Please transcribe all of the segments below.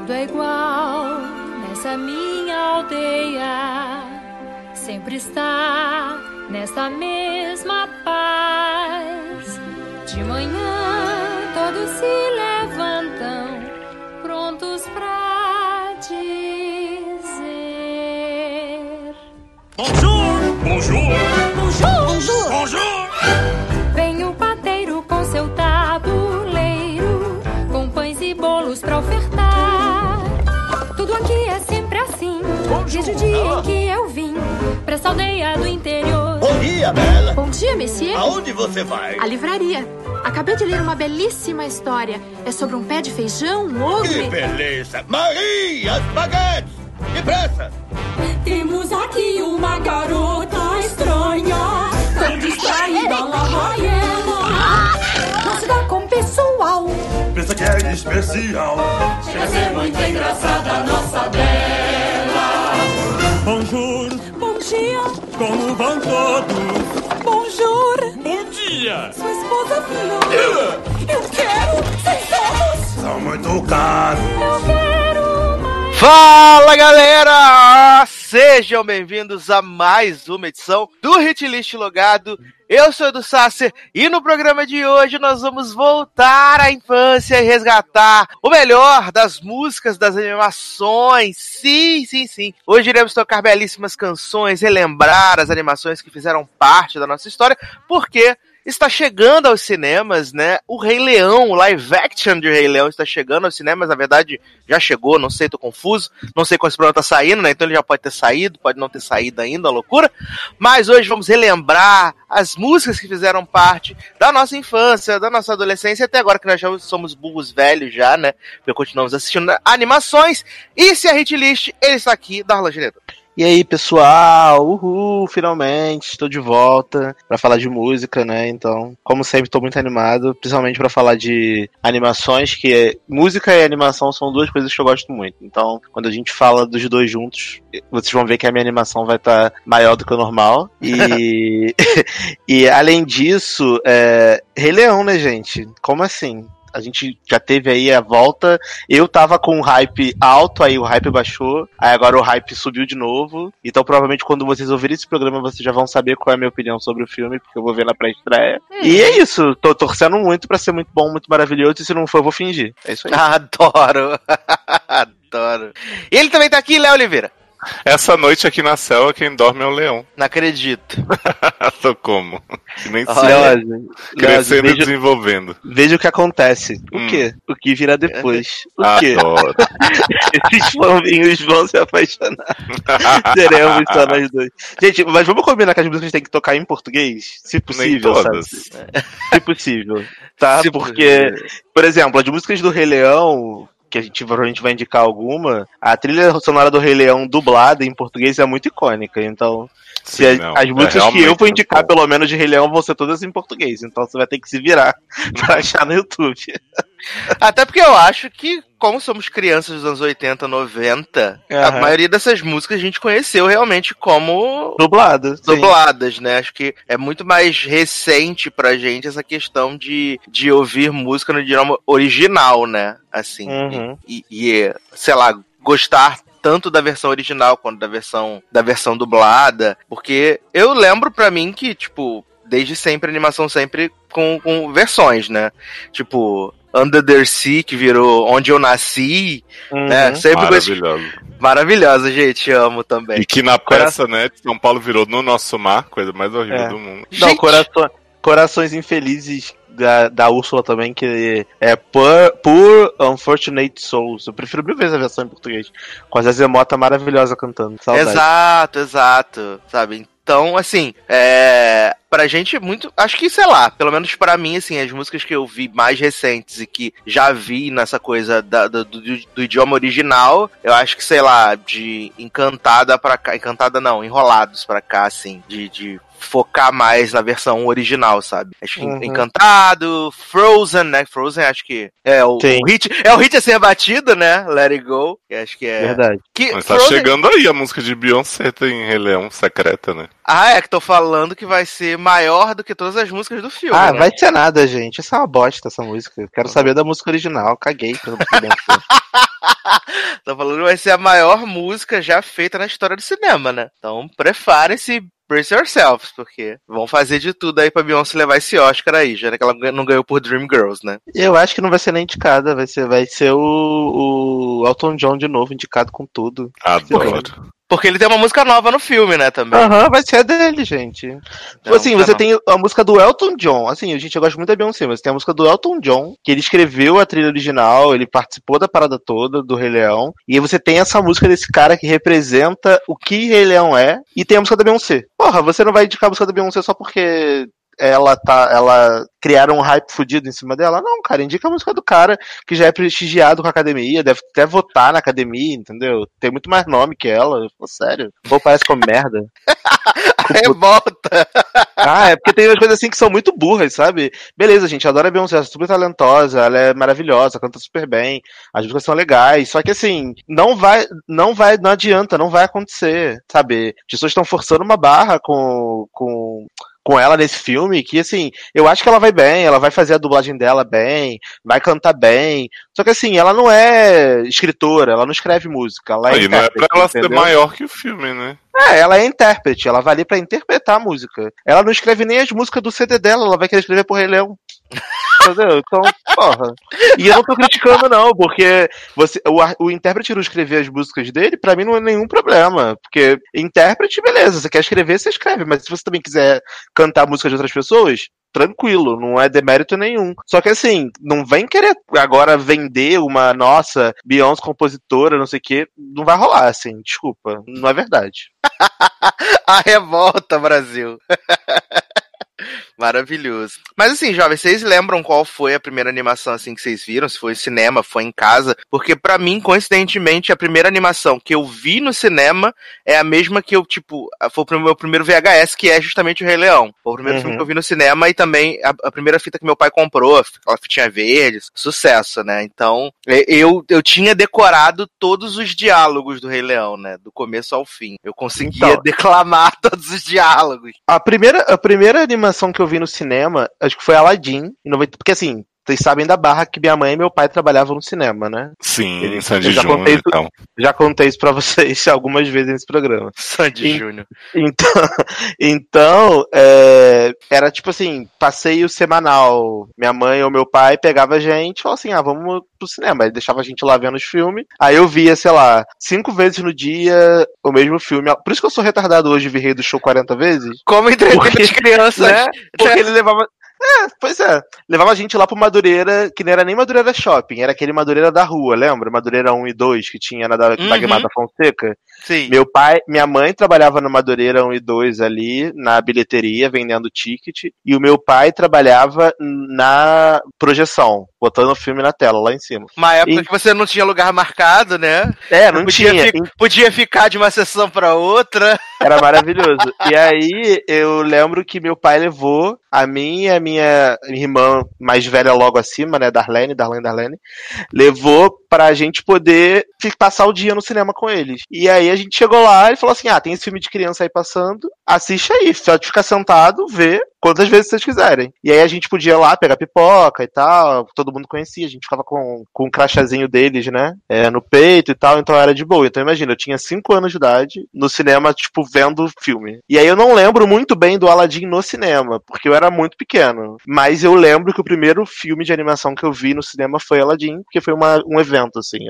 Tudo é igual nessa minha aldeia, sempre está nessa mesma paz. De manhã todos se levantam, prontos pra dizer: Bonjour! Bonjour! Bonjour! Bonjour! Bonjour! Vem o padeiro com seu tabuleiro, com pães e bolos pra ofertar. Tudo aqui é sempre assim, desde o dia em que eu vim pra essa aldeia do interior. Bom dia, Bela! Bom dia, monsieur. Aonde você vai? A livraria. Acabei de ler uma belíssima história. É sobre um pé de feijão, um ogro Que beleza! Maria, as baguetes! Depressa! Temos aqui uma garota estranha, tão distraída lá vai ela. Não se dá com pessoal, Pensa que é especial! chega a ser muito engraçada a nossa Bela. Bonjour! Bom dia, Como vão todos? bonjour. Bom dia! Sua esposa não. Eu quero, sem somos. São muito caros! Eu quero mais. Fala, galera! Sejam bem-vindos a mais uma edição do Hitlist Logado. Eu sou o Edu Sasser e no programa de hoje nós vamos voltar à infância e resgatar o melhor das músicas, das animações. Sim. Hoje iremos tocar belíssimas canções, relembrar as animações que fizeram parte da nossa história, porque está chegando aos cinemas, né? O Rei Leão, o live action de Rei Leão está chegando aos cinemas. Na verdade, já chegou, não sei, tô confuso. Não sei qual esse programa tá saindo, né? Então ele já pode ter saído, pode não ter saído ainda, uma loucura. Mas hoje vamos relembrar as músicas que fizeram parte da nossa infância, da nossa adolescência, até agora que nós já somos burros velhos já, né? Porque continuamos assistindo animações. E se a Hitlist, ele está aqui, Darlan Ginedo. E aí, pessoal, uhul, finalmente, estou de volta pra falar de música, né, então, como sempre, tô muito animado, principalmente pra falar de animações, que música e animação são duas coisas que eu gosto muito, então, quando a gente fala dos dois juntos, vocês vão ver que a minha animação vai estar maior do que o normal, e, e além disso, Rei Leão, né, gente, como assim? A gente já teve aí a volta, eu tava com o hype alto, aí o hype baixou, aí agora o hype subiu de novo, então provavelmente quando vocês ouvirem esse programa vocês já vão saber qual é a minha opinião sobre o filme, porque eu vou ver na pré-estreia. E é isso, tô torcendo muito pra ser muito bom, muito maravilhoso, e se não for eu vou fingir, é isso aí. Adoro! Adoro! E ele também tá aqui, Léo Oliveira. Essa noite aqui na selva, quem dorme é o leão. Não acredito. Tô como? Que nem se Leose, crescendo e desenvolvendo. veja o que acontece. O quê? O que virá depois? O quê? Adoro. Esses fominhos vão se apaixonar. Seremos só nós dois. Gente, mas vamos combinar que as músicas têm que tocar em português? Se possível, Nem todas. sabe? Se possível, tá? Se Porque, por exemplo, as músicas do Rei Leão, que a gente provavelmente vai indicar alguma, a trilha sonora do Rei Leão dublada em português é muito icônica, então Sim, não. as músicas que realmente eu vou indicar, muito bom. pelo menos de Rei Leão, vão ser todas em português, então você vai ter que se virar pra achar no YouTube. Até porque eu acho que, como somos crianças dos anos 80, 90, a Aham. maioria dessas músicas a gente conheceu realmente como Dublada. sim. dubladas, né? Acho que é muito mais recente pra gente essa questão de ouvir música no idioma original, né? Assim, Uhum. sei lá, gostar tanto da versão original quanto da versão dublada, porque eu lembro pra mim que, tipo, desde sempre a animação sempre com versões, né? Tipo, Under the Sea, que virou Onde Eu Nasci, né? Sempre Maravilhoso. maravilhosa, gente, amo também. E que na peça, né, de São Paulo virou No Nosso Mar, coisa mais horrível do mundo. Não, Gente! Corações Infelizes da Úrsula também, que é Poor Unfortunate Souls. Eu prefiro mil vezes a versão em português. Com a Zezé Mota maravilhosa cantando. Saudade. Exato, sabe? Então, assim, pra gente muito, acho que, sei lá, pelo menos pra mim, assim, as músicas que eu vi mais recentes e que já vi nessa coisa do idioma original, eu acho que, sei lá, de Encantada pra cá, Encantada não, Enrolados pra cá, assim, de focar mais na versão original, sabe? Acho que Encantado, Frozen, né? Frozen acho que é o hit a ser batido, né? Let It Go, que acho que é... Verdade. Mas tá chegando aí a música de Beyoncé em Rei Leão secreta, né? Ah, é que tô falando que vai ser maior do que todas as músicas do filme. Ah, né? vai ser nada, gente. Isso é uma bosta, essa música. Eu quero saber da música original. Caguei pela música da Beyoncé. Tô falando que vai ser a maior música já feita na história do cinema, né? Então preparem-se, brace yourselves, porque vão fazer de tudo aí pra Beyoncé levar esse Oscar aí, já que ela não ganhou por Dreamgirls, né? Eu acho que não vai ser nem indicada, vai ser o Elton John de novo, indicado com tudo. Adoro. Porque ele tem uma música nova no filme, né, também. Aham, vai ser a dele, gente. Então, assim, você tem a música do Elton John. Assim, eu gosto muito da Beyoncé, mas tem a música do Elton John, que ele escreveu a trilha original, ele participou da parada toda do Rei Leão. E aí você tem essa música desse cara que representa o que Rei Leão é. E tem a música da Beyoncé. Porra, você não vai indicar a música da Beyoncé só porque ela criaram um hype fudido em cima dela? Não, cara, indica a música do cara que já é prestigiado com a academia, deve até votar na academia, entendeu? Tem muito mais nome que ela. Pô, sério. Pô, parece como merda. Revolta! Ah, é porque tem umas coisas assim que são muito burras, sabe? Beleza, gente, adora a Beyoncé, ela é super talentosa, ela é maravilhosa, canta super bem, as músicas são legais, só que assim, não adianta, não vai acontecer, sabe? As pessoas estão forçando uma barra com ela nesse filme, que assim, eu acho que ela vai bem, ela vai fazer a dublagem dela bem, vai cantar bem, só que assim, ela não é escritora, ela não escreve música, ela é E não é pra ela ser entendeu? maior que o filme, né? Ela é intérprete, ela vai ali pra interpretar a música. Ela não escreve nem as músicas do CD dela, ela vai querer escrever por Rei Leão. Entendeu? Então, porra. E eu não tô criticando, não, porque o intérprete não escrever as músicas dele, pra mim não é nenhum problema. Porque intérprete, beleza, você quer escrever, você escreve. Mas se você também quiser cantar música de outras pessoas, tranquilo, não é demérito nenhum. Só que assim, não vem querer agora vender uma, nossa, Beyoncé compositora, não sei o que, não vai rolar, assim, desculpa, não é verdade. A revolta, Brasil. Maravilhoso. Mas assim, jovens, vocês lembram qual foi a primeira animação assim que vocês viram? Se foi em cinema, foi em casa? Porque pra mim, coincidentemente, a primeira animação que eu vi no cinema é a mesma que eu, tipo, foi o meu primeiro VHS, que é justamente o Rei Leão. Foi o primeiro filme que eu vi no cinema e também a primeira fita que meu pai comprou, aquela fitinha verde, sucesso, né? Então, eu tinha decorado todos os diálogos do Rei Leão, né? Do começo ao fim. Eu conseguia declamar todos os diálogos. A primeira animação que eu vi no cinema, acho que foi Aladdin, porque assim, vocês sabem da barra que minha mãe e meu pai trabalhavam no cinema, né? Sim, Sandy Júnior, então. Já contei isso pra vocês algumas vezes nesse programa. Sandy Júnior. Então, era tipo assim, passeio semanal. Minha mãe ou meu pai pegava a gente e falava assim, vamos pro cinema. Aí deixava a gente lá vendo os filmes. Aí eu via, sei lá, 5 vezes no dia o mesmo filme. Por isso que eu sou retardado hoje e vi Rei do Show 40 vezes. Como entreter as crianças, né? Porque ele levava... pois é. Levava a gente lá pro Madureira, que não era nem Madureira Shopping, era aquele Madureira da rua, lembra? Madureira 1 e 2, que tinha na Dagmar da Fonseca. Sim. Minha mãe trabalhava no Madureira 1 e 2 ali, na bilheteria, vendendo ticket, e o meu pai trabalhava na projeção, botando o filme na tela, lá em cima. Uma época que você não tinha lugar marcado, né? Não tinha. Podia ficar de uma sessão pra outra. Era maravilhoso. E aí, eu lembro que meu pai levou a mim e a minha irmã mais velha logo acima, né, Darlene, levou pra gente poder passar o dia no cinema com eles. E aí a gente chegou lá e falou assim, tem esse filme de criança aí passando, assiste aí, pode ficar sentado, vê quantas vezes vocês quiserem. E aí a gente podia ir lá pegar pipoca e tal, todo mundo conhecia, a gente ficava com o crachazinho deles, né, no peito e tal, então era de boa. Então imagina, eu tinha 5 anos de idade, no cinema, tipo, vendo filme. E aí eu não lembro muito bem do Aladdin no cinema, porque eu era muito pequeno. Mas eu lembro que o primeiro filme de animação que eu vi no cinema foi Aladdin, porque foi um evento, assim,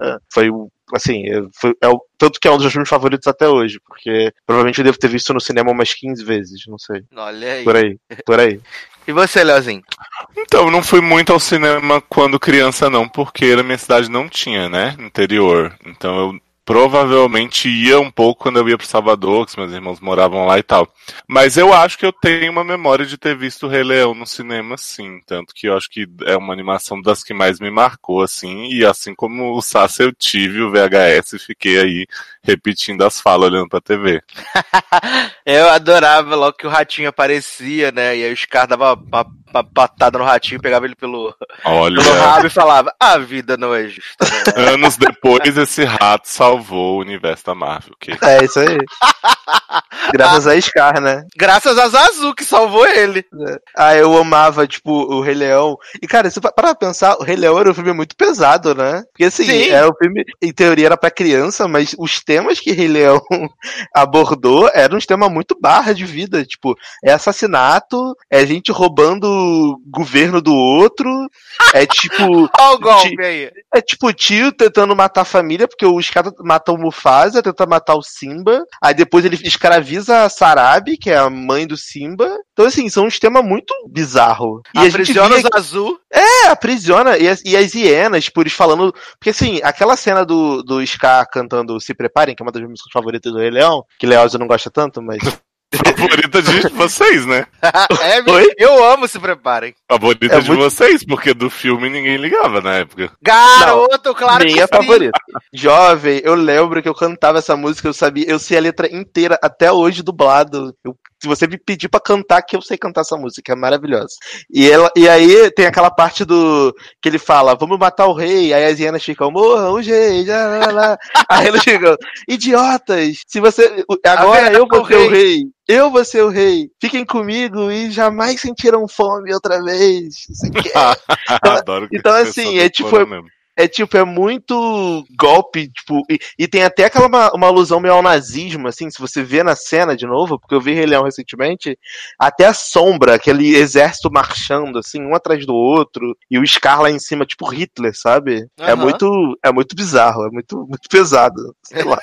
tanto que é um dos meus filmes favoritos até hoje, porque provavelmente eu devo ter visto no cinema umas 15 vezes, não sei. Olha aí. Por aí. E você, Leozinho? Então, não fui muito ao cinema quando criança não, porque na minha cidade não tinha, né, interior. Então eu provavelmente ia um pouco quando eu ia pro Salvador, que meus irmãos moravam lá e tal. Mas eu acho que eu tenho uma memória de ter visto o Rei Leão no cinema, sim. Tanto que eu acho que é uma animação das que mais me marcou, assim. E assim como o Sassi, eu tive o VHS e fiquei aí repetindo as falas, olhando pra TV. Eu adorava logo que o ratinho aparecia, né? E aí os caras davam uma patada no ratinho, pegava ele pelo rabo e falava, a vida não é justa. Né? Anos depois, esse rato salvou o universo da Marvel. É isso aí. Graças a Scar, né? Graças a Zazu, que salvou ele. Eu amava, tipo, o Rei Leão. E, cara, se parar pra pensar, o Rei Leão era um filme muito pesado, né? Porque, assim, o filme, em teoria, era pra criança, mas os temas que Rei Leão abordou eram uns temas muito barra de vida. Tipo, é assassinato, é gente roubando o governo do outro, é tipo... Olha o golpe aí. É tipo tio tentando matar a família, porque os caras matam o Mufasa, tenta matar o Simba, aí depois ele escraviza a Sarabi, que é a mãe do Simba. Então, assim, são uns temas muito bizarros. E aprisiona os Azul. Aprisiona. E as hienas, por eles falando... Porque, assim, aquela cena do Scar cantando Se Preparem, que é uma das minhas músicas favoritas do Rei Leão, que Leozio não gosta tanto, mas... Favorita de vocês, né? Eu amo Se Preparem. Favorita de vocês, porque do filme ninguém ligava na época. Garoto, claro que sim. Minha favorita. Jovem, eu lembro que eu cantava essa música, eu sei a letra inteira até hoje dublado. Se você me pedir pra cantar, que eu sei cantar essa música, é maravilhosa. E aí tem aquela parte que ele fala, vamos matar o rei, aí as hienas ficam, morram os reis, aí eles ficam, idiotas, se você, agora eu vou ser o rei, eu vou ser o rei, fiquem comigo e jamais sentiram fome outra vez. Adoro que então assim, é muito golpe, tipo, e tem até uma alusão meio ao nazismo, assim, se você vê na cena de novo, porque eu vi Rei Leão recentemente, até a sombra, aquele exército marchando, assim, um atrás do outro, e o Scar lá em cima, tipo Hitler, sabe? Uhum. É muito bizarro, é muito pesado, sei lá.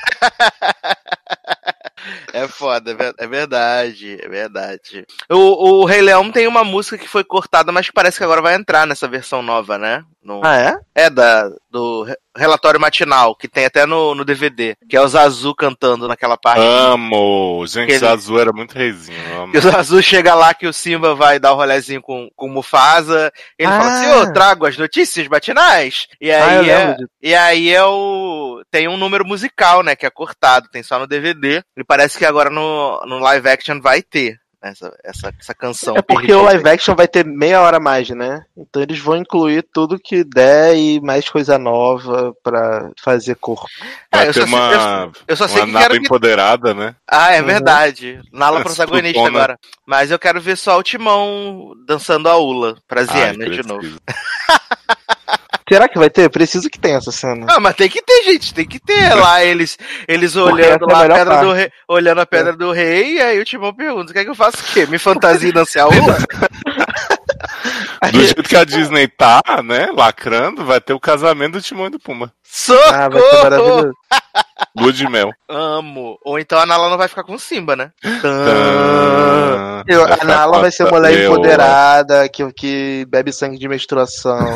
É foda, é verdade, é verdade. O Rei Leão tem uma música que foi cortada, mas que parece que agora vai entrar nessa versão nova, né? É do relatório matinal, que tem até no DVD, que é o Zazu cantando naquela parte. Amo! Gente, o Zazu era muito reizinho. E o Zazu chega lá que o Simba vai dar um rolezinho com o Mufasa, ele fala assim, eu trago as notícias matinais. E aí tem um número musical, né, que é cortado, tem só no DVD, e parece que agora no live action vai ter essa canção. É porque o live action vai ter meia hora a mais, né? Então eles vão incluir tudo que der e mais coisa nova pra fazer corpo. Vai ter uma Nala empoderada, né? É verdade. Nala protagonista agora. Mas eu quero ver só o Timão dançando a Ula pras hienas de novo. Será que vai ter? Preciso que tenha essa cena. Mas tem que ter, gente. Tem que ter lá eles olhando lá a pedra do rei, olhando a pedra do rei, e aí o Timão pergunta, quer que eu faça o quê? Me fantasia e dançar a Ula? Do jeito que a Disney tá, né, lacrando, vai ter o casamento do Timão e do Pumba. Socorro! Vai ser maravilhoso. Lua de mel. Amo. Ou então a Nala não vai ficar com o Simba, né? A Nala vai ser mulher empoderada, que bebe sangue de menstruação.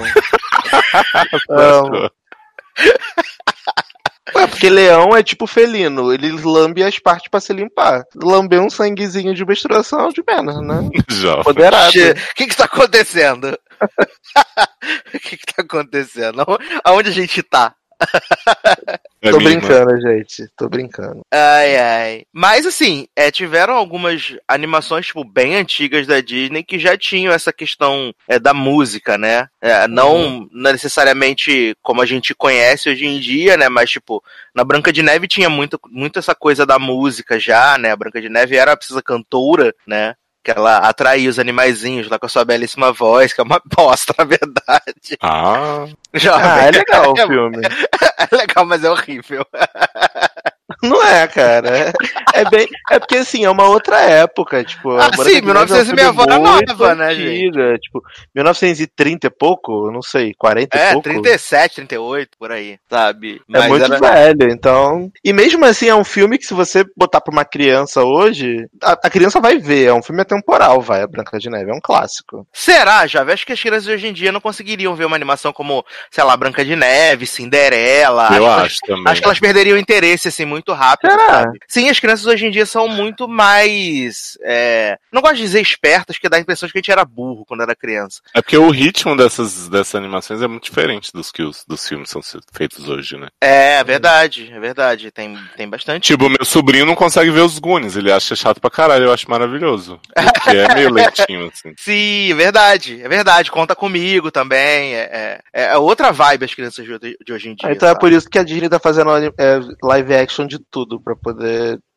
Porque leão é tipo felino, ele lambe as partes pra se limpar. Lamber um sanguezinho de menstruação de menos, né? Empoderado. O que tá acontecendo? O que tá acontecendo? Aonde a gente tá? Tô brincando, gente. Tô brincando. Ai. Mas assim, tiveram algumas animações, tipo, bem antigas da Disney que já tinham essa questão da música, né? Não necessariamente como a gente conhece hoje em dia, né? Mas, tipo, na Branca de Neve tinha muito essa coisa da música já, né? A Branca de Neve era a princesa cantora, né? Que ela atraía os animaizinhos lá com a sua belíssima voz, que é uma bosta, na verdade. É legal o filme. É legal, mas é horrível. Não é, cara. É porque, assim, é uma outra época. Tipo, sim, 1900 e minha avó era nova, né, gente? Tipo, 1930 e pouco, não sei, 40 e pouco. 37, 38, por aí, sabe? Mas muito velho, então... E mesmo assim, é um filme que se você botar pra uma criança hoje, a criança vai ver. É um filme atemporal, a Branca de Neve. É um clássico. Será, Jovem? Acho que as crianças hoje em dia não conseguiriam ver uma animação como, sei lá, Branca de Neve, Cinderela. Eu acho também. Acho que elas perderiam interesse, assim, muito rápido. Será? Sabe? Sim, as crianças hoje em dia são muito mais... Não gosto de dizer espertas, porque dá a impressão de que a gente era burro quando era criança. É porque o ritmo dessas animações é muito diferente dos que dos filmes são feitos hoje, né? É verdade. Tem bastante. Tipo, meu sobrinho não consegue ver os Goonies, ele acha chato pra caralho, eu acho maravilhoso. Porque é meio lentinho, assim. Sim, é verdade. Conta comigo também. É outra vibe as crianças de hoje em dia. Então é por isso que a Disney tá fazendo live action de tudo, pra poder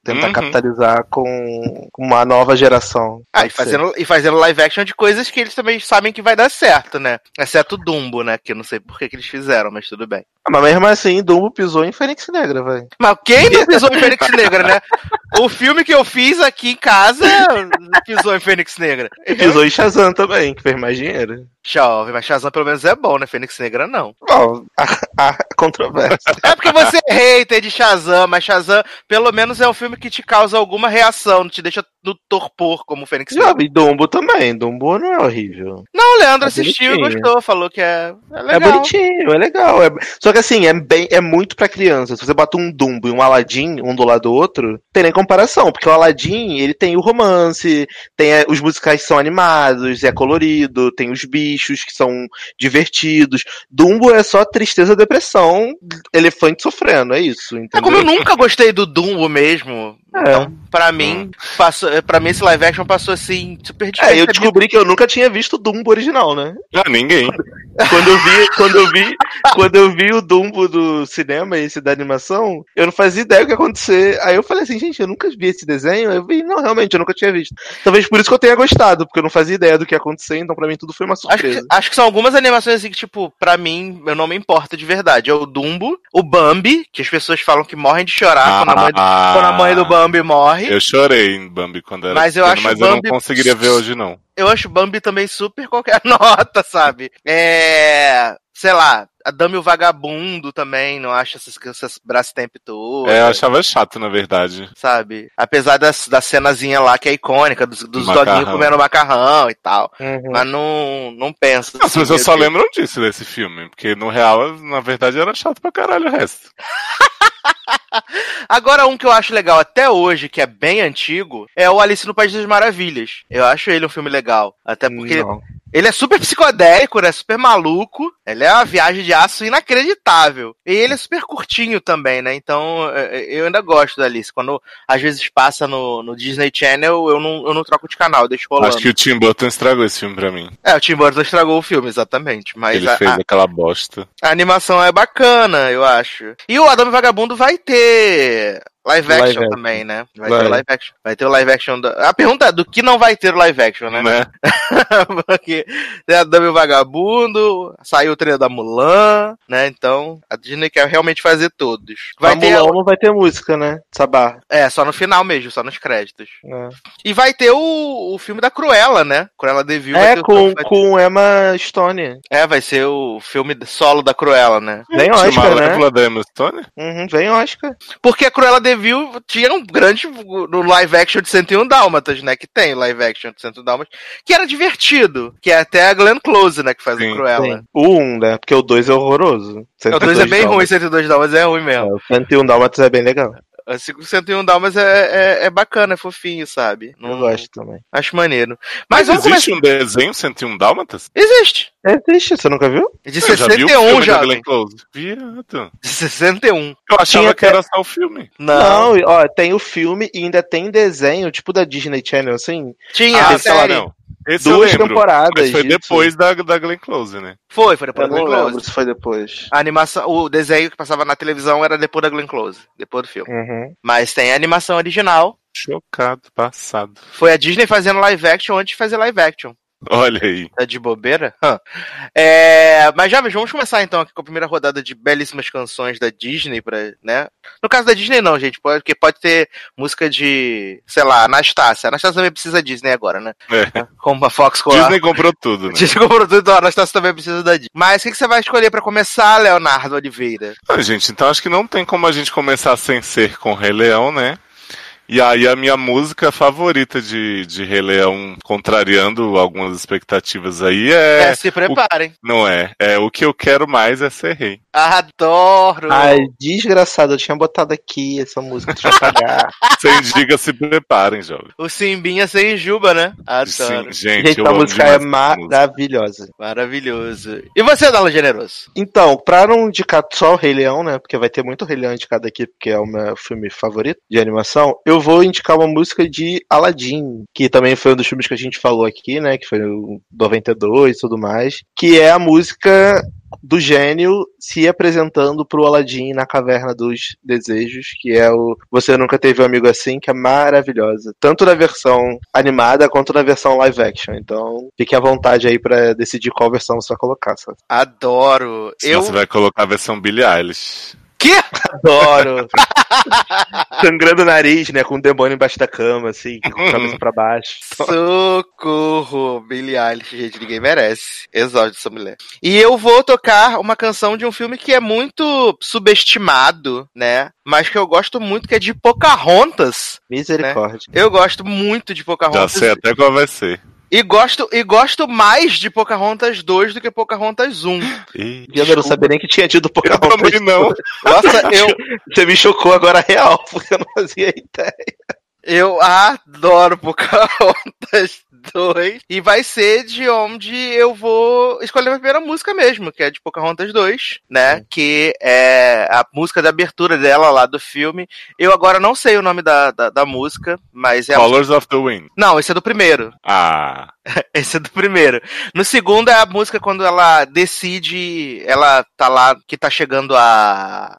tentar capitalizar com uma nova geração. E fazendo live action de coisas que eles também sabem que vai dar certo, né? Exceto Dumbo, né? Que eu não sei por que eles fizeram, mas tudo bem. Mas mesmo assim, Dumbo pisou em Fênix Negra, velho. Mas quem não pisou em Fênix Negra, né? O filme que eu fiz aqui em casa pisou em Fênix Negra. Pisou em Shazam também, que fez mais dinheiro. Chove, mas Shazam pelo menos é bom, né? Fênix Negra não. Bom, a controvérsia. É porque você é hater de Shazam, mas Shazam pelo menos é um filme que te causa alguma reação, não te deixa no torpor como Fênix Negra. E Dumbo também, Dumbo não é horrível. Não, o Leandro assistiu e gostou, falou que é legal. É bonitinho, é legal. Só que assim, é muito pra criança. Se você bota um Dumbo e um Aladdin, um do lado do outro, tem nem comparação, porque o Aladdin, ele tem o romance, tem os musicais que são animados, é colorido, tem os bichos que são divertidos. Dumbo é só tristeza, depressão, elefante sofrendo, é isso, entendeu? Como eu nunca gostei do Dumbo mesmo, então, pra mim, esse live action passou assim, super diferente. Eu descobri que eu nunca tinha visto o Dumbo original, né? Ninguém. Quando eu vi o Dumbo do cinema, esse da animação, eu não fazia ideia do que ia acontecer. Aí eu falei assim, gente, eu nunca vi esse desenho. Eu vi, não, realmente, eu nunca tinha visto. Talvez por isso que eu tenha gostado, porque eu não fazia ideia do que ia acontecer, então pra mim tudo foi uma surpresa. Acho que são algumas animações assim que, tipo, pra mim, eu não me importo de verdade. É o Dumbo, o Bambi, que as pessoas falam que morrem de chorar quando a mãe do Bambi morre. Eu chorei em Bambi quando era pequeno, mas eu não conseguiria ver hoje, não. Eu acho Bambi também super qualquer nota, sabe? Sei lá, a Dama e o Vagabundo também, não acho essas Brastemp todas. Eu achava chato, na verdade. Sabe? Apesar da cenazinha lá que é icônica, dos doguinhos comendo macarrão e tal. Uhum. Mas não penso. As pessoas só lembram disso, desse filme. Porque no real, na verdade, era chato pra caralho o resto. Agora, um que eu acho legal até hoje, que é bem antigo, é o Alice no País das Maravilhas. Eu acho ele um filme legal. Até porque ele é super psicodélico, né? Super maluco. Ele é uma viagem de aço inacreditável. E ele é super curtinho também, né? Então, eu ainda gosto da Alice. Quando às vezes passa no Disney Channel, eu não troco de canal, eu deixo rolando. Acho que o Tim Burton estragou esse filme pra mim. O Tim Burton estragou o filme, exatamente. Mas ele fez aquela bosta. A animação é bacana, eu acho. E o Adão e Vagabundo vai ter live action também, né? Vai ter live action. Vai ter o live action. A pergunta é do que não vai ter live action, né? Porque tem a Dama e o Vagabundo, saiu o trailer da Mulan, né? Então a Disney quer realmente fazer todos. Mulan não vai ter música, né? Sabá. Só no final mesmo, só nos créditos. E vai ter o filme da Cruella, né? Cruella de Vil. Com Emma Stone. Vai ser o filme solo da Cruella, né? Vem Oscar, né? Da Emma Stone? Vem Oscar. Porque a Cruella de Vil tinha um grande no live action de 101 Dálmatas, né? Que tem live action de 101 Dálmatas, que era divertido. Que é até a Glenn Close, né? Que faz o Cruella. Sim. O 1, né? Porque o 2 é horroroso. O 2 é bem ruim, 102 Dálmatas é ruim mesmo. O 101 Dálmatas é bem legal. O 101 Dálmatas é bacana, é fofinho, sabe? Eu gosto também. Acho maneiro. Mas existe um desenho 101 Dálmatas? Existe. Existe, você nunca viu? De 61 já. Viado. De 61. Eu achava que era só o filme. Não, tem o filme e ainda tem desenho, tipo da Disney Channel, assim. Tinha, série. Não. Esse 2 temporadas. Mas foi depois da Glenn Close, né? Foi depois da Glenn Close. Não lembro se foi depois. A animação, o desenho que passava na televisão era depois da Glenn Close, depois do filme. Mas tem a animação original. Chocado, passado. Foi a Disney fazendo live action antes de fazer live action. Olha aí. Tá de bobeira? Mas já vamos começar então aqui com a primeira rodada de belíssimas canções da Disney, né? No caso da Disney não, gente, porque pode ter música de, sei lá, Anastácia. Anastácia também precisa da Disney agora, né? Como a Fox Disney comprou tudo, né? Disney comprou tudo, então a Anastácia também precisa da Disney. Mas o que você vai escolher pra começar, Leonardo Oliveira? Gente, então acho que não tem como a gente começar sem ser com Rei Leão, né? E aí a minha música favorita de Rei Leão, contrariando algumas expectativas aí, se preparem. Não é. O que eu quero mais é ser rei. Adoro! Ai, desgraçado, eu tinha botado aqui essa música, deixa eu pagar. Sem diga, se preparem, jovem. O Simbinha sem Juba, né? Adoro. Sim, gente, a música é maravilhosa. Maravilhoso. E você, Dala Generoso? Então, pra não indicar só o Rei Leão, né, porque vai ter muito Rei Leão indicado aqui, porque é o meu filme favorito de animação, eu vou indicar uma música de Aladdin, que também foi um dos filmes que a gente falou aqui, né, que foi o 92 e tudo mais, que é a música do gênio se apresentando pro Aladdin na Caverna dos Desejos, que é o Você Nunca Teve um Amigo Assim, que é maravilhosa. Tanto na versão animada quanto na versão live action. Então, fique à vontade aí pra decidir qual versão você vai colocar, sabe? Adoro. Você vai colocar a versão Billie Eilish. Que? Adoro. Sangrando o nariz, né? Com o demônio embaixo da cama, assim, com a cabeça pra baixo. Socorro! Billie Eilish, gente, ninguém merece. Exódio dessa mulher. E eu vou tocar uma canção de um filme que é muito subestimado, né? Mas que eu gosto muito, que é de Pocahontas. Misericórdia. Né? Eu gosto muito de Pocahontas. Já sei até qual vai ser. E gosto mais de Pocahontas 2 do que Pocahontas 1. Eu não sabia nem que tinha tido Pocahontas. Eu também não. Nossa, Você me chocou agora real, porque eu não fazia ideia. Eu adoro Pocahontas 2. E vai ser de onde eu vou escolher a minha primeira música mesmo, que é de Pocahontas 2, né? Que é a música da abertura dela lá do filme. Eu agora não sei o nome da música, mas é Colors of the Wind. Não, esse é do primeiro. Ah. Esse é do primeiro. No segundo é a música quando ela decide, ela tá lá, que tá chegando a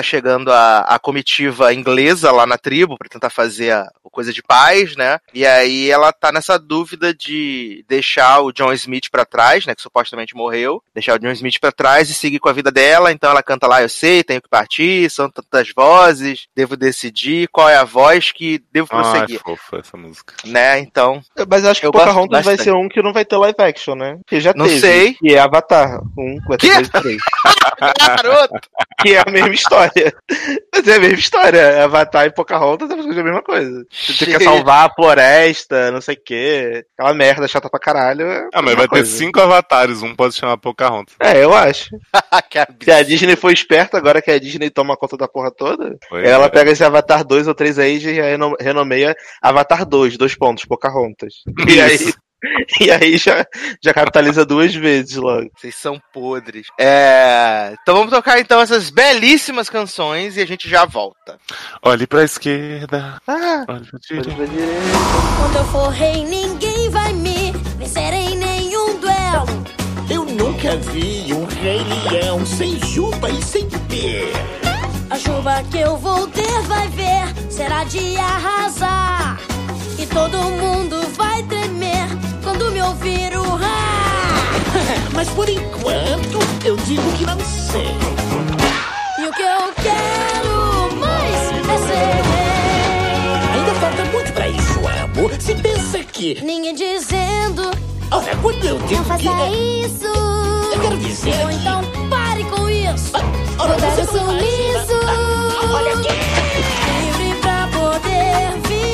comitiva inglesa lá na tribo pra tentar fazer a coisa de paz, né? E aí ela tá nessa dúvida de deixar o John Smith pra trás, né? Que supostamente morreu. Deixar o John Smith pra trás e seguir com a vida dela. Então ela canta lá, eu sei, tenho que partir, são tantas vozes, devo decidir qual é a voz que devo prosseguir. Ah, é fofa essa música. Né? Então... Mas acho que o Pocahontas vai ser um que não vai ter live action, né? Que já não teve. Sei. Que é Avatar. Vai ter 2 e 3. Garoto! Que é a mesma história. Mas é a mesma história. Avatar e Pocahontas é a mesma coisa. Você quer salvar a floresta, não sei o quê. Aquela merda chata pra caralho. Mas vai ter 5 avatares, um pode chamar Pocahontas. Eu acho. Se a Disney for esperta, agora que a Disney toma conta da porra toda, ela pega esse Avatar 2 ou 3 aí e renomeia Avatar 2, 2 pontos, Pocahontas. E aí já capitaliza 2 vezes logo. Vocês são podres. Então vamos tocar então essas belíssimas canções e a gente já volta. Olhe pra esquerda. Olhe pra direita. Quando eu for rei, ninguém vai me vencer em nenhum duelo. Eu nunca vi um rei leão sem juba e sem pé. A chuva que eu vou ter, vai ver, será de arrasar. E todo mundo vai tremer quando me ouvir urrar. Mas por enquanto eu digo que não sei. E o que eu quero mais é ser rei. Ainda falta muito pra isso, amor. Se pensa que... Ninguém dizendo... Olha, quando eu digo não faça que... isso. Eu quero dizer ou que... então pare com isso. Olha, vou dar você um sorriso. Olha aqui. Livre pra poder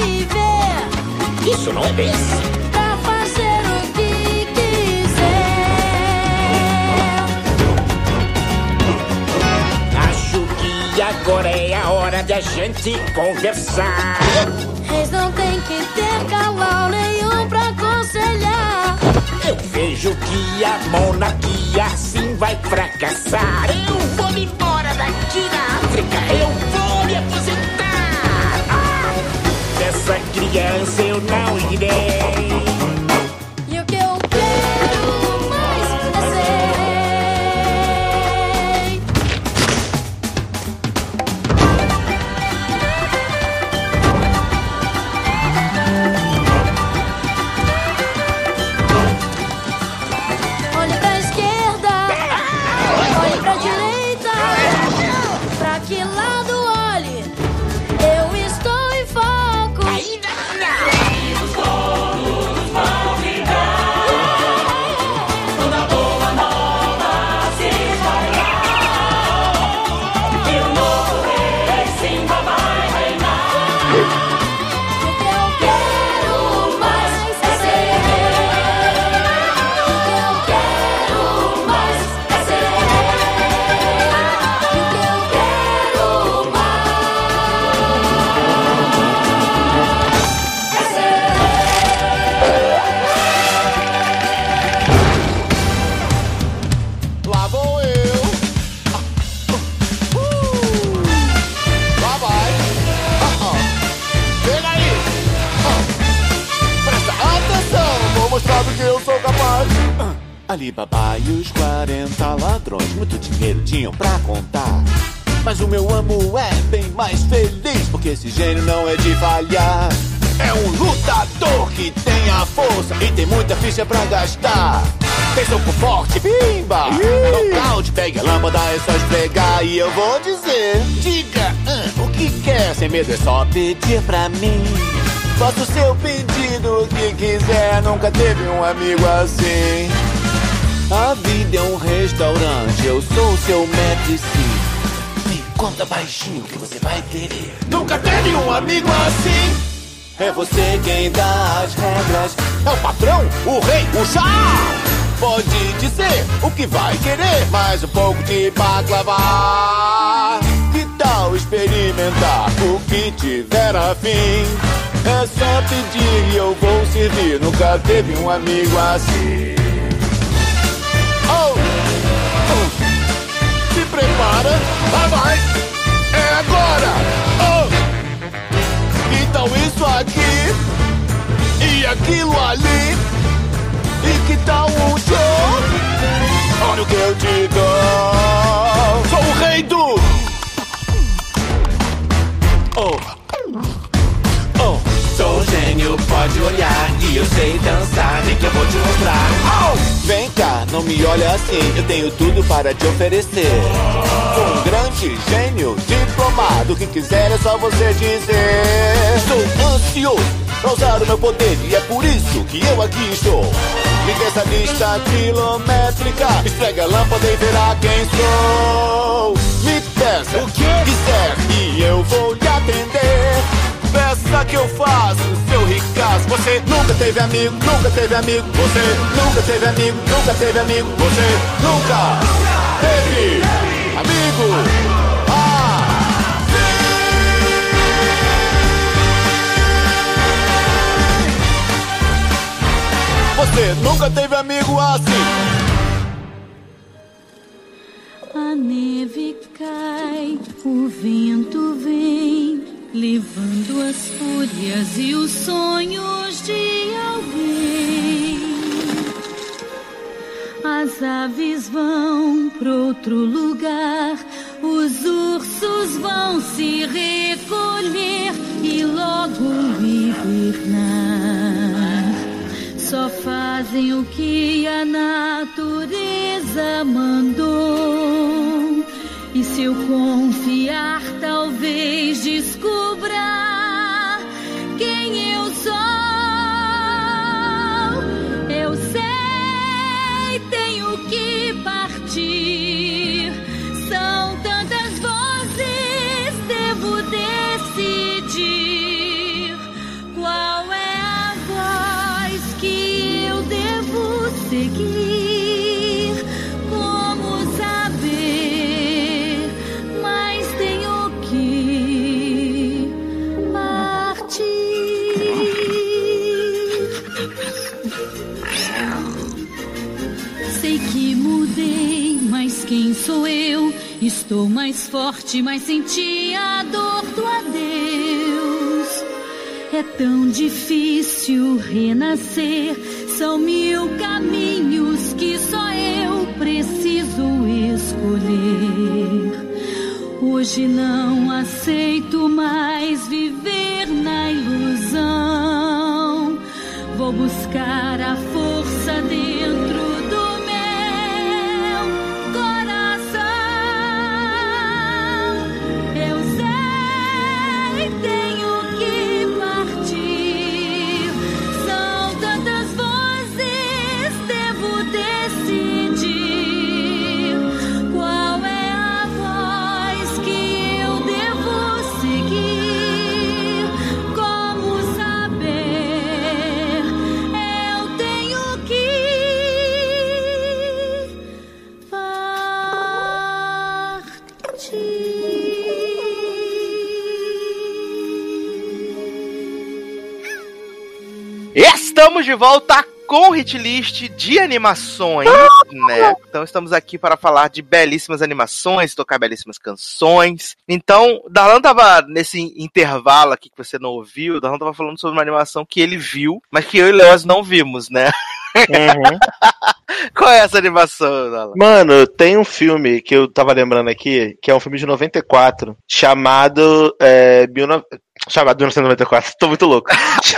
viver. Isso não é bem assim. Pra fazer o que quiser. Acho que agora é a hora de a gente conversar. Reis não tem que ter calão nenhum pra aconselhar. Eu vejo que a monarquia assim vai fracassar. Eu vou me embora daqui na África. Eu vou me aposentar. Dessa criança eu não irei. E o que eu quero mais é ser rei. Olhe pra esquerda, olhe pra direita. Pra que lado olhe, eu estou em foco. Ainda não. Alibaba e os 40 ladrões, muito dinheiro tinham pra contar. Mas o meu amo é bem mais feliz, porque esse gênio não é de falhar. É um lutador que tem a força e tem muita ficha pra gastar. Tem soco forte, bimba! Nocaute, pegue a lâmpada, é só esfregar. E eu vou dizer, diga o que quer. Sem medo é só pedir pra mim. Faça o seu pedido, o que quiser. Nunca teve um amigo assim. A vida é um restaurante, eu sou o seu mestre sim. Me conta baixinho que você vai querer. Nunca teve um amigo assim. É você quem dá as regras. É o patrão, o rei, o chá. Pode dizer o que vai querer, mais um pouco de baklava. Que tal experimentar o que tiver a fim? É só pedir e eu vou servir. Nunca teve um amigo assim. Oh, oh. Se prepara, lá vai. É agora. Oh. Então isso aqui e aquilo ali. E que tal um show? Olha o que eu te dou. Sou o rei do... Oh, oh. Sou um gênio, pode olhar. E eu sei dançar, vem que eu vou te mostrar. Oh! Vem cá, não me olha assim. Eu tenho tudo para te oferecer. Sou um grande gênio, diplomado. O que quiser é só você dizer. Estou ansioso pra usar o meu poder e é por isso que eu aqui estou. Me dê essa lista quilométrica, esfrega a lâmpada e verá quem sou. Me peça o que quiser e eu vou lhe atender. Peça que eu faço, seu ricaço. Você nunca teve amigo, nunca teve amigo. Você nunca teve amigo, nunca teve amigo. Você nunca teve amigo. Você nunca teve amigo assim. A neve cai, o vento vem, levando as fúrias e os sonhos de alguém. As aves vão pro outro lugar, os ursos vão se recolher e logo hibernar. Só fazem o que a natureza mandou. E se eu confiar, talvez descubra quem eu sou. Eu sei, tenho que partir. São tantas vozes, devo decidir qual é a voz que eu devo seguir. Como saber, mas tenho que partir. Sei que mudei, mas quem sou eu? Estou mais forte, mas senti a dor do adeus. É tão difícil renascer. São 1000 caminhos que só eu preciso escolher. Hoje não aceito mais viver na ilusão. Vou buscar a força dentro do meu coração. Eu sei, tenho que partir. São tantas vozes, devo decidir qual é a voz que eu devo seguir. Como saber? Eu tenho que Estamos de volta com o Hitlist de animações, né? Então estamos aqui para falar de belíssimas animações, tocar belíssimas canções. Então, Darlan tava nesse intervalo aqui que você não ouviu, Darlan tava falando sobre uma animação que ele viu, mas que eu e Leoz não vimos, né? Uhum. Qual é essa animação, Nala? Mano, tem um filme que eu tava lembrando aqui, que é um filme de 94, chamado 1994, tô muito louco.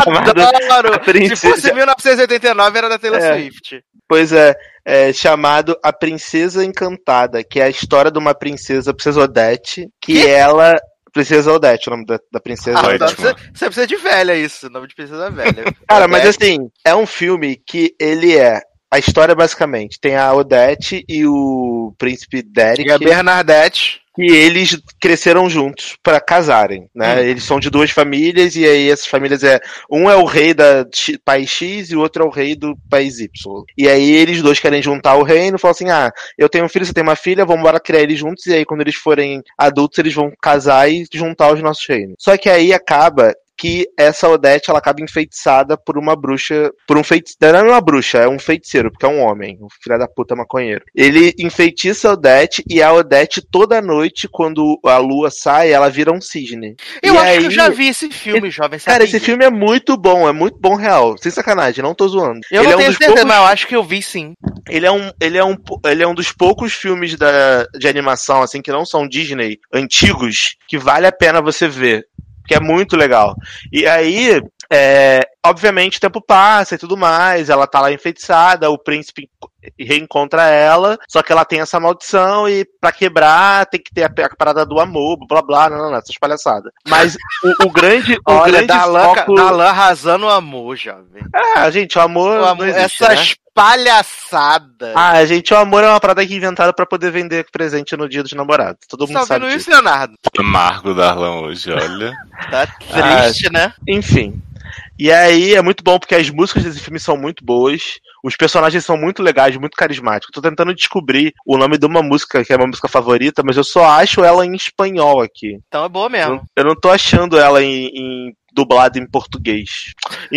Adoro! Se fosse 1989, era da Taylor Swift. Pois é, chamado A Princesa Encantada, que é a história de uma princesa Odete, que ela... Princesa Odete, o nome da princesa. Você precisa de velha isso, o nome de princesa velha. Cara, mas assim, é um filme que ele é... A história, basicamente, tem a Odete e o príncipe Derek. E a Bernadette. E eles cresceram juntos pra casarem, né? Eles são de duas famílias, e aí essas famílias um é o rei da país X e o outro é o rei do país Y. E aí eles dois querem juntar o reino, falam assim, eu tenho um filho, você tem uma filha, vamos embora criar eles juntos, e aí quando eles forem adultos, eles vão casar e juntar os nossos reinos. Só que aí acaba que essa Odete, ela acaba enfeitiçada por uma bruxa, não é uma bruxa, é um feiticeiro, porque é um homem, um filho da puta maconheiro. Ele enfeitiça a Odete, e a Odete, toda noite, quando a lua sai, ela vira um cisne. Eu acho que eu já vi esse filme, jovem. Cara, esse filme é muito bom real, sem sacanagem, não tô zoando. Eu não tenho certeza, mas eu acho que eu vi sim. Ele é um dos poucos filmes de animação, assim, que não são Disney, antigos, que vale a pena você ver. Que é muito legal. E aí, obviamente, o tempo passa e tudo mais, ela tá lá enfeitiçada, o príncipe reencontra ela, só que ela tem essa maldição e pra quebrar tem que ter a parada do amor, blá blá, não, essas palhaçadas. Mas o grande foco... Dalan arrasando o amor, jovem. Gente, o amor não existe, essas palhaçadas. Gente, o amor é uma parada que inventaram pra poder vender presente no dia dos namorados. Todo mundo sabe disso. Isso, Leonardo? Amargo Darlan hoje, olha. Tá triste, né? Enfim. E aí é muito bom porque as músicas desse filme são muito boas, os personagens são muito legais, muito carismáticos. Tô tentando descobrir o nome de uma música que é uma música favorita, mas eu só acho ela em espanhol aqui. Então é boa mesmo. Eu não tô achando ela em dublado em português.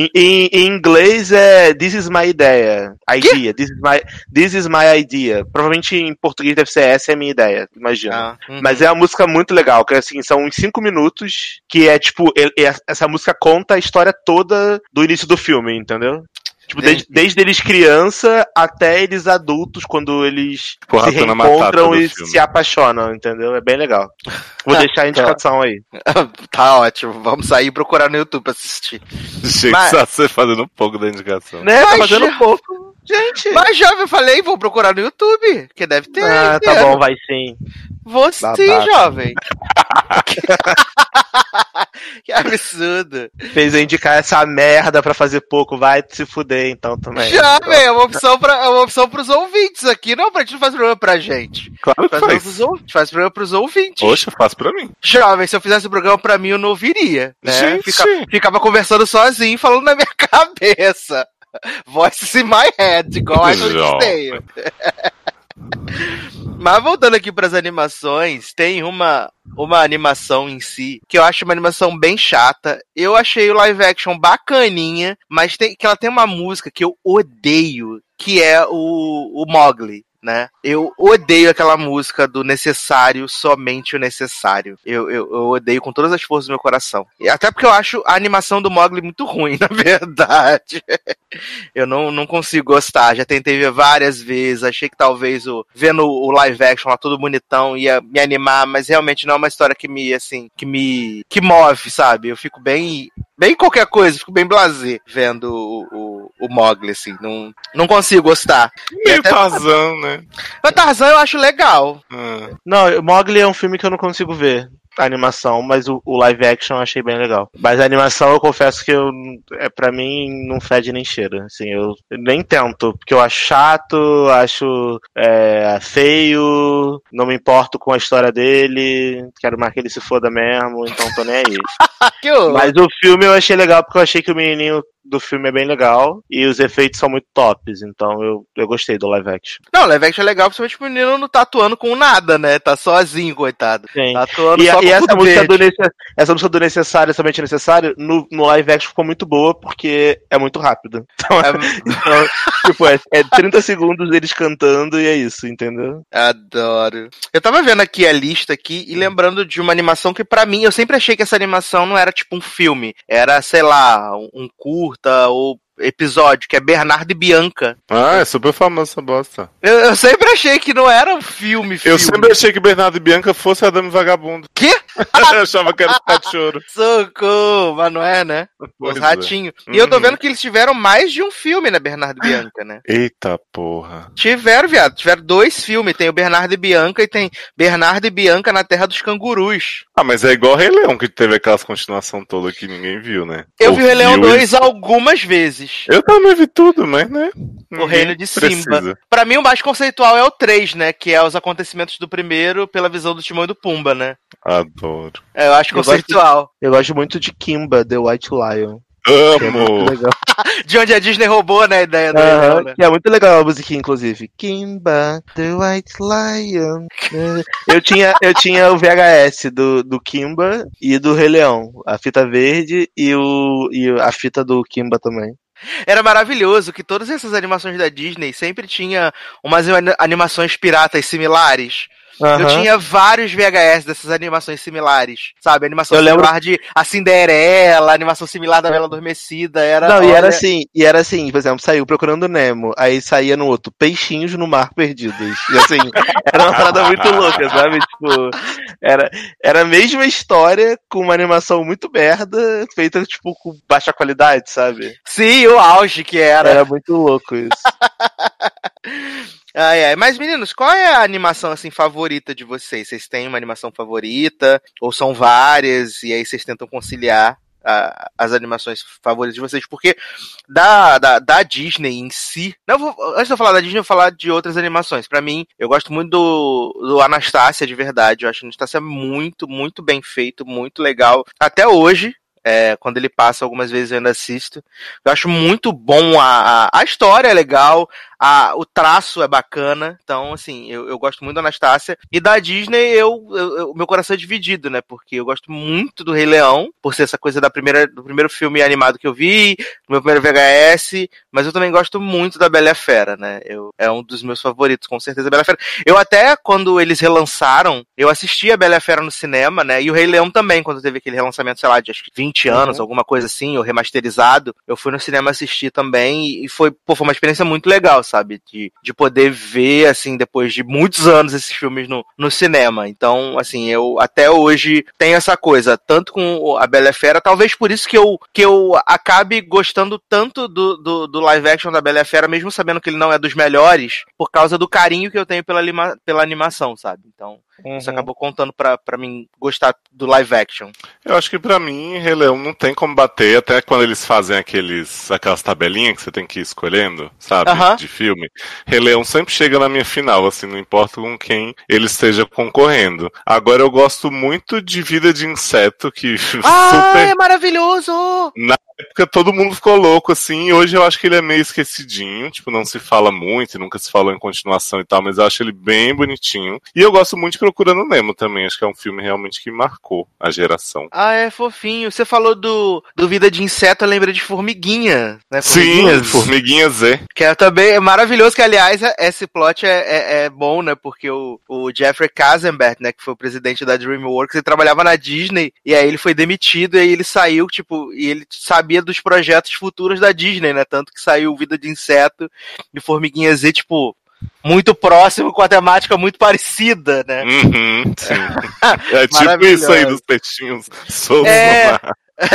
Em inglês é This is my idea. This is my idea. Provavelmente em português deve ser Essa é a minha ideia, imagina. Mas é uma música muito legal, que assim, são uns 5 minutos, que é tipo, essa música conta a história toda do início do filme, entendeu? Tipo, desde eles criança até eles adultos, quando eles se reencontram e se apaixonam, entendeu? É bem legal. Vou deixar a indicação aí. Tá ótimo. Vamos sair e procurar no YouTube pra assistir. Só você fazendo um pouco da indicação. Né? Tá fazendo um pouco. Gente. Mas já eu falei, vou procurar no YouTube, que deve ter. Tá bom, vai sim. Vou sim, jovem. Que absurdo. Fez eu indicar essa merda pra fazer pouco, vai se fuder então também. Já, velho, é uma opção pros ouvintes aqui, não, a gente não faz programa pra gente. Claro que faz programa pros ouvintes. Poxa, faz pra mim. Jovem, se eu fizesse o programa pra mim, eu não ouviria, né? Gente. Ficava conversando sozinho, falando na minha cabeça. Voices in my head, igual a gente tem. Mas voltando aqui pras animações, tem uma animação em si, que eu acho uma animação bem chata. Eu achei o live action bacaninha, mas que ela tem uma música que eu odeio, que é o Mowgli, né? Eu odeio aquela música do necessário, somente o necessário. Eu odeio com todas as forças do meu coração. E até porque eu acho a animação do Mowgli muito ruim, na verdade. Eu não consigo gostar. Já tentei ver várias vezes. Achei que talvez vendo o live action lá todo bonitão ia me animar, mas realmente não é uma história que me move, sabe? Eu fico bem qualquer coisa, fico bem blasé vendo o Mowgli, assim. Não consigo gostar. Meio Tarzan, né? Mas Tarzan eu acho legal. Não, o Mowgli é um filme que eu não consigo ver a animação, mas o live action eu achei bem legal. Mas a animação eu confesso que pra mim não fede nem cheira. Assim, eu nem tento, porque eu acho chato, acho feio, não me importo com a história dele, quero mais que ele se foda mesmo, então tô nem aí. Mas o filme eu achei legal porque eu achei que o menininho do filme é bem legal e os efeitos são muito tops, então eu gostei do live action. Não, o live action é legal, principalmente o menino não tá atuando com nada, né? Tá sozinho, coitado. Sim. Tá atuando só com essa música do necessário, somente necessário, no live action ficou muito boa porque é muito rápido. Então tipo, é 30 segundos deles cantando e é isso, entendeu? Adoro. Eu tava vendo aqui a lista aqui e lembrando de uma animação que pra mim, eu sempre achei que essa animação não era tipo um filme, era, sei lá, um curta ou episódio, que é Bernardo e Bianca. Ah, é super famosa essa bosta. Eu sempre achei que não era um filme. Eu sempre achei que Bernardo e Bianca fosse a Dama e Vagabundo. Quê? Eu achava que era o cachorro. Socorro, mas não é, né? Pois Os ratinhos. E eu tô vendo que eles tiveram mais de um filme, né, Bernardo e Bianca, né? Eita porra. Tiveram, viado. Tiveram 2 filmes. Tem o Bernardo e Bianca e tem Bernardo e Bianca na Terra dos Cangurus. Ah, mas é igual Rei Leão, que teve aquelas continuação toda que ninguém viu, né? Eu vi o Rei Leão 2 algumas vezes. Eu também vi tudo, mas, né? O Reino de Simba. Pra mim, o mais conceitual é o 3, né? Que é os acontecimentos do primeiro pela visão do Timão e do Pumba, né? Adoro. Eu acho conceitual. Eu gosto muito de Kimba, The White Lion. Amo! De onde a Disney roubou, né, a ideia do Rei Leão, né? Que é muito legal a musiquinha, inclusive. Kimba, The White Lion. Eu tinha o VHS do Kimba e do Rei Leão. A fita verde e a fita do Kimba também. Era maravilhoso que todas essas animações da Disney sempre tinha umas animações piratas similares. Uhum. Eu tinha vários VHS dessas animações similares, sabe? Animação similar de A Cinderela, animação similar da Bela Adormecida. E era assim, por exemplo, saiu Procurando Nemo, aí saía no outro, Peixinhos no Mar Perdidos. E assim, era uma parada muito louca, sabe? Tipo, era a mesma história com uma animação muito merda, feita, tipo, com baixa qualidade, sabe? Sim, o auge que era. Era muito louco isso. Mas, meninos, qual é a animação, assim, favorita de vocês? Vocês têm uma animação favorita? Ou são várias? E aí vocês tentam conciliar as animações favoritas de vocês? Porque da Disney em si... Antes de eu falar da Disney, eu vou falar de outras animações. Pra mim, eu gosto muito do Anastasia, de verdade. Eu acho a Anastasia muito, muito bem feito, muito legal. Até hoje... quando ele passa, algumas vezes eu ainda assisto. Eu acho muito bom, a história é legal, o traço é bacana. Então, assim, eu gosto muito da Anastasia. E da Disney, meu coração é dividido, né? Porque eu gosto muito do Rei Leão, por ser essa coisa do primeiro filme animado que eu vi, do meu primeiro VHS, mas eu também gosto muito da Bela e a Fera, né? É um dos meus favoritos, com certeza, a Bela e a Fera. Eu até, quando eles relançaram, eu assisti a Bela e a Fera no cinema, né? E o Rei Leão também, quando teve aquele relançamento, sei lá, de acho que 20 anos, alguma coisa assim, ou remasterizado, eu fui no cinema assistir também, e foi uma experiência muito legal, sabe, de poder ver, assim, depois de muitos anos esses filmes no cinema. Então, assim, eu até hoje tenho essa coisa, tanto com a Bela e a Fera, talvez por isso que eu acabe gostando tanto do live action da Bela e a Fera, mesmo sabendo que ele não é dos melhores, por causa do carinho que eu tenho pela animação, sabe, então... Isso acabou contando pra mim gostar do live action. Eu acho que pra mim, Rei Leão não tem como bater, até quando eles fazem aquelas tabelinhas que você tem que ir escolhendo, sabe, de filme. Rei Leão sempre chega na minha final, assim, não importa com quem ele esteja concorrendo. Agora eu gosto muito de Vida de Inseto, que é maravilhoso! Na época todo mundo ficou louco, assim, e hoje eu acho que ele é meio esquecidinho, tipo, não se fala muito, nunca se falou em continuação e tal, mas eu acho ele bem bonitinho. E eu gosto muito de Procurando Nemo também, acho que é um filme realmente que marcou a geração. É fofinho. Você falou do Vida de Inseto, eu lembrei de Formiguinha, né? Sim, Formiguinha Z. Que também é maravilhoso, que aliás, esse plot é bom, né? Porque o Jeffrey Katzenberg, né, que foi o presidente da DreamWorks, ele trabalhava na Disney, e aí ele foi demitido, e aí ele saiu, tipo, e ele sabia dos projetos futuros da Disney, né? Tanto que saiu Vida de Inseto e Formiguinha Z, tipo... muito próximo, com a temática muito parecida, né? Sim. É tipo isso aí dos peixinhos soltos no mar.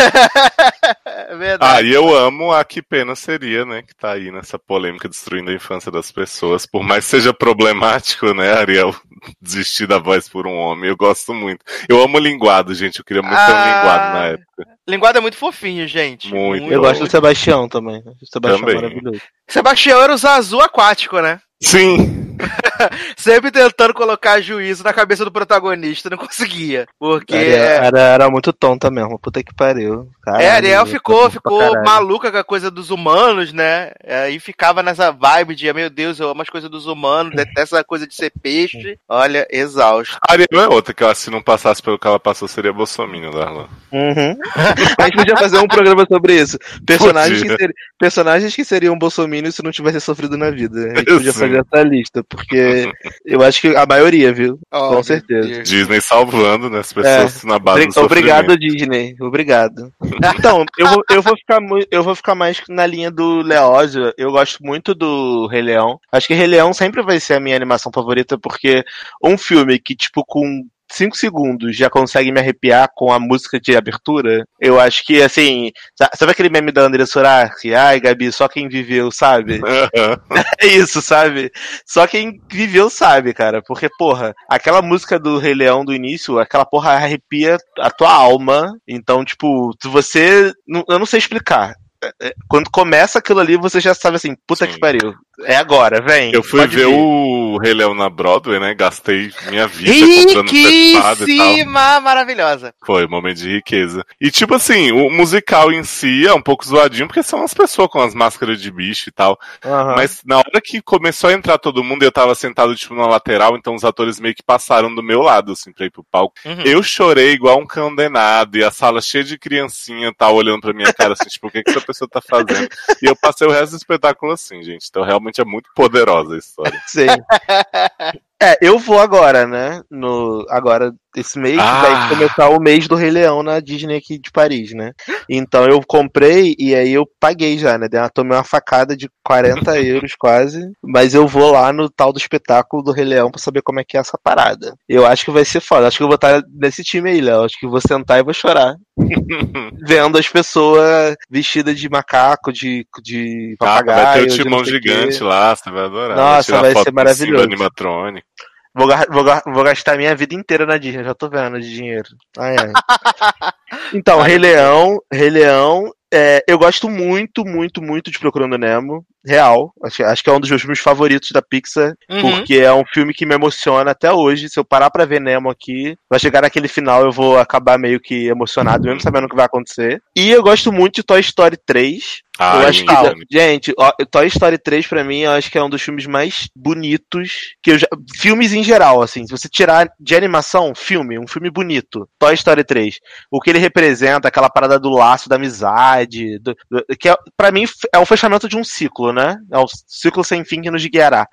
Verdade. E eu amo a Que Pena Seria, né? Que tá aí nessa polêmica destruindo a infância das pessoas. Por mais que seja problemático, né, Ariel, desistir da voz por um homem, eu gosto muito. Eu amo Linguado, gente. Eu queria muito ter um Linguado na época. Linguado é muito fofinho, gente. Muito. Eu gosto do Sebastião também. O Sebastião é maravilhoso. Sebastião era o Zazu aquático, né? Sim. Sempre tentando colocar juízo na cabeça do protagonista, não conseguia. Porque. Era muito tonta mesmo, puta que pariu. Caralho, Ariel ficou maluca com a coisa dos humanos, né? E ficava nessa vibe de, meu Deus, eu amo as coisas dos humanos, detesto a coisa de ser peixe. Olha, exausto. Ariel é outra que, se não passasse pelo que ela passou, seria bolsominion, Darlan. A gente podia fazer um programa sobre isso. Personagens que seriam bolsominions se não tivessem sofrido na vida. A gente podia fazer nessa lista, porque eu acho que a maioria, viu? Com certeza. Disney salvando, né? As pessoas na base do Obrigado, sofrimento. Disney. Obrigado. Então, eu vou ficar mais na linha do Leózio. Eu gosto muito do Rei Leão. Acho que Rei Leão sempre vai ser a minha animação favorita, porque um filme que, tipo, com 5 segundos já consegue me arrepiar com a música de abertura, eu acho que, assim, sabe aquele meme da Andressa Surak? Ai, Gabi, só quem viveu sabe? É isso, sabe? Só quem viveu sabe, cara, porque, porra, aquela música do Rei Leão do início, aquela porra arrepia a tua alma, então, tipo, se você... Eu não sei explicar. Quando começa aquilo ali, você já sabe assim, puta que pariu. É agora, vem. Eu fui ver o Rei Leão na Broadway, né? Gastei minha vida comprando festival e tal. Riquíssima, maravilhosa. Foi, momento de riqueza. E tipo assim, o musical em si é um pouco zoadinho, porque são as pessoas com as máscaras de bicho e tal. Uhum. Mas na hora que começou a entrar todo mundo, eu tava sentado tipo na lateral, então os atores meio que passaram do meu lado, assim, pra ir pro palco. Eu chorei igual um condenado, e a sala cheia de criancinha e tal, olhando pra minha cara assim, tipo, o que essa pessoa tá fazendo? E eu passei o resto do espetáculo assim, gente. Então realmente é muito poderosa a história. Sim. Eu vou agora, né? Agora, esse mês vai começar o mês do Rei Leão na Disney aqui de Paris, né? Então eu comprei e aí eu paguei já, né? Tomei uma facada de 40 euros quase, mas eu vou lá no tal do espetáculo do Rei Leão pra saber como é que é essa parada. Eu acho que vai ser foda. Acho que eu vou estar nesse time aí, Léo. Acho que eu vou sentar e vou chorar. Vendo as pessoas vestidas de macaco, de papagaio. Vai ter o timão gigante lá, você vai adorar. Nossa, vai ser maravilhoso. Animatrônico. Vou gastar minha vida inteira na Disney, já tô vendo de dinheiro. Ai. Então, Rei Leão, eu gosto muito, muito, muito de Procurando Nemo. Real. Acho que é um dos meus filmes favoritos da Pixar. Porque é um filme que me emociona até hoje. Se eu parar pra ver Nemo aqui, vai chegar naquele final, eu vou acabar meio que emocionado, mesmo sabendo o que vai acontecer. E eu gosto muito de Toy Story 3. Eu acho que, gente, Toy Story 3 pra mim, eu acho que é um dos filmes mais bonitos que eu já... Filmes em geral, assim, se você tirar de animação, um filme bonito, Toy Story 3. O que ele representa, aquela parada do laço, da amizade, que pra mim é um fechamento de um ciclo, né? É um ciclo sem fim que nos guiará.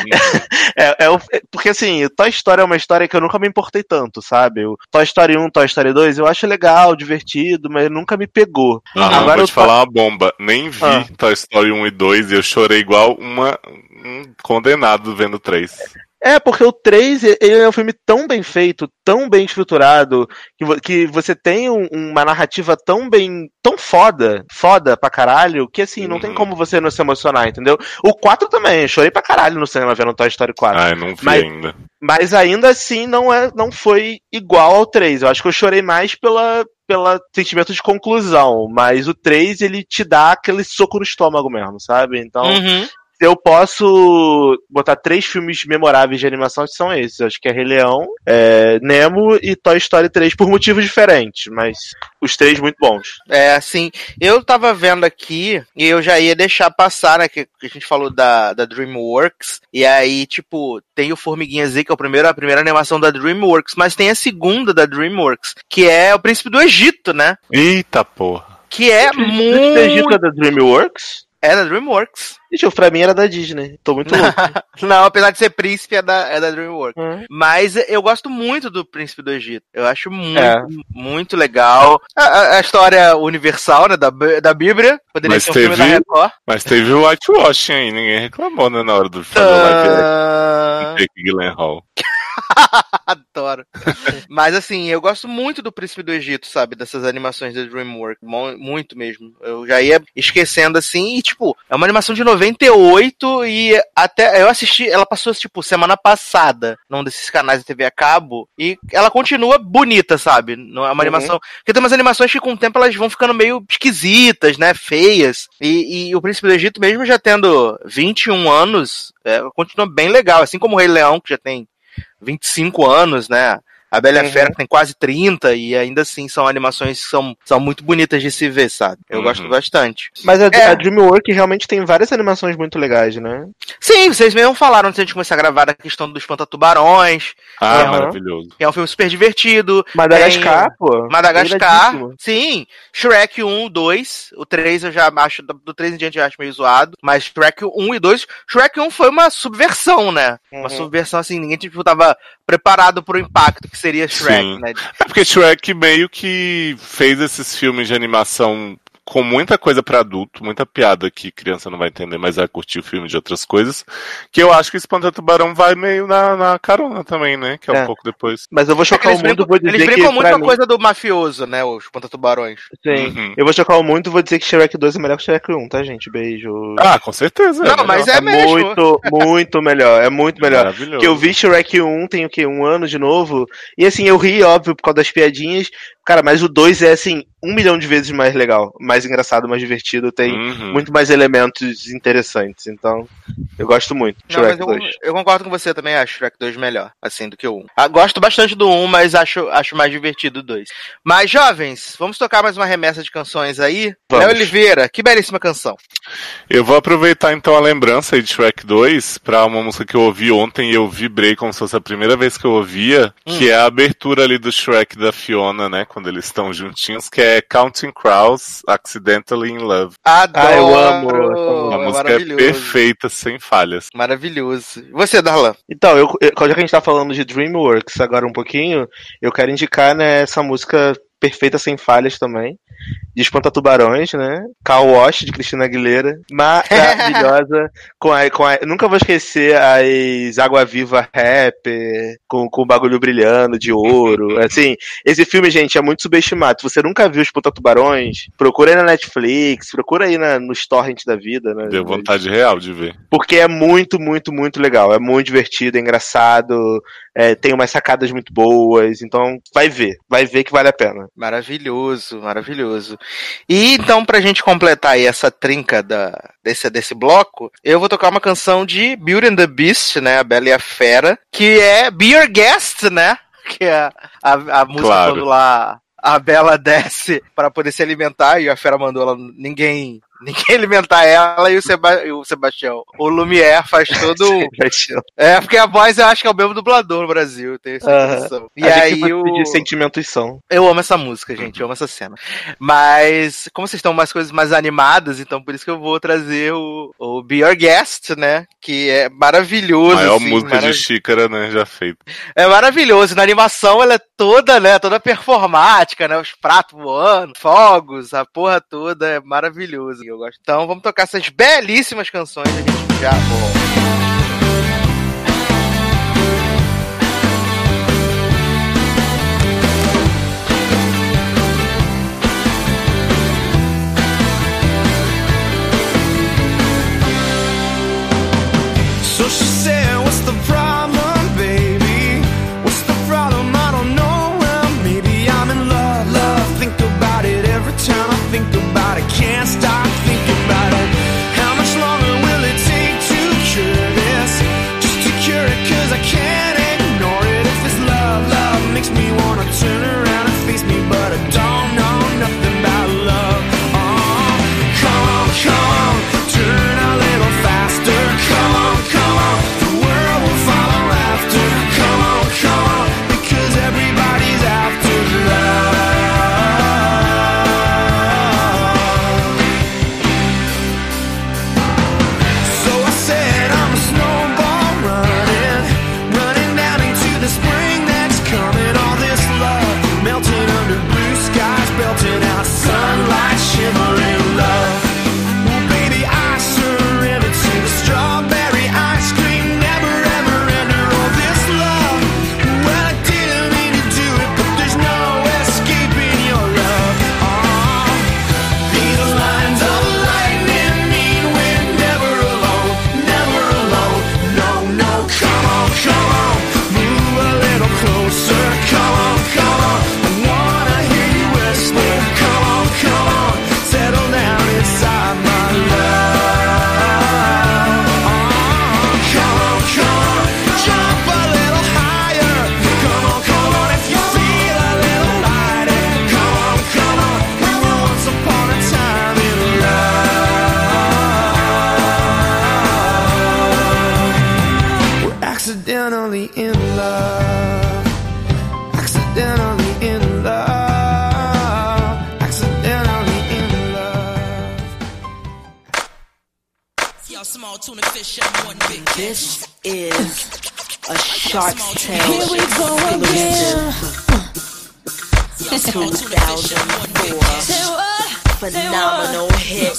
Porque assim, Toy Story é uma história que eu nunca me importei tanto, sabe? O Toy Story 1, Toy Story 2, eu acho legal, divertido, mas nunca me pegou. Agora vou te falar uma bomba. Nem vi Toy Story 1 e 2 e eu chorei igual um condenado vendo 3. Porque o 3, ele é um filme tão bem feito, tão bem estruturado, que você tem uma narrativa tão foda pra caralho, que assim, não tem como você não se emocionar, entendeu? O 4 também, eu chorei pra caralho no cinema vendo Toy Story 4. Eu não vi ainda. Mas ainda assim, não foi igual ao 3. Eu acho que eu chorei mais pelo sentimento de conclusão, mas o 3, ele te dá aquele soco no estômago mesmo, sabe? Então, eu posso botar 3 filmes memoráveis de animação que são esses. Acho que é Rei Leão, Nemo e Toy Story 3, por motivos diferentes, mas os 3 muito bons. Assim, eu tava vendo aqui e eu já ia deixar passar, né, que a gente falou da DreamWorks, e aí, tipo, tem o Formiguinha Z, que é a primeira animação da DreamWorks, mas tem a segunda da DreamWorks, que é O Príncipe do Egito, né? Eita porra. Que é muito... O Príncipe do Egito é da DreamWorks? É da DreamWorks. Gente, pra mim era da Disney. Tô muito louco. Não, apesar de ser príncipe, é da DreamWorks. Mas eu gosto muito do Príncipe do Egito. Eu acho muito legal. A história universal, né, da Bíblia. Poderia ser um filme da Record. Mas teve o whitewashing aí. Ninguém reclamou, né, na hora do fazer o live action. Jake Gyllenhaal. Adoro. Mas assim, eu gosto muito do Príncipe do Egito, sabe? Dessas animações da DreamWorks. Muito mesmo. Eu já ia esquecendo assim. E tipo, é uma animação de 98 e até eu assisti, ela passou tipo semana passada num desses canais de TV a cabo e ela continua bonita, sabe? Não é uma animação. Porque tem umas animações que com o tempo elas vão ficando meio esquisitas, né? Feias. E o Príncipe do Egito, mesmo já tendo 21 anos, continua bem legal. Assim como o Rei Leão, que já tem 25 anos, né? A Bela e a Fera tem quase 30 e ainda assim são animações que são muito bonitas de se ver, sabe? Eu gosto bastante. Mas a DreamWorks realmente tem várias animações muito legais, né? Sim, vocês mesmo falaram antes de a gente começar a gravar a questão do Espanta-Tubarões. Maravilhoso. Que é um filme super divertido. Madagascar, pô. Madagascar. Sim. Shrek 1, 2. O 3 eu já acho, do 3 em diante eu acho meio zoado. Mas Shrek 1 e 2. Shrek 1 foi uma subversão, né? Uma subversão assim, ninguém tava preparado pro impacto que seria Shrek, né? É porque Shrek meio que fez esses filmes de animação com muita coisa pra adulto, muita piada que criança não vai entender, mas vai curtir o filme de outras coisas, que eu acho que Espanta-Tubarão vai meio na carona também, né? Que é um pouco depois. Mas eu vou chocar o mundo, vou dizer que... Eles brincam muito com a coisa do mafioso, né? Os Espanta-Tubarões. Sim. Eu vou chocar o mundo e vou dizer que Shrek 2 é melhor que Shrek 1, tá, gente? Beijo. Ah, com certeza. Não, mas é mesmo. Muito melhor. É muito melhor. Maravilhoso. Porque eu vi Shrek 1, tem o quê? 1 ano de novo. E assim, eu ri, óbvio, por causa das piadinhas. Cara, mas o 2 é assim, 1 milhão de vezes mais legal, mais engraçado, mais divertido, tem muito mais elementos interessantes, então eu gosto muito de Shrek 2. Eu concordo com você também, acho Shrek 2 melhor, assim, do que o 1. Gosto bastante do 1, mas acho mais divertido o 2. Mas, jovens, vamos tocar mais uma remessa de canções aí? Léo Oliveira, que belíssima canção. Eu vou aproveitar então a lembrança aí de Shrek 2 pra uma música que eu ouvi ontem e eu vibrei como se fosse a primeira vez que eu ouvia, que é a abertura ali do Shrek da Fiona, né? Quando eles estão juntinhos, que é Counting Crows, Accidentally in Love. Adoro! Eu amo! A música é perfeita, sem falhas. Maravilhoso. E você, Darlan? Então, já que a gente tá falando de DreamWorks agora um pouquinho, eu quero indicar, né, essa música perfeita, sem falhas também, de Espanta-Tubarões, né? Car Wash, de Cristina Aguilera. Maravilhosa. Nunca vou esquecer as Água Viva Rap, com o bagulho brilhando de ouro. Assim, esse filme, gente, é muito subestimado. Se você nunca viu Espanta-Tubarões, procura aí na Netflix, procura aí nos torrents da vida, né? Deu vontade real de ver. Porque é muito, muito, muito legal. É muito divertido, é engraçado, tem umas sacadas muito boas. Então, vai ver que vale a pena. Maravilhoso, maravilhoso. E então, pra gente completar aí essa trinca desse bloco, eu vou tocar uma canção de Beauty and the Beast, né? A Bela e a Fera, que é Be Your Guest, né? Que é a música quando lá a Bela desce pra poder se alimentar e a Fera mandou ela ninguém alimentar ela e o Sebastião. O Lumière faz todo... porque a voz eu acho que é o mesmo dublador no Brasil, tem essa impressão. E aí de sentimentos são. Eu amo essa música, gente, eu amo essa cena. Mas, como vocês estão umas coisas mais animadas, então por isso que eu vou trazer o Be Your Guest, né? Que é maravilhoso. Maior música de xícara, né? Já feita. É maravilhoso. Na animação ela é toda, né? Toda performática, né? Os pratos voando, fogos, a porra toda é maravilhoso. Eu gosto. Então vamos tocar essas belíssimas canções, a gente já volta. So she said, what's the problem, baby? What's the problem? I don't know. Well, maybe I'm in love. Think about it every time I think about it. Can't stop thinking about it. How much longer will it take to cure this? This is a Shark's Tale Here we go again. 2004 phenomenal hit.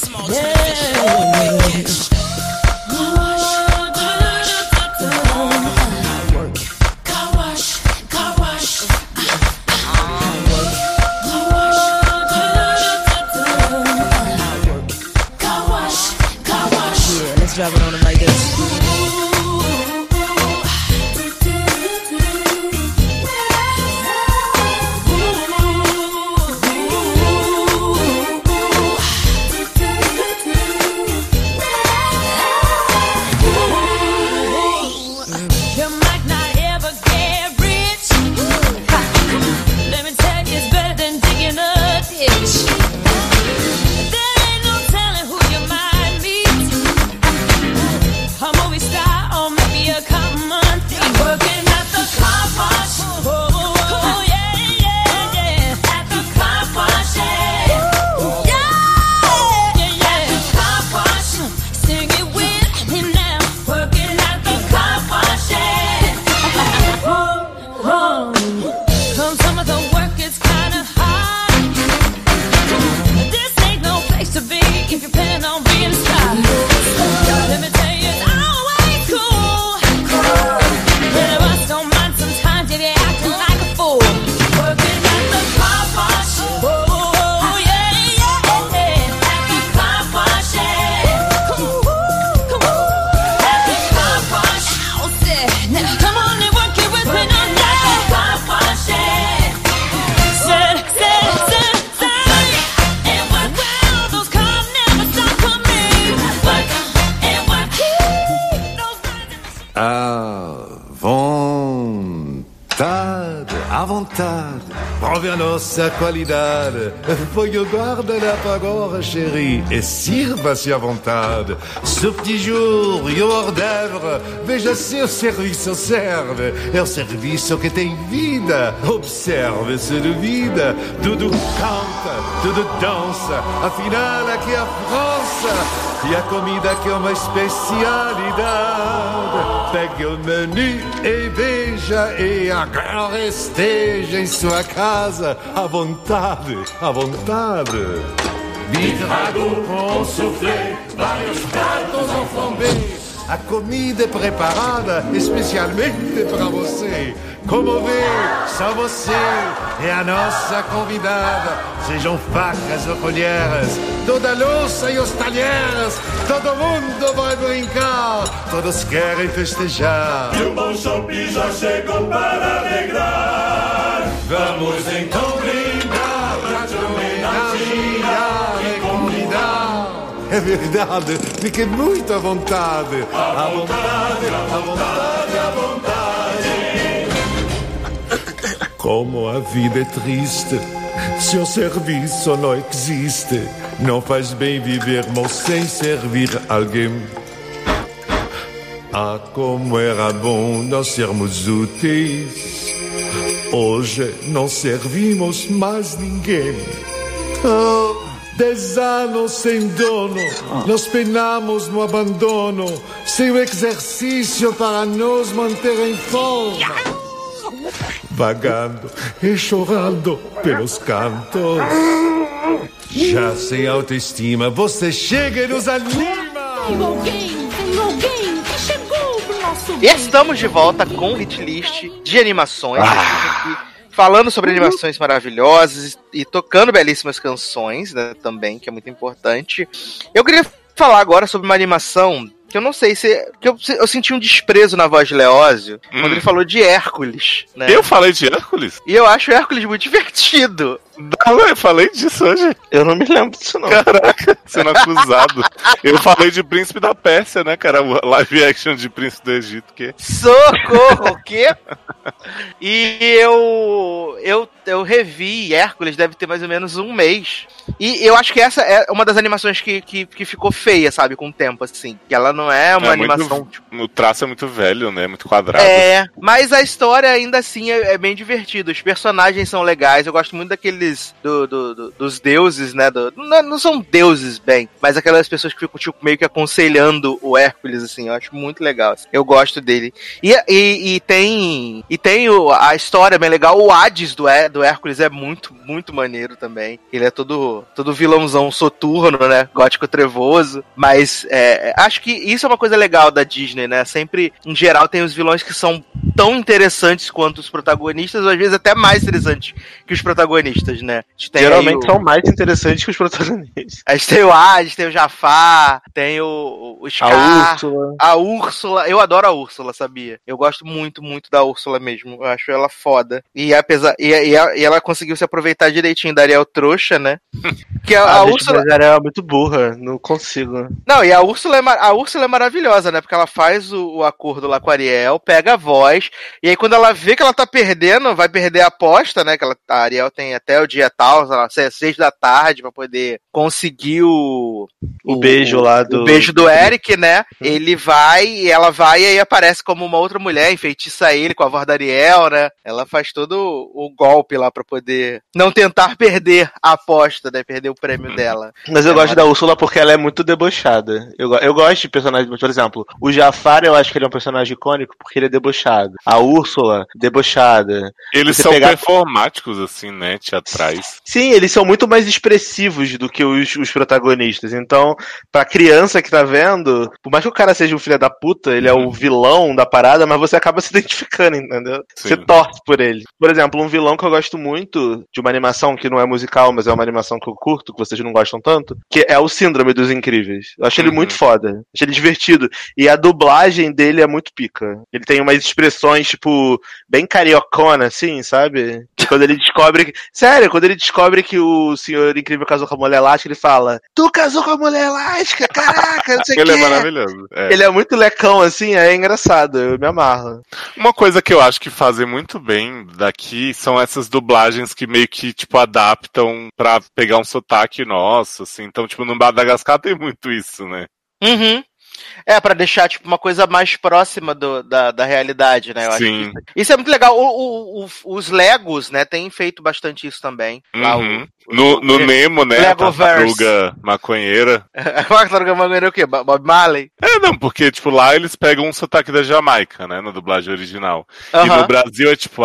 Drop it on him like this. You might not ever get rich. Let me tell you, it's better than digging a ditch. There ain't no telling who you might meet. A movie star or maybe a common thief working at the car wash. Oh, yeah, yeah, yeah. At the car wash, yeah. Yeah, yeah, yeah. At the car wash. Sing it with me now. Working at the car wash, yeah. Come some of the work is kinda hard. This ain't no place to be if you're planning on being a star. Let me tell you, it's always cool. Many of us don't mind sometimes if you're acting like a fool. Working at the car wash. Oh, yeah, yeah, yeah. At the car wash, yeah. Come on. At the car wash. Now, come on and work it with me now. At the car wash, yeah. Say. And work well, those cars never stop coming. Work and work. À vontade, prove a nossa qualidade. Foi o guarda da agora, chérie, e sirva-se à vontade. Ce petit jour e o hors d'œuvre, veja se o serviço serve. É o serviço que tem vida. Observe, se duvida. Tudo canta, tudo dança. Afinal, aqui é a França. E a comida que é uma especialidade. Pegue o menu e veja, e agora esteja em sua casa à vontade, à vontade. Bitrago com soufflé, vários pratos en flambé. A comida é preparada especialmente para você. Como vê, só você é a nossa convidada. Sejam facas ou colheres, toda a louça e os talheres. Todo mundo vai brincar, todos querem festejar. E o bom chopp já chegou para alegrar. Vamos então brindar pra te homenagear e convidar. É verdade, fique muito à vontade. À vontade, à vontade, à vontade. Como a vida é triste, se o serviço não existe. Não faz bem vivermos sem servir alguém. Ah, como era bom nós sermos úteis. Hoje não servimos mais ninguém. Oh, 10 anos sem dono, nós penamos no abandono, sem o exercício para nos manter em forma. Vagando e chorando pelos cantos. Já sem autoestima, você chega e nos anima. Tem alguém que chegou pro nosso E estamos de volta com o Hitlist de animações. Aqui, falando sobre animações maravilhosas e tocando belíssimas canções, né, também, que é muito importante. Eu queria falar agora sobre uma animação que eu não sei se... que eu senti um desprezo na voz de Leózio quando ele falou de Hércules, né? Eu falei de Hércules? E eu acho Hércules muito divertido. Não, eu falei disso hoje. Eu não me lembro disso, não. Caraca, sendo acusado. Eu falei de Príncipe da Pérsia, né, cara? O live action de Príncipe do Egito, que... Socorro, o quê? E eu revi Hércules, deve ter mais ou menos um mês. E eu acho que essa é uma das animações que ficou feia, sabe, com o tempo, assim. Que ela não é uma animação... O traço é muito velho, né? Muito quadrado. Mas a história ainda assim é bem divertida. Os personagens são legais. Eu gosto muito daqueles dos deuses, né? Não são deuses, bem, mas aquelas pessoas que ficam tipo, meio que aconselhando o Hércules, assim. Eu acho muito legal. Assim. Eu gosto dele. E tem a história bem legal. O Hades do Hércules é muito, muito maneiro também. Ele é todo vilãozão soturno, né? Gótico trevoso. Mas acho que isso é uma coisa legal da Disney, né? Sempre, em geral, tem os vilões que são tão interessantes quanto os protagonistas, ou às vezes até mais interessantes que os protagonistas, né? Geralmente são mais interessantes que os protagonistas. A gente tem o Hades, tem o Jafar, tem o Scar, a Úrsula. Eu adoro a Úrsula, sabia? Eu gosto muito, muito da Úrsula mesmo. Eu acho ela foda. E ela conseguiu se aproveitar direitinho da Ariel trouxa, né? Que a Úrsula... Mas a Ariel é muito burra, não consigo. Não, e a Úrsula é maravilhosa, né? Porque ela faz o acordo lá com a Ariel, pega a voz, e aí quando ela vê que ela tá perdendo, vai perder a aposta, né? Que a Ariel tem até o dia tal, sei lá, 6 da tarde, pra poder conseguir o beijo lá do... O beijo do Eric, né? Ela vai e aí aparece como uma outra mulher, enfeitiça ele com a voz da Ariel, né? Ela faz todo o golpe lá pra poder não tentar perder a aposta, né? Perder o prêmio dela. Mas eu gosto da Úrsula porque ela é muito debochada. Eu gosto de personagens, por exemplo, o Jafar eu acho que ele é um personagem icônico porque ele é debochado. A Úrsula, debochada. Eles são performáticos, assim, né? Teatrais. Sim, eles são muito mais expressivos do que os protagonistas. Então, pra criança que tá vendo, por mais que o cara seja um filho da puta, ele é o vilão da parada, mas você acaba se identificando, entendeu? Sim. Você torce por ele. Por exemplo, um vilão que eu gosto muito de uma animação que não é musical, mas é uma animação que eu curto, que vocês não gostam tanto, que é o Síndrome dos Incríveis. Eu acho ele muito foda. Acho ele divertido. E a dublagem dele é muito pica. Ele tem umas expressões, tipo, bem cariocona, assim, sabe? Quando ele descobre... Sério, quando ele descobre que o Senhor Incrível casou com a Mulher Elástica, ele fala: tu casou com a Mulher Elástica? Caraca, não sei o que. Ele é maravilhoso. Ele é muito lecão, assim, é engraçado. Eu me amarro. Uma coisa que eu acho que fazem muito bem daqui são essas dublagens que meio que, tipo, adaptam pra pegar um sotaque nosso, assim. Então, tipo, no Madagascar tem muito isso, né? Uhum. Pra deixar, tipo, uma coisa mais próxima da realidade, né? Eu Sim. acho que isso é muito legal. Os Legos, né, têm feito bastante isso também. Lá, no Nemo, né? Legoverse. A tartaruga maconheira. A tartaruga maconheira é o quê? Bob Marley? Não, porque, tipo, lá eles pegam um sotaque da Jamaica, né? Na dublagem original. E no Brasil é tipo,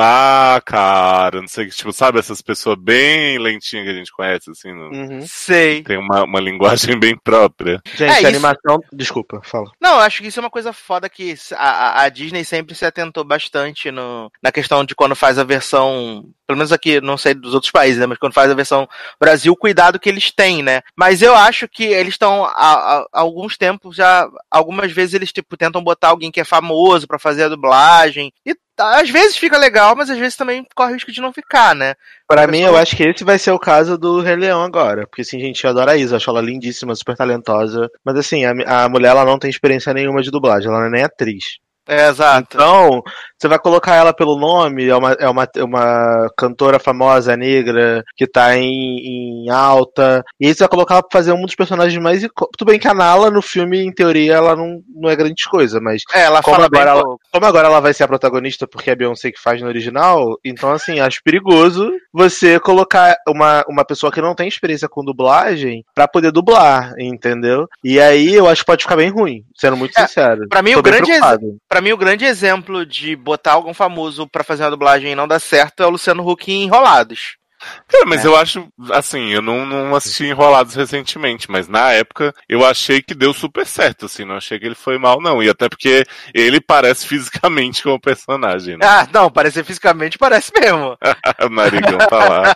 cara, não sei, tipo, sabe essas pessoas bem lentinhas que a gente conhece, assim? Sei. Tem uma linguagem bem própria. Gente, a animação... Desculpa, fala. Não, eu acho que isso é uma coisa foda que a Disney sempre se atentou bastante na questão de quando faz a versão, pelo menos aqui, não sei dos outros países, né, mas quando faz a versão Brasil, o cuidado que eles têm, né? Mas eu acho que eles estão há alguns tempos já, algumas vezes eles tipo tentam botar alguém que é famoso pra fazer a dublagem e às vezes fica legal, mas às vezes também corre o risco de não ficar, né? Pra mim, eu acho que esse vai ser o caso do Rei Leão agora. Porque, assim, gente, eu adoro a Isa. Eu acho ela lindíssima, super talentosa. Mas, assim, a mulher, ela não tem experiência nenhuma de dublagem. Ela não é nem atriz. Exato. Então, você vai colocar ela pelo nome, é uma cantora famosa, negra, que tá em alta, e aí você vai colocar ela pra fazer um dos personagens mais... Tudo bem que a Nala, no filme, em teoria, ela não é grande coisa, mas... Ela fala como agora ela vai ser a protagonista, porque é a Beyoncé que faz no original, então, assim, acho perigoso você colocar uma pessoa que não tem experiência com dublagem pra poder dublar, entendeu? E aí, eu acho que pode ficar bem ruim, sendo muito sincero. Pra mim, Pra mim, o grande exemplo de botar algum famoso pra fazer uma dublagem e não dar certo é o Luciano Huck em Enrolados. Mas eu acho, assim, eu não assisti Enrolados recentemente, mas na época eu achei que deu super certo, assim, não achei que ele foi mal, não. E até porque ele parece fisicamente como personagem, né? Não, parecer fisicamente parece mesmo. O narigão tá lá.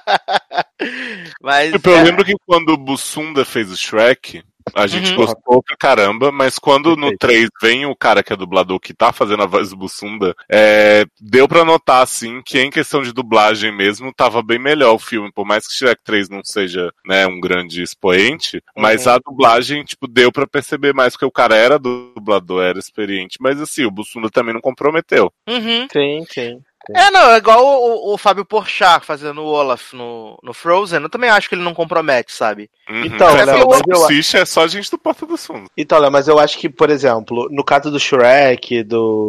Mas, eu lembro que quando o Bussunda fez o Shrek, a gente gostou pra caramba, mas quando no 3 vem o cara que é dublador que tá fazendo a voz do Bussunda, deu pra notar, assim, que em questão de dublagem mesmo, tava bem melhor o filme, por mais que Shrek 3 não seja, né, um grande expoente, mas a dublagem, tipo, deu pra perceber mais, porque o cara era dublador, era experiente, mas assim, o Bussunda também não comprometeu. Sim. Não, é igual o Fábio Porchat fazendo o Olaf no Frozen, eu também acho que ele não compromete, sabe? Então, Léo, mas eu... Assiste é só gente do Porta dos Fundos. Então, Léo, mas eu acho que, por exemplo, no caso do Shrek,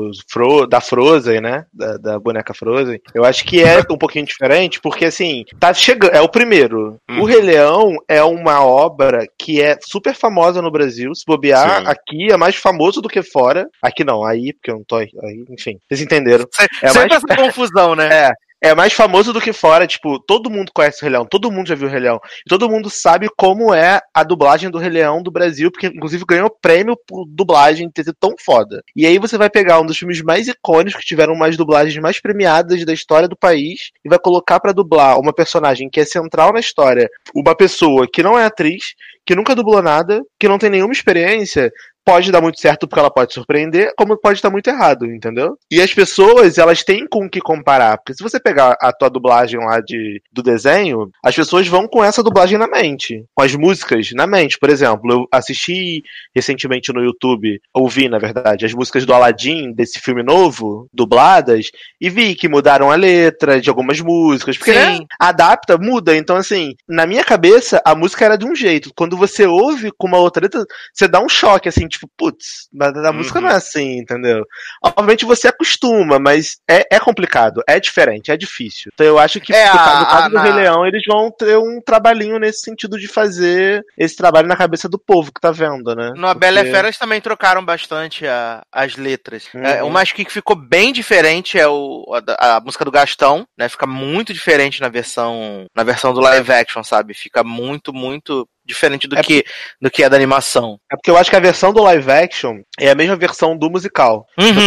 da Frozen, né? Da boneca Frozen, eu acho que é um pouquinho diferente, porque assim, tá chegando. É o primeiro. O Rei Leão é uma obra que é super famosa no Brasil. Se bobear, aqui é mais famoso do que fora. Aqui não, aí, porque eu não tô aí, enfim, vocês entenderam. Sempre essa confusão, né? É mais famoso do que fora, tipo, todo mundo conhece o Rei Leão, todo mundo já viu o Rei Leão, e todo mundo sabe como é a dublagem do Rei Leão do Brasil, porque inclusive ganhou prêmio por dublagem ter sido tão foda. E aí você vai pegar um dos filmes mais icônicos, que tiveram umas dublagens mais premiadas da história do país, e vai colocar pra dublar uma personagem que é central na história, uma pessoa que não é atriz, que nunca dublou nada, que não tem nenhuma experiência. Pode dar muito certo porque ela pode surpreender, como pode dar muito errado, entendeu? E as pessoas, elas têm com o que comparar. Porque se você pegar a tua dublagem lá do desenho, as pessoas vão com essa dublagem na mente. Com as músicas na mente. Por exemplo, eu assisti recentemente no YouTube, ouvi, na verdade, as músicas do Aladdin, desse filme novo, dubladas, e vi que mudaram a letra de algumas músicas. Porque, né, adapta, muda. Então, assim, na minha cabeça, a música era de um jeito. Quando você ouve com uma outra letra, você dá um choque, assim, tipo, putz, a música não é assim, entendeu? Obviamente você acostuma, mas é complicado, é diferente, é difícil. Então eu acho que no caso do Rei Leão, eles vão ter um trabalhinho nesse sentido de fazer esse trabalho na cabeça do povo que tá vendo, né? No A Bela e a Fera eles também trocaram bastante as letras. Uma acho que ficou bem diferente é a música do Gastão, né? Fica muito diferente na versão do live action, sabe? Fica muito, muito diferente do que é da animação. É porque eu acho que a versão do live action é a mesma versão do musical.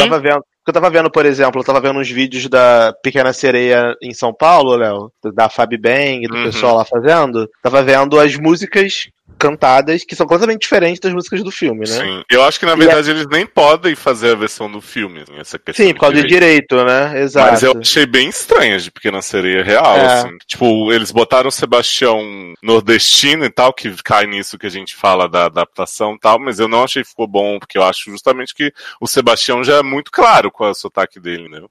Eu tava vendo, por exemplo, uns vídeos da Pequena Sereia em São Paulo, Léo, da Fabi Bang, do pessoal lá fazendo. Tava vendo as músicas cantadas, que são completamente diferentes das músicas do filme, né? Sim, eu acho que na verdade eles nem podem fazer a versão do filme, essa questão. Sim, por causa de direito, né? Exato. Mas eu achei bem estranha de Pequena Sereia real, assim. Tipo, eles botaram o Sebastião nordestino e tal, que cai nisso que a gente fala da adaptação e tal, mas eu não achei que ficou bom, porque eu acho justamente que o Sebastião já é muito claro qual é o sotaque dele, né?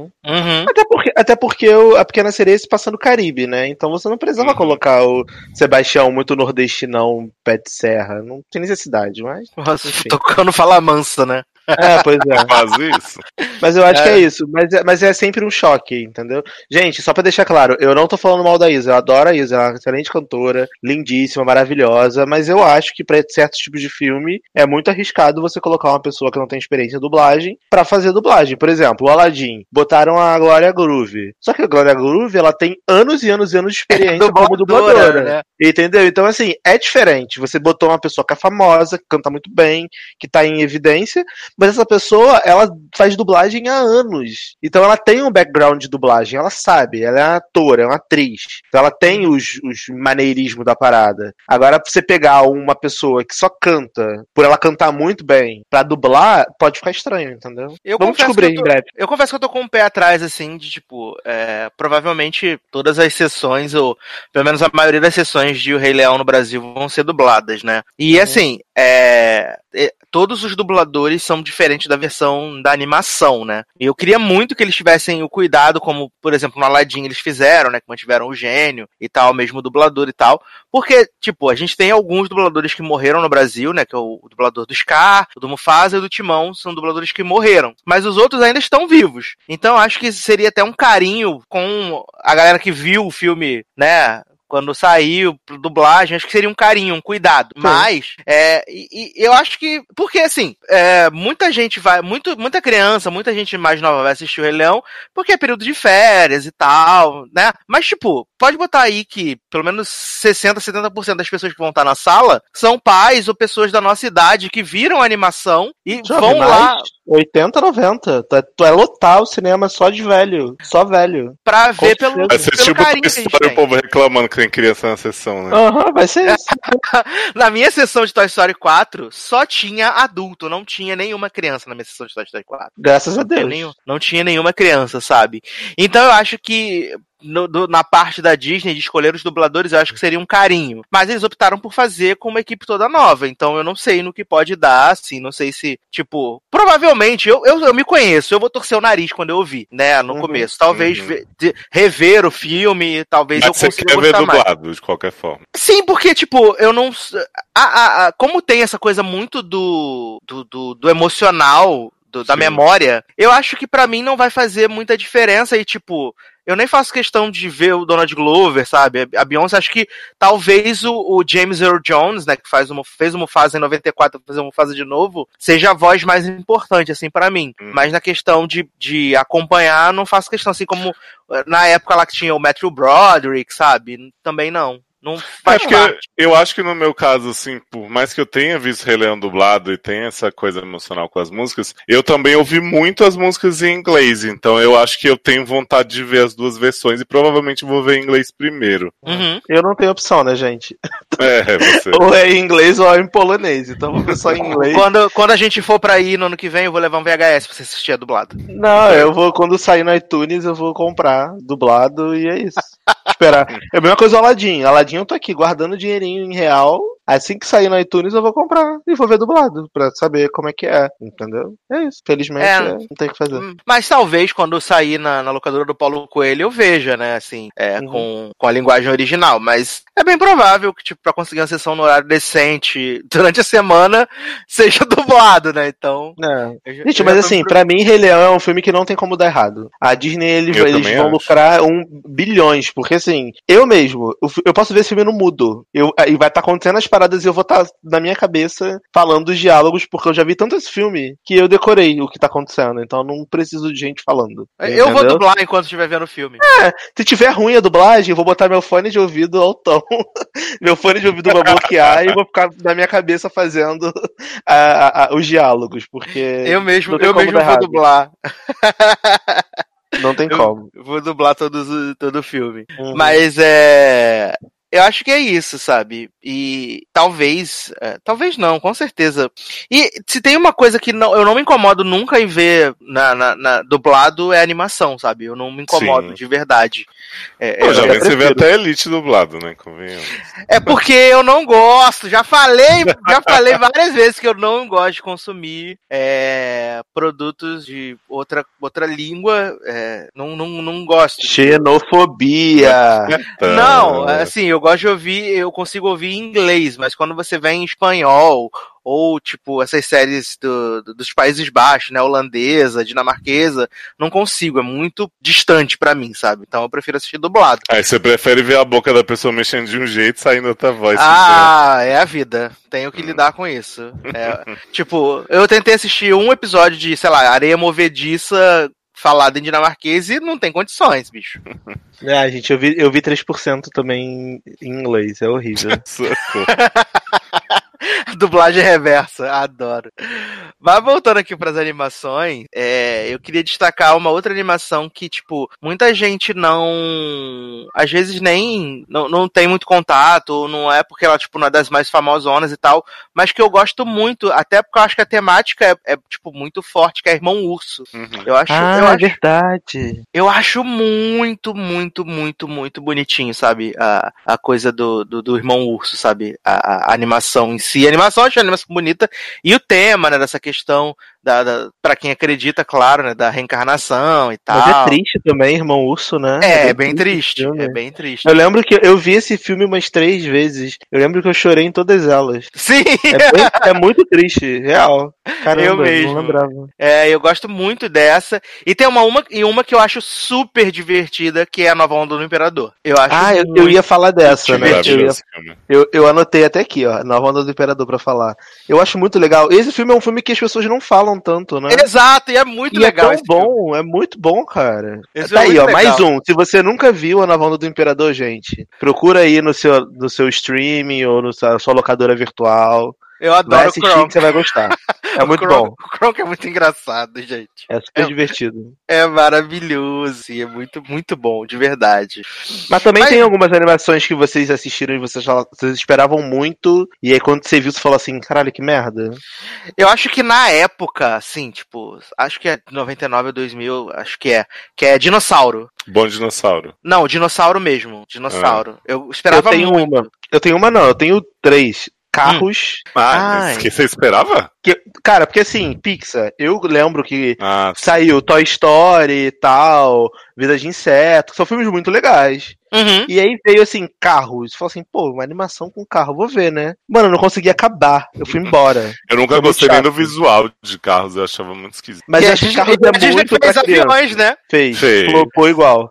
Até porque a Pequena Sereia se passa no Caribe, né? Então você não precisava colocar o Sebastião muito nordestinão, pé de serra. Não tem necessidade, mas... Nossa, tocando Fala Mansa, né? Pois é. Faz isso. Mas eu acho que é isso. Mas é sempre um choque, entendeu? Gente, só pra deixar claro, eu não tô falando mal da Isa. Eu adoro a Isa. Ela é uma excelente cantora, lindíssima, maravilhosa. Mas eu acho que pra certos tipos de filme é muito arriscado você colocar uma pessoa que não tem experiência em dublagem pra fazer dublagem. Por exemplo, o Aladdin. Botaram a Glória Groove. Só que a Glória Groove, ela tem anos e anos e anos de experiência como dubladora, né? Entendeu? Então, assim, é diferente. Você botou uma pessoa que é famosa, que canta muito bem, que tá em evidência, mas essa pessoa, ela faz dublagem há anos. Então ela tem um background de dublagem, ela sabe, ela é uma atora, é uma atriz. Então ela tem os maneirismos da parada. Agora, pra você pegar uma pessoa que só canta, por ela cantar muito bem, pra dublar, pode ficar estranho, entendeu? Vamos descobrir em breve. Eu confesso que eu tô com um pé atrás, assim, de tipo, provavelmente todas as sessões, ou pelo menos a maioria das sessões de O Rei Leão no Brasil vão ser dubladas, né? E assim, todos os dubladores são diferentes da versão da animação, né? E eu queria muito que eles tivessem o cuidado, como, por exemplo, no Aladdin eles fizeram, né? Que mantiveram o gênio e tal, mesmo o dublador e tal. Porque, tipo, a gente tem alguns dubladores que morreram no Brasil, né? Que é o dublador do Scar, o do Mufasa e o do Timão, são dubladores que morreram. Mas os outros ainda estão vivos. Então, acho que seria até um carinho com a galera que viu o filme, né? Quando saiu, dublagem, acho que seria um carinho, um cuidado. Sim. Mas, eu acho que, porque assim, muita gente muita criança, muita gente mais nova vai assistir o Rei Leão, porque é período de férias e tal, né? Mas, tipo, pode botar aí que pelo menos 60%, 70% das pessoas que vão estar na sala são pais ou pessoas da nossa idade que viram a animação e vão lá... 80, 90. Tu é lotar o cinema só de velho. Só velho. Pra ver pelo carinho que a gente tem. O povo reclamando que tem criança na sessão, né? Vai ser isso. Na minha sessão de Toy Story 4, só tinha adulto. Não tinha nenhuma criança na minha sessão de Toy Story 4. Graças a Deus. Não tinha nenhuma criança, sabe? Então eu acho que na parte da Disney de escolher os dubladores, eu acho que seria um carinho. Mas eles optaram por fazer com uma equipe toda nova, então eu não sei no que pode dar, assim, não sei se, tipo, provavelmente, eu me conheço, eu vou torcer o nariz quando eu ouvir, né, no começo. Talvez rever o filme, talvez mas eu consiga você quer ver gostar dublado, mais. de qualquer forma. Sim, porque, tipo, eu não... como tem essa coisa muito do emocional, da memória, eu acho que pra mim não vai fazer muita diferença e, tipo, eu nem faço questão de ver o Donald Glover, sabe? A Beyoncé, acho que talvez o James Earl Jones, né, que fez o Mufasa em 94, fazer o Mufasa de novo, seja a voz mais importante, assim, pra mim. Mas na questão de acompanhar, não faço questão, assim, como na época lá que tinha o Matthew Broderick, sabe? Também não. Não faz parte. Eu acho que no meu caso, assim, por mais que eu tenha visto Rei Leão dublado e tenha essa coisa emocional com as músicas, eu também ouvi muito as músicas em inglês, então eu acho que eu tenho vontade de ver as duas versões e provavelmente vou ver em inglês primeiro. Eu não tenho opção, né, gente? Você. Ou é em inglês ou é em polonês, então vou ver só em inglês. Quando a gente for pra ir no ano que vem, eu vou levar um VHS pra você assistir a dublado. Não, eu vou, quando sair no iTunes, eu vou comprar dublado e é isso. Esperar. É a mesma coisa o Aladdin. Aladdin eu tô aqui guardando dinheirinho em real. Assim que sair no iTunes eu vou comprar e vou ver dublado pra saber como é que é, entendeu? É isso, felizmente não tem o que fazer. Mas talvez quando eu sair na locadora do Paulo Coelho eu veja, né, assim, com a linguagem original, mas é bem provável que, tipo, pra conseguir uma sessão no horário decente durante a semana seja dublado, né, então... Gente, mas assim, pra mim Rei Leão é um filme que não tem como dar errado. A Disney, eles vão lucrar bilhões, porque assim, eu mesmo, eu posso ver esse filme no mudo, e vai estar acontecendo as paradas e eu vou estar na minha cabeça falando os diálogos, porque eu já vi tanto esse filme que eu decorei o que tá acontecendo, então eu não preciso de gente falando. Eu vou dublar enquanto estiver vendo o filme. Se tiver ruim a dublagem, eu vou botar meu fone de ouvido altão, meu fone de ouvido vai bloquear e vou ficar na minha cabeça fazendo os diálogos, porque eu mesmo vou dublar. Não tem como. Eu vou dublar todo o filme. Mas eu acho que é isso, sabe? E talvez não, com certeza. E se tem uma coisa que eu não me incomodo nunca em ver na dublado é a animação, sabe? Eu não me incomodo de verdade. Você vê até Elite dublado, né? Convenhamos. É porque eu não gosto. Já falei várias vezes que eu não gosto de consumir produtos de outra língua. Não gosto. Xenofobia. Não, assim, eu gosto de ouvir, eu consigo ouvir em inglês, mas quando você vem em espanhol, ou tipo essas séries dos Países Baixos, né, holandesa, dinamarquesa, não consigo, é muito distante pra mim, sabe? Então eu prefiro assistir dublado. Aí você prefere ver a boca da pessoa mexendo de um jeito e saindo outra voz. É a vida, tenho que lidar com isso. Tipo, eu tentei assistir um episódio de, sei lá, Areia Movediça falado em dinamarquês e não tem condições, bicho. Gente, eu vi 3% também em inglês, é horrível. Dublagem reversa, adoro. Mas voltando aqui pras animações, eu queria destacar uma outra animação que, tipo, muita gente às vezes não tem muito contato, ou não é porque ela, tipo, não é das mais famosonas e tal, mas que eu gosto muito, até porque eu acho que a temática é tipo, muito forte, que é Irmão Urso. Eu acho verdade. Eu acho muito, muito, muito, muito bonitinho, sabe? A coisa do Irmão Urso, sabe? A animação em si. A animação, eu acho a animação bonita. E o tema, né, dessa questão pra quem acredita, claro, né, da reencarnação e tal. Mas é triste também, Irmão Urso, né? É bem triste. É bem triste. Eu lembro que eu vi esse filme umas 3 vezes. Eu lembro que eu chorei em todas elas. Sim! É muito triste, real. Caramba, eu mesmo. Não lembrava. Eu gosto muito dessa. E tem uma que eu acho super divertida, que é a Nova Onda do Imperador. Eu acho eu ia falar dessa, né? Filme. Eu anotei até aqui, ó, Nova Onda do Imperador pra falar. Eu acho muito legal. Esse filme é um filme que as pessoas não falam tanto, né? Exato, e é muito legal. É tão bom, é muito bom, cara. Esse tá aí, ó, legal. mais um. Se você nunca viu a Nova Onda do Imperador, gente, procura aí no seu streaming ou na sua locadora virtual. Eu Vai adoro o assistir Kronk. que você vai gostar. É muito bom. O Kronk é muito engraçado, gente. É super divertido. É maravilhoso, e é muito, muito bom, de verdade. Mas também tem algumas animações que vocês assistiram e vocês esperavam muito, e aí quando você viu, você falou assim, caralho, que merda. Eu acho que na época, assim, tipo, acho que é 99 ou 2000, acho que é Dinossauro. Bom Dinossauro. Não, Dinossauro mesmo, Dinossauro. Eu esperava muito. Eu tenho 3. Carros. Que você esperava? Cara, porque assim, Pixar, eu lembro que saiu Toy Story e tal, Vida de Inseto, que são filmes muito legais. Uhum. E aí veio assim, carros. Falei assim, pô, uma animação com carro, vou ver, né? Mano, eu não consegui acabar. Eu fui embora. Eu nunca gostei nem do visual de carros, eu achava muito esquisito. Mas eu acho que carros é muito pra criança. Aviões, né? Fez. Flopou igual.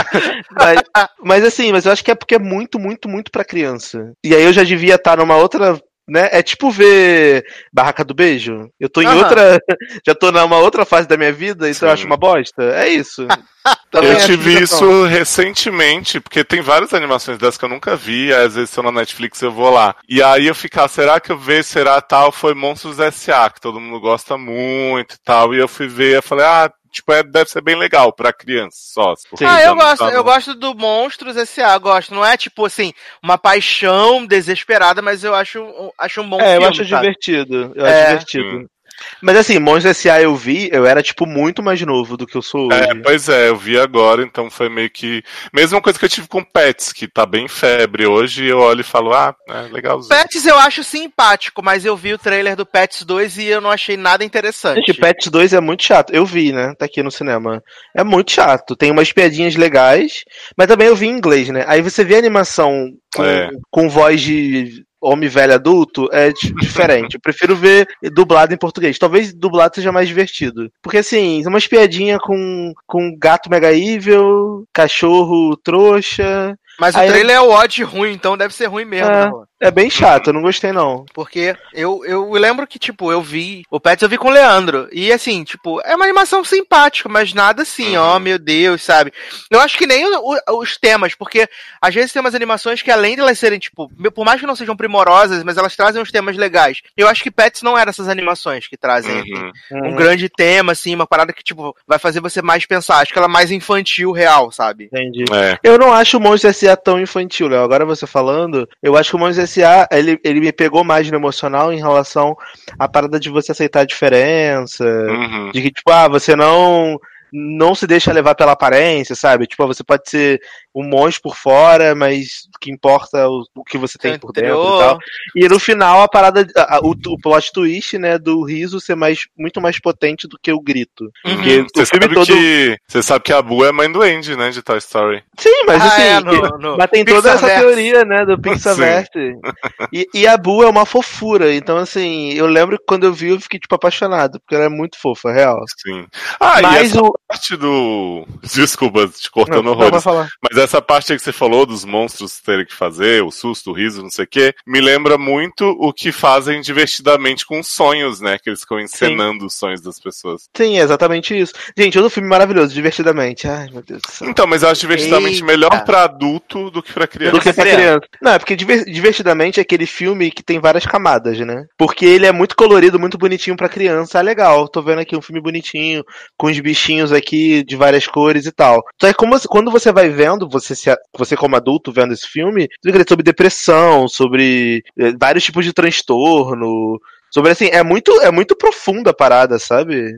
mas assim, mas eu acho que é porque é muito, muito, muito pra criança. E aí eu já devia estar numa outra... Né? É tipo ver Barraca do Beijo. Eu tô em outra. Já tô numa outra fase da minha vida, então eu acho uma bosta. É isso. Eu tive isso recentemente, porque tem várias animações dessas que eu nunca vi, às vezes se eu na Netflix eu vou lá. E aí eu ficar, será que eu vejo, será tal? Foi Monstros S.A., que todo mundo gosta muito e tal. E eu fui ver, eu falei, tipo, deve ser bem legal pra criança só. Eu gosto do Monstros S.A., gosto. Não é tipo assim, uma paixão desesperada, mas eu acho um bom filme. Eu acho divertido. Eu acho divertido. Mas assim, Monstros S.A. eu era tipo muito mais novo do que eu sou hoje. Pois é, eu vi agora, então foi meio que... Mesma coisa que eu tive com Pets, que tá bem febre hoje, eu olho e falo, legalzinho. Pets eu acho simpático, mas eu vi o trailer do Pets 2 e eu não achei nada interessante. Gente, Pets 2 é muito chato. Eu vi, né? Tá aqui no cinema. É muito chato. Tem umas piadinhas legais, mas também eu vi em inglês, né? Aí você vê a animação com voz de... homem velho adulto é diferente. Eu prefiro ver dublado em português. Talvez dublado seja mais divertido. Porque assim, umas piadinhas com gato mega evil, cachorro trouxa. Mas o trailer é o odd ruim, então deve ser ruim mesmo. É bem chato, eu não gostei não. Porque eu lembro que, tipo, eu vi o Pets, eu vi com o Leandro. E assim, tipo, é uma animação simpática, mas nada assim, meu Deus, sabe? Eu acho que nem os temas, porque às vezes tem umas animações que além de elas serem, tipo, por mais que não sejam primorosas, mas elas trazem uns temas legais. Eu acho que Pets não era essas animações que trazem um grande tema, assim, uma parada que, tipo, vai fazer você mais pensar. Acho que ela é mais infantil, real, sabe? Entendi. Eu não acho o Monstros S.A. tão infantil, Léo. Agora você falando, eu acho que o Monstros S.A. ele me pegou mais no emocional em relação à parada de você aceitar a diferença, de que, tipo, você não se deixa levar pela aparência, sabe? Tipo, você pode ser um monstro por fora, mas o que importa é o que você tem por dentro e tal. E no final, a parada, o plot twist, né, do riso ser muito mais potente do que o grito. Porque o filme todo... Você sabe que a Boo é mãe do Andy, né, de Toy Story. Sim, mas assim, mas tem toda essa teoria, né, do Pixarverse. E a Boo é uma fofura, então assim, eu lembro que quando eu vi, eu fiquei, tipo, apaixonado, porque ela é muito fofa, real. Sim. Mas parte do... Desculpa, te cortando horrores. Mas essa parte aí que você falou dos monstros terem que fazer, o susto, o riso, não sei o quê, me lembra muito o que fazem divertidamente com os sonhos, né? Que eles ficam encenando os sonhos das pessoas. Sim, é exatamente isso. Gente, outro filme maravilhoso, Divertidamente. Ai, meu Deus do céu. Então, mas eu acho Divertidamente melhor pra adulto do que pra criança. Do que pra criança. Não, é porque Divertidamente é aquele filme que tem várias camadas, né? Porque ele é muito colorido, muito bonitinho pra criança. Ah, legal, tô vendo aqui um filme bonitinho, com os bichinhos aqui de várias cores e tal. Então é como quando você vai vendo, você como adulto vendo esse filme, você vê sobre depressão, sobre vários tipos de transtorno, sobre assim, é muito profunda a parada, sabe?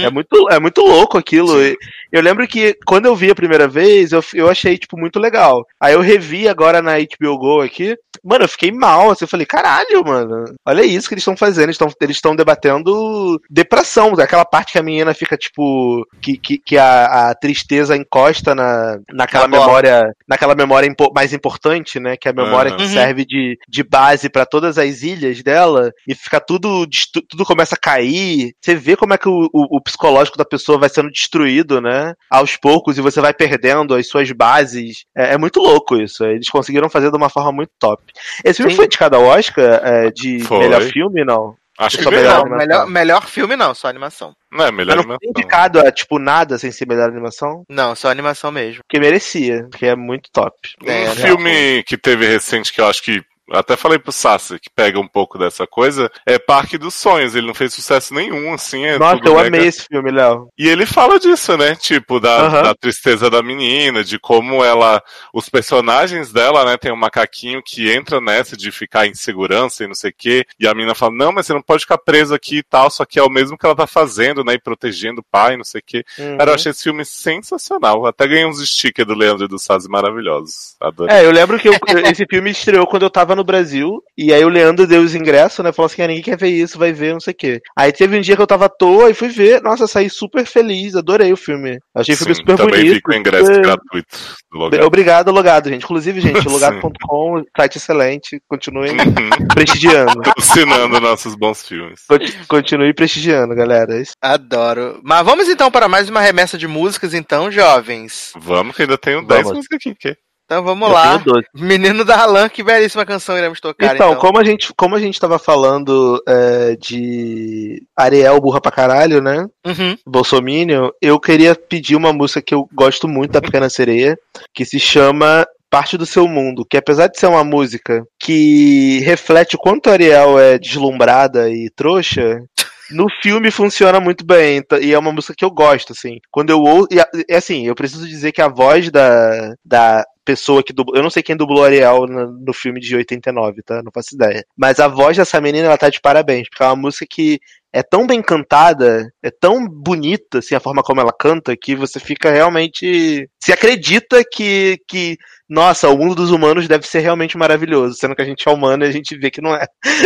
É muito louco aquilo. Eu lembro que quando eu vi a primeira vez, eu achei, tipo, muito legal. Aí eu revi agora na HBO Go aqui, mano, eu fiquei mal, assim, eu falei, caralho, mano, olha isso que eles estão fazendo, eles estão debatendo depressão, aquela parte que a menina fica, tipo, que a tristeza encosta naquela memória mais importante, né, que é a memória que serve de base pra todas as ilhas dela, e fica tudo começa a cair, você vê como é que o psicológico da pessoa vai sendo destruído, né, aos poucos, e você vai perdendo as suas bases. É muito louco isso, eles conseguiram fazer de uma forma muito top. Esse filme foi indicado ao Oscar de melhor filme, não? Acho que melhor filme não, só animação. Não é melhor animação. Não foi indicado a, tipo, nada sem ser melhor animação? Não, só animação mesmo. Porque merecia, porque é muito top. Um filme que teve recente que eu acho que até falei pro Sassi, que pega um pouco dessa coisa, é Parque dos Sonhos. Ele não fez sucesso nenhum, assim. Nossa, eu amei esse filme, Léo. E ele fala disso, né? Tipo, da tristeza da menina, de como ela... Os personagens dela, né? Tem um macaquinho que entra nessa de ficar em segurança e não sei o quê. E a menina fala, não, mas você não pode ficar preso aqui e tal, só que é o mesmo que ela tá fazendo, né? E protegendo o pai, não sei o quê. Cara, eu achei esse filme sensacional. Até ganhei uns stickers do Leandro e do Sassi maravilhosos. Adorei. Eu lembro que esse filme estreou quando eu tava no Brasil, e aí o Leandro deu os ingressos, né? Falou assim, ninguém quer ver isso, vai ver, não sei o quê. Aí teve um dia que eu tava à toa e fui ver. Nossa, saí super feliz, adorei o filme. Achei o filme super também bonito. Vi com ingresso gratuito do Logado. Obrigado, Logado, gente. Inclusive, gente, logado.com, site excelente. Continuem prestigiando. Assinando nossos bons filmes. Continue prestigiando, galera. Adoro. Mas vamos então para mais uma remessa de músicas, então, jovens. Vamos, que ainda tenho 10 músicas aqui. Então vamos lá. Menino da Alan, que belíssima canção iremos tocar. Então, como a gente tava falando de Ariel burra pra caralho, né? Bolsominion, eu queria pedir uma música que eu gosto muito da Pequena Sereia, que se chama Parte do Seu Mundo, que apesar de ser uma música que reflete o quanto a Ariel é deslumbrada e trouxa, no filme funciona muito bem, e é uma música que eu gosto, assim. Quando eu ouço, assim, eu preciso dizer que a voz da pessoa que dublou, eu não sei quem dublou Ariel no filme de 89, tá? Não faço ideia. Mas a voz dessa menina, ela tá de parabéns, porque é uma música que é tão bem cantada, é tão bonita, assim, a forma como ela canta, que você fica realmente... Se acredita que nossa, o mundo dos humanos deve ser realmente maravilhoso, sendo que a gente é humano e a gente vê que não é.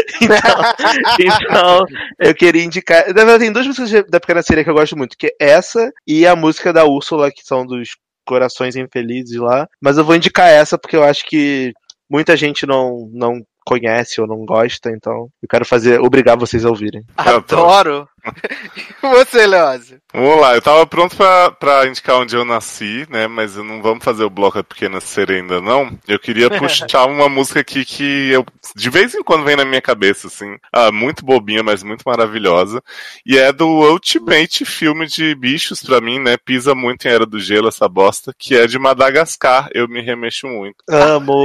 Então eu queria indicar... Na verdade, tem duas músicas da Pequena Sereia que eu gosto muito, que é essa e a música da Úrsula, que são dos Corações Infelizes lá. Mas eu vou indicar essa porque eu acho que muita gente não conhece ou não gosta, então eu quero obrigar vocês a ouvirem. Adoro! E você, Leózio? Vamos lá, eu tava pronto pra indicar onde eu nasci, né, mas não vamos fazer o bloco da Pequena Sereia ainda não. Eu queria puxar uma música aqui que eu, de vez em quando vem na minha cabeça, assim, muito bobinha, mas muito maravilhosa, e é do Ultimate filme de bichos pra mim, né, pisa muito em Era do Gelo essa bosta, que é de Madagascar, Eu Me Remexo Muito. Amo!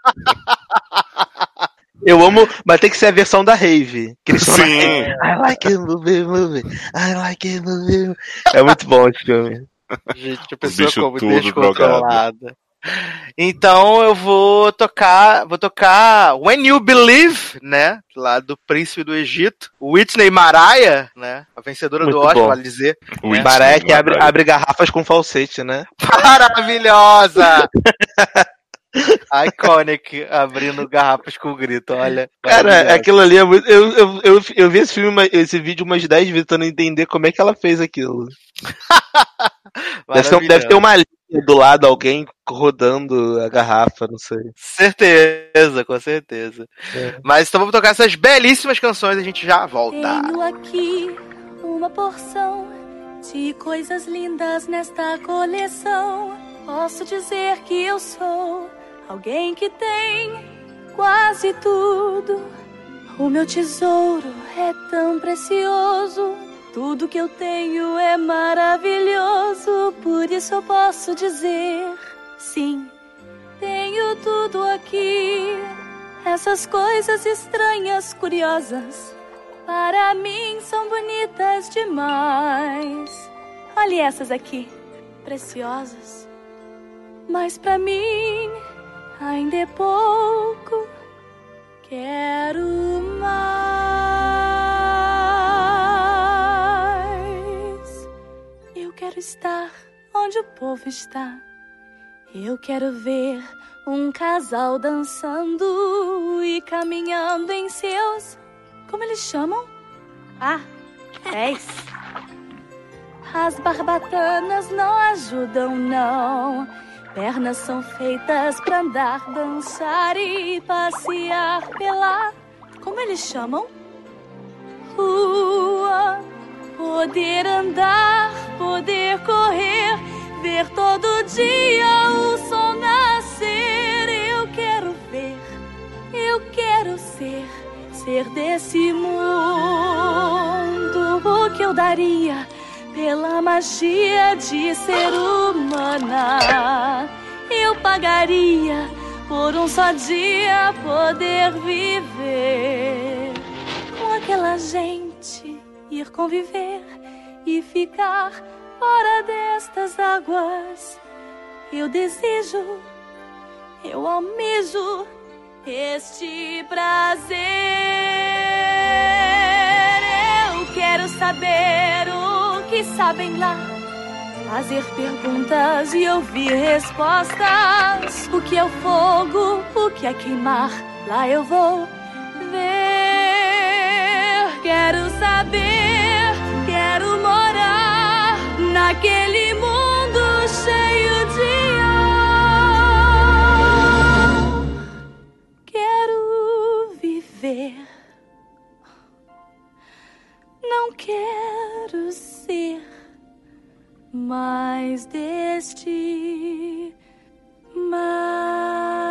Eu amo, mas tem que ser a versão da Rave. Sim. I like it, movie. I like it, movie. É muito bom esse filme. Gente, a pessoa como descontrolada. Então eu vou tocar When You Believe, né? Lá do Príncipe do Egito. Whitney Mariah, né? A vencedora muito do Oscar, vale dizer. Mariah que abre garrafas com falsete, né? Maravilhosa! Iconic, abrindo garrafas com grito, olha. Cara, aquilo ali é muito... Eu vi esse vídeo umas 10 vezes tentando entender como é que ela fez aquilo. Deve ter uma linha do lado, alguém rodando a garrafa, não sei. Certeza, com certeza. Mas então vamos tocar essas belíssimas canções e a gente já volta. Tenho aqui uma porção de coisas lindas nesta coleção. Posso dizer que eu sou alguém que tem quase tudo. O meu tesouro é tão precioso. Tudo que eu tenho é maravilhoso. Por isso eu posso dizer, sim, tenho tudo aqui. Essas coisas estranhas, curiosas, para mim são bonitas demais. Olha essas aqui, preciosas. Mas pra mim ainda é pouco. Quero mais. Eu quero estar onde o povo está. Eu quero ver um casal dançando e caminhando em seus... Como eles chamam? Pés. As barbatanas não ajudam, não. Pernas são feitas pra andar, dançar e passear pela... Como eles chamam? Rua. Poder andar, poder correr, ver todo dia o sol nascer. Eu quero ver, eu quero ser desse mundo. O que eu daria pela magia de ser humana? Eu pagaria por um só dia poder viver com aquela gente, ir conviver e ficar fora destas águas. Eu desejo, eu almejo este prazer. Eu quero saber o que sabem lá, fazer perguntas e ouvir respostas. O que é o fogo, o que é queimar, lá eu vou ver. Quero saber, quero morar naquele mundo cheio de ar. Quero viver, não quero ser mais deste mar.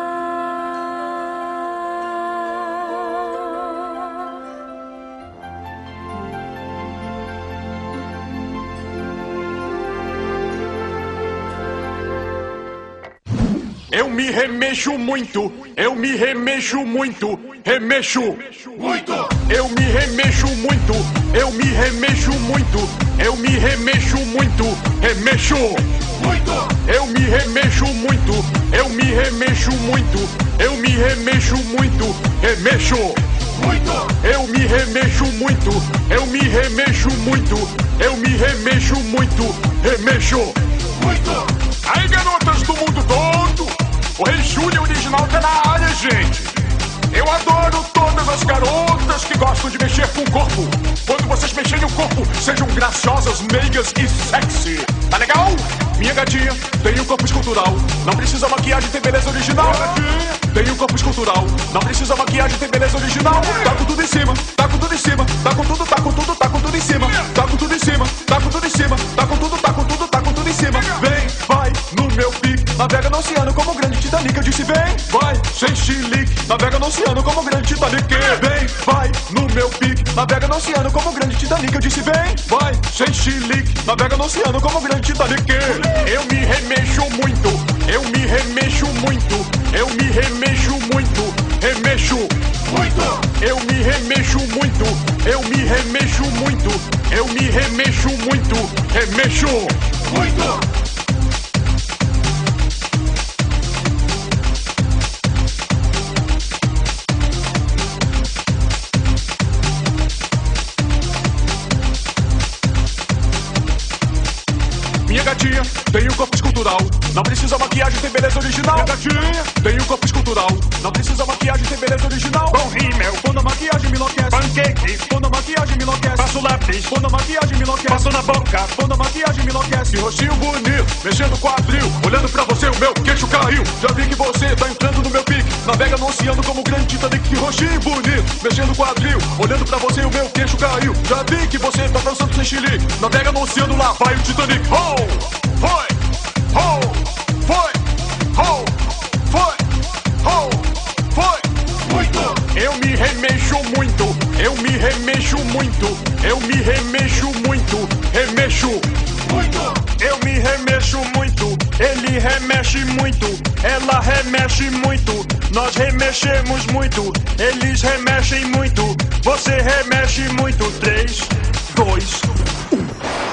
Eu me remexo muito, eu me remexo muito, remexo muito. Eu me remexo muito, eu me remexo muito, eu me remexo muito, remexo muito. Eu me remexo muito, eu me remexo muito, eu me remexo muito, remexo muito. Eu me remexo muito, eu me remexo muito, eu me remexo muito, remexo muito. Aí, garotas do mundo todo, o Rei Júlio original tá na área, gente. Eu adoro todas as garotas que gostam de mexer com o corpo. Quando vocês mexerem o corpo, sejam graciosas, meigas e sexy. Tá legal? Minha gatinha tem um corpo escultural, não precisa maquiagem, tem beleza original. Tem um corpo escultural, não precisa maquiagem, tem beleza original. Tá com tudo em cima, tá com tudo em cima, tá com tudo, tá com tudo, tá com tudo em cima. Tá com tudo em cima, tá com tudo em cima, tá com tudo, tá com tudo, tá com tudo em cima. Vem, vai no meu pique, navega no oceano como o grande Titanic. Eu disse vem, vai, sem chilique, navega no oceano como o grande Titanic. Vem, vai no meu pique, navega no oceano como o grande Titanic. Eu disse vem, vai, sem chilique, navega no oceano como o grande Titanic. Eu me remexo muito, eu me remexo muito, eu me remexo muito, remexo muito. Eu me remexo muito, eu me remexo muito, eu me remexo muito, remexo muito. Minha gatinha tem um corpo escultural, não precisa maquiagem, tem beleza original. Minha gatinha tem um corpo escultural, não precisa maquiagem, tem beleza original. Bom rímel, quando a maquiagem me enlouquece. Pancake, quando a maquiagem me enlouquece. Passo lápis, quando a maquiagem me enlouquece. Passo na boca, quando a maquiagem me enlouquece. Rostinho bonito, mexendo o quadril, olhando pra você o meu queixo caiu. Já vi que você tá entrando no meu pique, navega no oceano como o grande Titanic. Rostinho bonito, mexendo o quadril, olhando pra você o meu queixo caiu. Já vi que você tá dançando sem chilique, navega no oceano, lá vai o Titanic. Oh! Foi, ho, foi, ho, foi, ho, foi, muito. Eu me remexo muito, eu me remexo muito, eu me remexo muito, remexo muito. Eu me remexo muito, ele remexe muito, ela remexe muito, nós remexemos muito, eles remexem muito, você remexe muito. 3, 2, 1.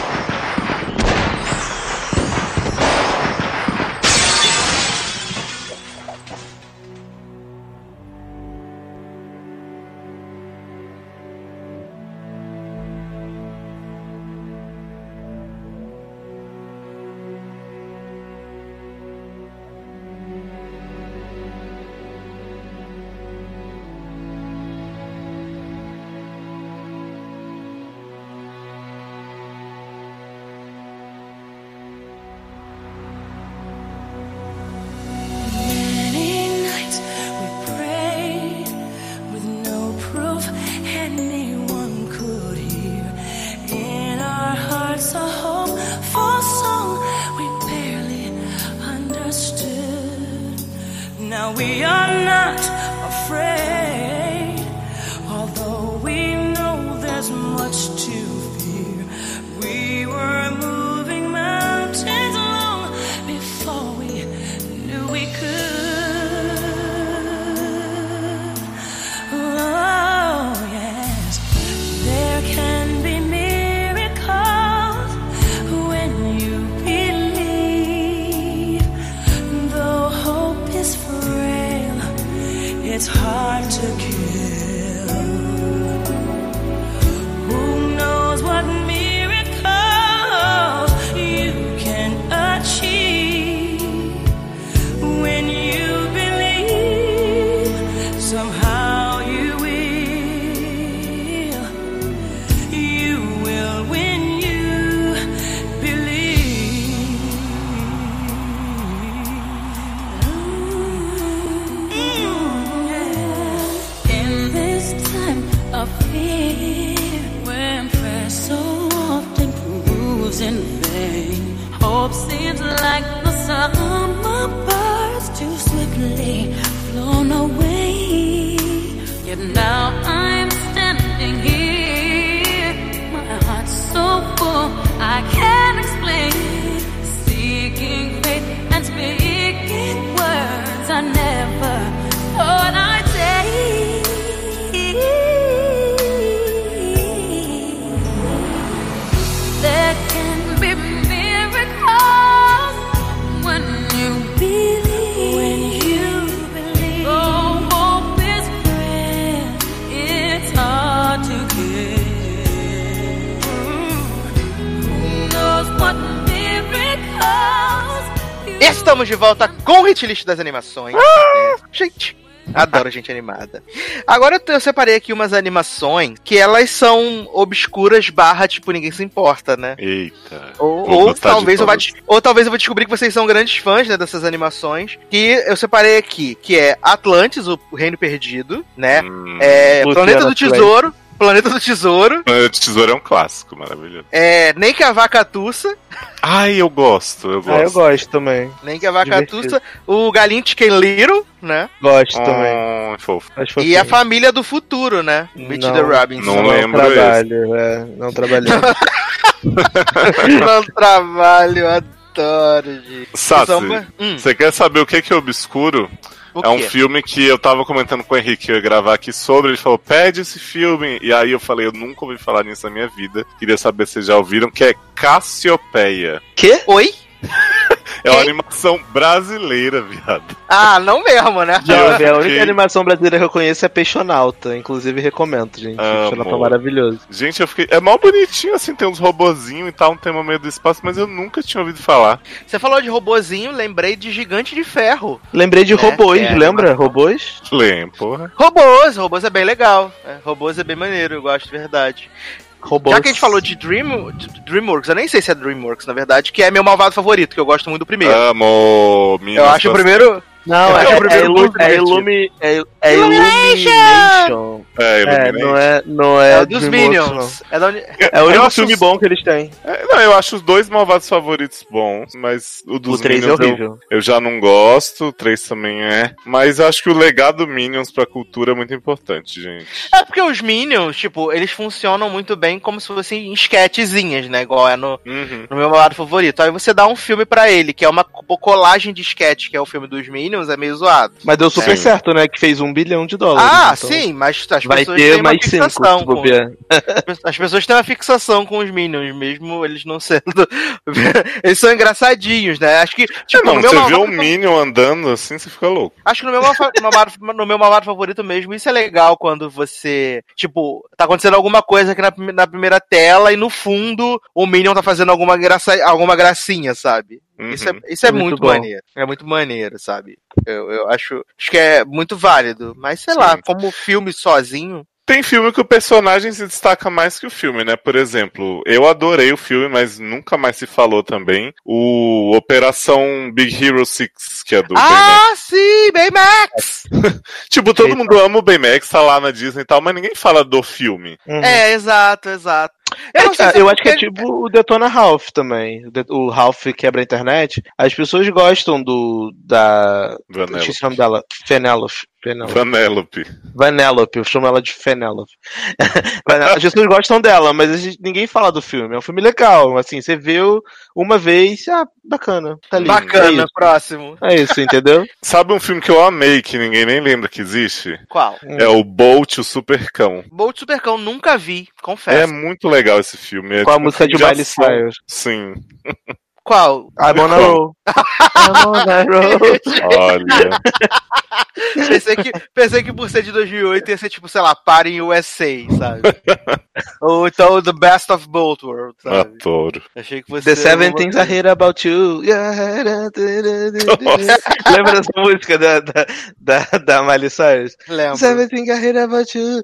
Now we are not afraid, although we know there's much to fear. We were moving mountains long before we knew we could. it's hard to kill. Who knows what miracle you can achieve when you believe somehow you will when you believe. In this time of fear, when prayer so often proves in vain, hope seems like the summer birds too swiftly flown away. Yet now I'm standing here, my heart's so full I can't explain, seeking faith and speaking words I never thought I'd say. There can be miracles when you believe. Oh, hope is prayer, it's hard to get. Who knows what miracles. Estamos de volta com o Hit List das animações. Gente, adoro gente animada. Agora eu separei aqui umas animações que elas são obscuras / tipo, ninguém se importa, né? Eita. Ou talvez eu vou descobrir que vocês são grandes fãs, né, dessas animações. Que eu separei aqui, que é Atlantis, o Reino Perdido, né? Planeta do Tesouro. Planeta do Tesouro. Planeta do Tesouro é um clássico, maravilhoso. Nem que a Vaca Tussa. Ai, eu gosto. Eu gosto também. Nem que a Vaca Tussa. O Galinho Chicken Little, né? Gosto também. Fofo. E a Família do Futuro, né? Mitch the Robinson. Não lembro Não trabalhei. Não trabalho, adoro, gente. Sassi, você quer saber o que é obscuro? É um filme que eu tava comentando com o Henrique, eu ia gravar aqui sobre, ele falou, pede esse filme, e aí eu falei, eu nunca ouvi falar nisso na minha vida, queria saber se vocês já ouviram, que é Cassiopeia. Quê? Oi? É uma animação brasileira, viado. Ah, não mesmo, né? A única animação brasileira que eu conheço é Peixonauta. Inclusive, recomendo, gente. Peixonauta é maravilhoso. Gente, eu fiquei... É mal bonitinho, assim, tem uns robozinhos e tal, um tema meio do espaço, mas eu nunca tinha ouvido falar. Você falou de robozinho, lembrei de Gigante de Ferro. Lembrei de Robôs, lembra? Robôs? Lembro, porra. Robôs é bem legal. Robôs é bem maneiro, eu gosto de verdade. Robôs. Já que a gente falou de DreamWorks, eu nem sei se é DreamWorks, na verdade, que é meu malvado favorito, que eu gosto muito do primeiro. Amo! Eu acho o primeiro... Não, é Illumination. Não é dos Minions. É o único filme bom que eles têm. Não, eu acho os dois malvados favoritos bons, mas o dos Minions é horrível. Eu já não gosto, o 3 também é. Mas eu acho que o legado Minions pra cultura é muito importante, gente. É porque os Minions, tipo, eles funcionam muito bem como se fossem esquetezinhas, né? Igual é no meu malvado favorito. Aí você dá um filme pra ele, que é uma colagem de esquete, que é o filme dos Minions, é meio zoado. Mas deu super certo, né? Que fez $1 bilhão. Ah, então sim, mas as vai pessoas ter têm uma mais fixação 5, as pessoas têm uma fixação com os Minions, mesmo eles não sendo... eles são engraçadinhos, né? Acho que... Tipo, não, você vê um Minion andando assim, você fica louco. Acho que no meu malvado favorito mesmo, isso é legal quando você... Tipo, tá acontecendo alguma coisa aqui na primeira tela e no fundo o Minion tá fazendo alguma gracinha, sabe? Isso é muito maneiro. É muito maneiro, sabe? Eu acho que é muito válido. Mas sei lá, como filme sozinho. Tem filme que o personagem se destaca mais que o filme, né? Por exemplo, eu adorei o filme, mas nunca mais se falou também. O Operação Big Hero 6, que é do Baymax. Sim, Baymax! Tipo, todo mundo ama o Baymax, tá lá na Disney e tal, mas ninguém fala do filme. Exato. Eu acho que é tipo o Detona Ralph também. O Ralph quebra a internet. As pessoas gostam da... Esqueci o nome dela. Vanellope, eu chamo ela de Fenelope. As pessoas gostam dela, mas ninguém fala do filme. É um filme legal, assim, você viu uma vez, bacana, tá lindo. Bacana, é próximo. É isso, entendeu? Sabe um filme que eu amei, que ninguém nem lembra que existe? Qual? É o Bolt, o Supercão. Bolt, Supercão, nunca vi, confesso. É muito legal esse filme. Com a música de Miley Cyrus. Sim. Qual? I'm on a roll. I'm on a roll. Olha. Pensei que por ser de 2008 ia ser tipo, sei lá, Party in USA, sabe? Ou então The Best of Both Worlds, sabe? Adoro. Achei que você... The Seven Things I Hate About You. Lembra dessa música da Miley Cyrus? Lembro. Seven Things I Hate About You.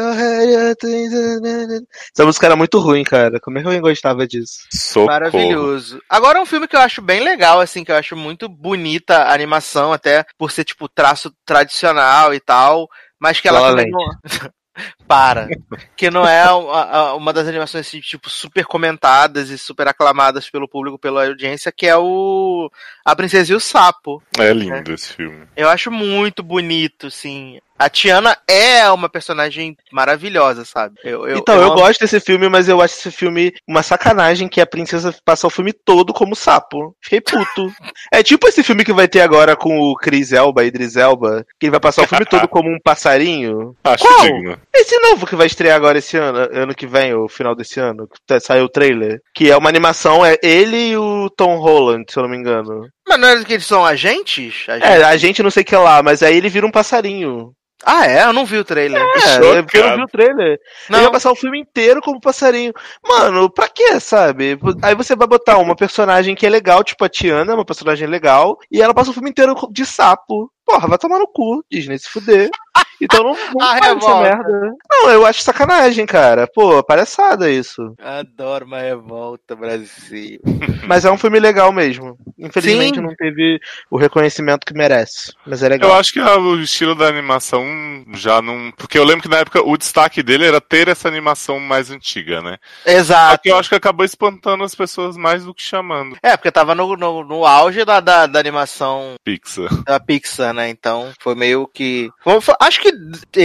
Essa música era muito ruim, cara. Como é que alguém gostava disso? Socorro. Maravilhoso. Agora um filme que eu acho bem legal, assim, que eu acho muito bonita a animação, até por ser, tipo, traço tradicional e tal, mas que ela também não... Para. Que não é uma das animações, assim, tipo, super comentadas e super aclamadas pelo público, pela audiência, que é A Princesa e o Sapo. É lindo esse filme. Eu acho muito bonito, assim. A Tiana é uma personagem maravilhosa, sabe? Eu gosto desse filme, mas eu acho esse filme uma sacanagem que a princesa passou o filme todo como sapo. Fiquei puto. É tipo esse filme que vai ter agora com o Idris Elba, que ele vai passar o filme todo como um passarinho. Acho digno. Esse novo que vai estrear agora esse ano que vem, o final desse ano, que saiu o trailer, que é uma animação, é ele e o Tom Holland, se eu não me engano. Mas não é que eles são agentes? Agente não sei o que lá, mas aí ele vira um passarinho. Ah, é? Eu não vi o trailer. Eu não vi o trailer. Ele vai passar o filme inteiro como passarinho. Mano, pra quê, sabe? Aí você vai botar uma personagem que é legal, tipo a Tiana, uma personagem legal, e ela passa o filme inteiro de sapo. Porra, vai tomar no cu, Disney, se fuder. Então não faz essa merda. Não, eu acho sacanagem, cara. Pô, palhaçada isso. Adoro uma revolta, Brasil. Mas é um filme legal mesmo. Infelizmente não teve o reconhecimento que merece. Mas é legal. Eu acho que o estilo da animação já não... Porque eu lembro que na época o destaque dele era ter essa animação mais antiga, né? Exato. Só que eu acho que acabou espantando as pessoas mais do que chamando. É, porque tava no auge da animação Pixar. Da Pixar, né? Então foi meio que... Acho que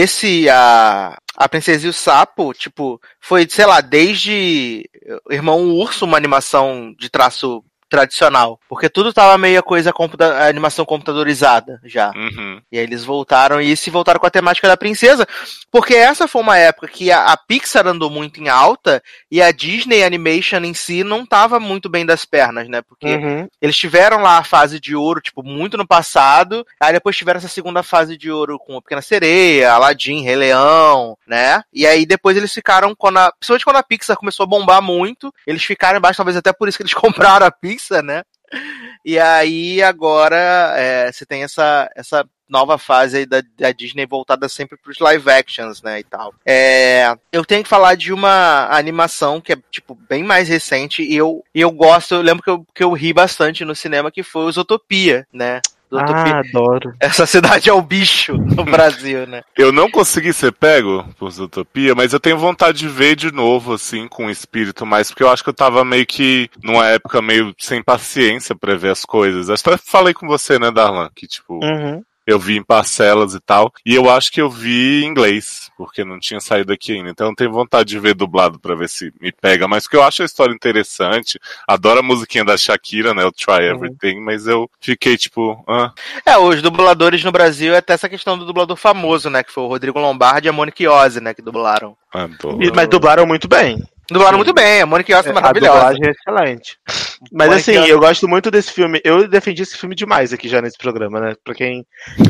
A Princesa e o Sapo, tipo, foi, sei lá, desde Irmão Urso, uma animação de traço tradicional. Porque tudo tava meio a animação computadorizada já. Uhum. E aí eles voltaram com a temática da princesa. Porque essa foi uma época que a Pixar andou muito em alta e a Disney Animation em si não tava muito bem das pernas, né? Porque eles tiveram lá a fase de ouro, tipo, muito no passado. Aí depois tiveram essa segunda fase de ouro com a Pequena Sereia, Aladdin, Rei Leão, né? E aí depois eles ficaram, principalmente quando a Pixar começou a bombar muito, eles ficaram embaixo, talvez até por isso que eles compraram a Pixar, né? E aí agora você tem essa nova fase aí da Disney voltada sempre pros live actions, né, e tal. Eu tenho que falar de uma animação que é, tipo, bem mais recente e eu gosto, eu lembro que eu ri bastante no cinema, que foi o Zootopia, né? Adoro. Essa cidade é o bicho no Brasil, né? Eu não consegui ser pego por Zootopia, mas eu tenho vontade de ver de novo, assim, com um espírito mais, porque eu acho que eu tava meio que numa época meio sem paciência pra ver as coisas. Acho que eu falei com você, né, Darlan, que tipo... Eu vi em parcelas e tal. E eu acho que eu vi em inglês, porque não tinha saído aqui ainda. Então eu tenho vontade de ver dublado pra ver se me pega. Mas porque eu acho a história interessante. Adoro a musiquinha da Shakira, né? O Try Everything. Mas eu fiquei tipo... Os dubladores no Brasil, até essa questão do dublador famoso, né? Que foi o Rodrigo Lombardi e a Monique Iose, né? Que dublaram. Mas dublaram muito bem. Dublaram muito bem, a Monique Iose é maravilhosa. A dublagem é excelente. Mas assim, eu gosto muito desse filme. Eu defendi esse filme demais aqui já nesse programa, né? Pra quem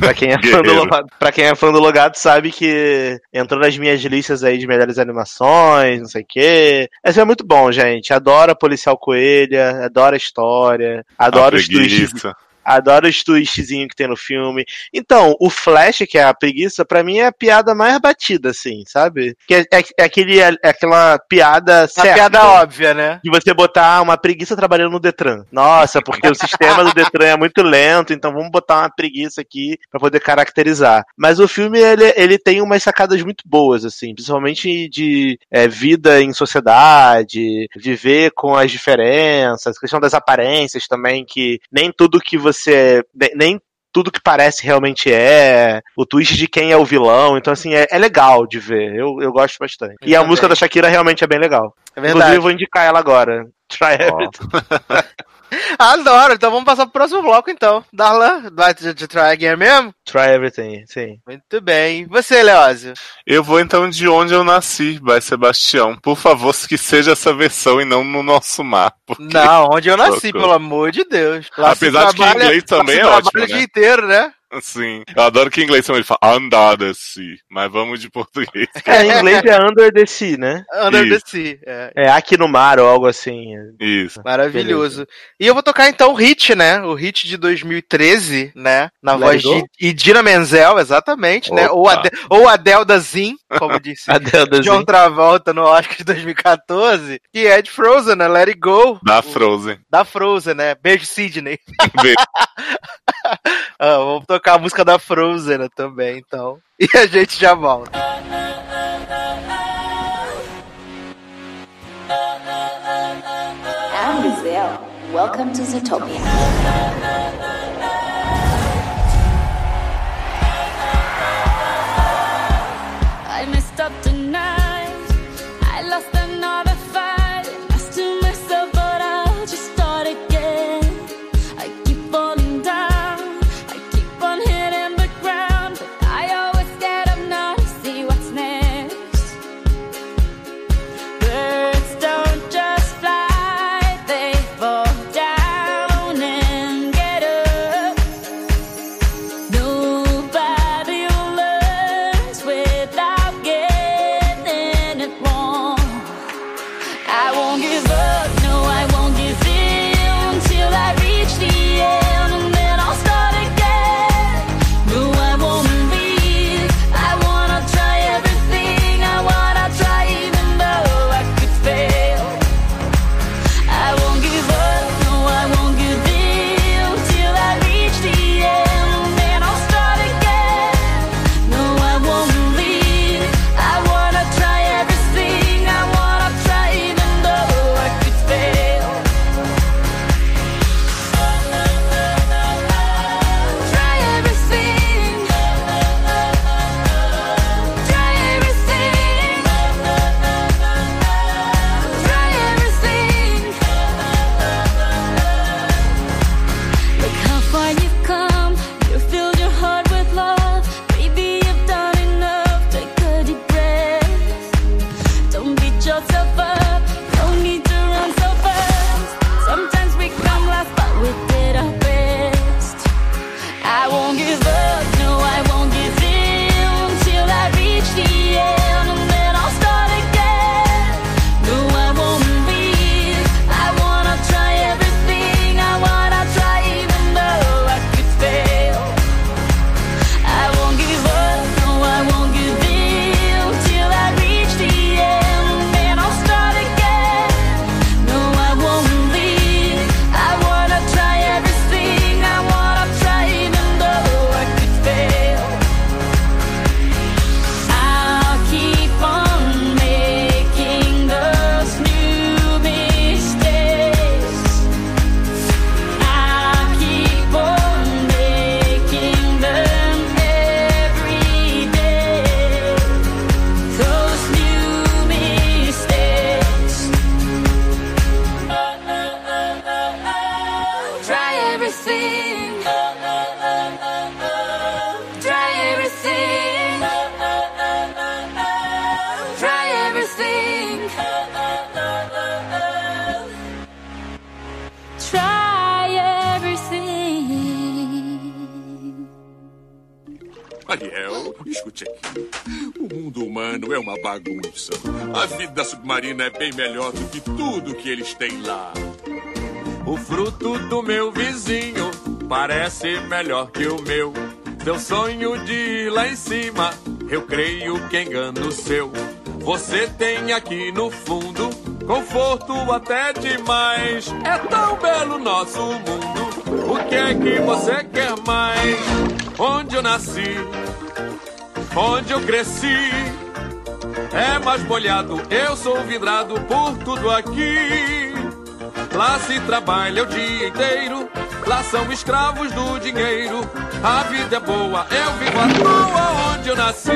é fã do Logado sabe que entrou nas minhas listas aí de melhores animações, não sei o quê. Esse é muito bom, gente. Adoro a Policial Coelha, adoro a história, adoro os twists. Adoro os twistzinhos que tem no filme. Então, o Flash, que é a preguiça, pra mim é a piada mais batida, assim, sabe? Que é aquela piada certa. Uma piada óbvia, né? De você botar uma preguiça trabalhando no Detran. Nossa, porque o sistema do Detran é muito lento, então vamos botar uma preguiça aqui pra poder caracterizar. Mas o filme, ele tem umas sacadas muito boas, assim, principalmente de vida em sociedade, viver com as diferenças, questão das aparências também, que nem tudo que nem tudo que parece realmente o twist de quem é o vilão, então assim, é legal de ver, eu gosto bastante. E a música da Shakira realmente é bem legal. É verdade. Inclusive eu vou indicar ela agora. Try Everything. Adoro, então vamos passar pro próximo bloco então. Darlan, vai de Try Again mesmo? Try Everything, sim. Muito bem. Você, Leózio? Eu vou então de Onde Eu Nasci, by Sebastião. Por favor, que seja essa versão e não no nosso mar. Não, Onde Eu Nasci, pelo amor de Deus. Apesar de que em inglês também é ótimo, o dia inteiro, né? Sim. Eu adoro que em inglês ele fala under the sea, mas vamos de português. Em inglês é under the sea, né? Under Isso. the Sea. É aqui no mar ou algo assim. Isso. Maravilhoso. E eu vou tocar então o hit, né? O hit de 2013, né? Na Let voz It Go? de Idina Menzel, exatamente, né? Ou Adele da Zin, como disse Adele da John Zin. Travolta no Oscar de 2014, que é de Frozen, né? Let It Go. Da Frozen. Da Frozen, né? Beijo, Sidney. Beijo. Vamos tocar a música da Frozen, né, também, então. E a gente já volta. I'm Giselle. Welcome to Zootopia. I messed up tonight. I lost another fight. I still mess up, but I'll just start again. I keep falling down. I keep on hitting the ground, but I always get up now to see what's next. Birds don't just fly, they fall down and get up. Nobody learns without getting it wrong. I won't give up, no, I won't give in till I reach the end, and then I'll start again. No, I won't leave. I wanna try everything. I wanna try even though I could fail. I won't give up, no, I won't give in till I reach the end, and then I'll start again. No, I won't leave. I wanna try everything. I wanna try even though I could fail. Try everything. Try everything. Try everything. Look how far you've come. You filled your heart with love. Baby, you've done enough. Take a deep breath. Don't beat yourself up. No need to run so fast. Sometimes we come last, but we did our best. I won't give up, no, I won't give in till I reach the end, and then I'll start again. No, I won't leave. I wanna try everything. I wanna try even though I could fail. I won't give up, no, I won't give in till I reach the end, and then I'll start again. No, I won't leave. I wanna try everything. I wanna try even though I could fail. I'll keep on making those new mistakes. I'll keep on making them every day. Those new mistakes. Try everything. Try everything. Try everything. Try everything. Ariel, escute aqui. O mundo humano é uma bagunça. A vida submarina é bem melhor do que tudo que eles têm lá. O fruto do meu vizinho parece melhor que o meu. Seu sonho de ir lá em cima, eu creio que engano o seu. Você tem aqui no fundo conforto até demais. É tão belo nosso mundo. O que é que você quer mais? Onde eu nasci, onde eu cresci, é mais molhado. Eu sou vidrado por tudo aqui. Lá se trabalha o dia inteiro, lá são escravos do dinheiro. A vida é boa, eu vivo à toa onde eu nasci.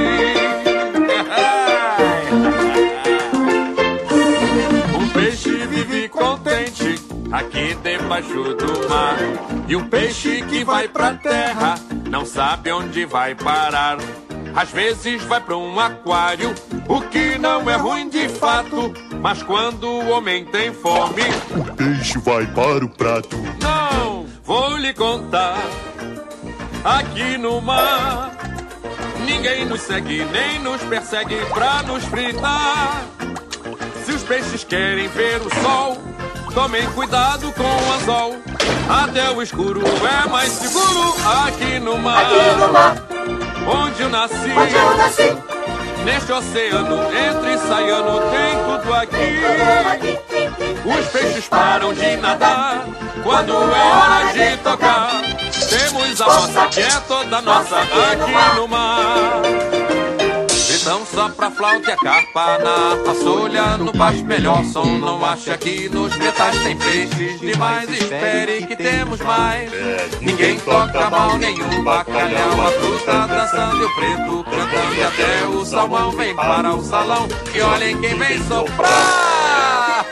O peixe vive contente aqui debaixo do mar. E o peixe que vai pra terra não sabe onde vai parar. Às vezes vai pra um aquário, o que não é ruim de fato. Mas quando o homem tem fome, o peixe vai para o prato. Não, vou lhe contar aqui no mar. Ninguém nos segue nem nos persegue pra nos fritar. Se os peixes querem ver o sol, tomem cuidado com o anzol. Até o escuro é mais seguro aqui no mar. Onde eu nasci, neste oceano, entre e saiano, tem tudo aqui. Os peixes param de nadar quando é hora de tocar. Temos a moça que é toda nossa aqui no mar. Então sopra a flauta e a carpa na harpa solha, no baixo melhor som. Não acha que nos metais tem peixes demais, espere que temos mais. Ninguém toca mal nenhum bacalhau, a fruta dançando e o preto cantando, e até o salmão vem para o salão. E olhem quem vem soprar.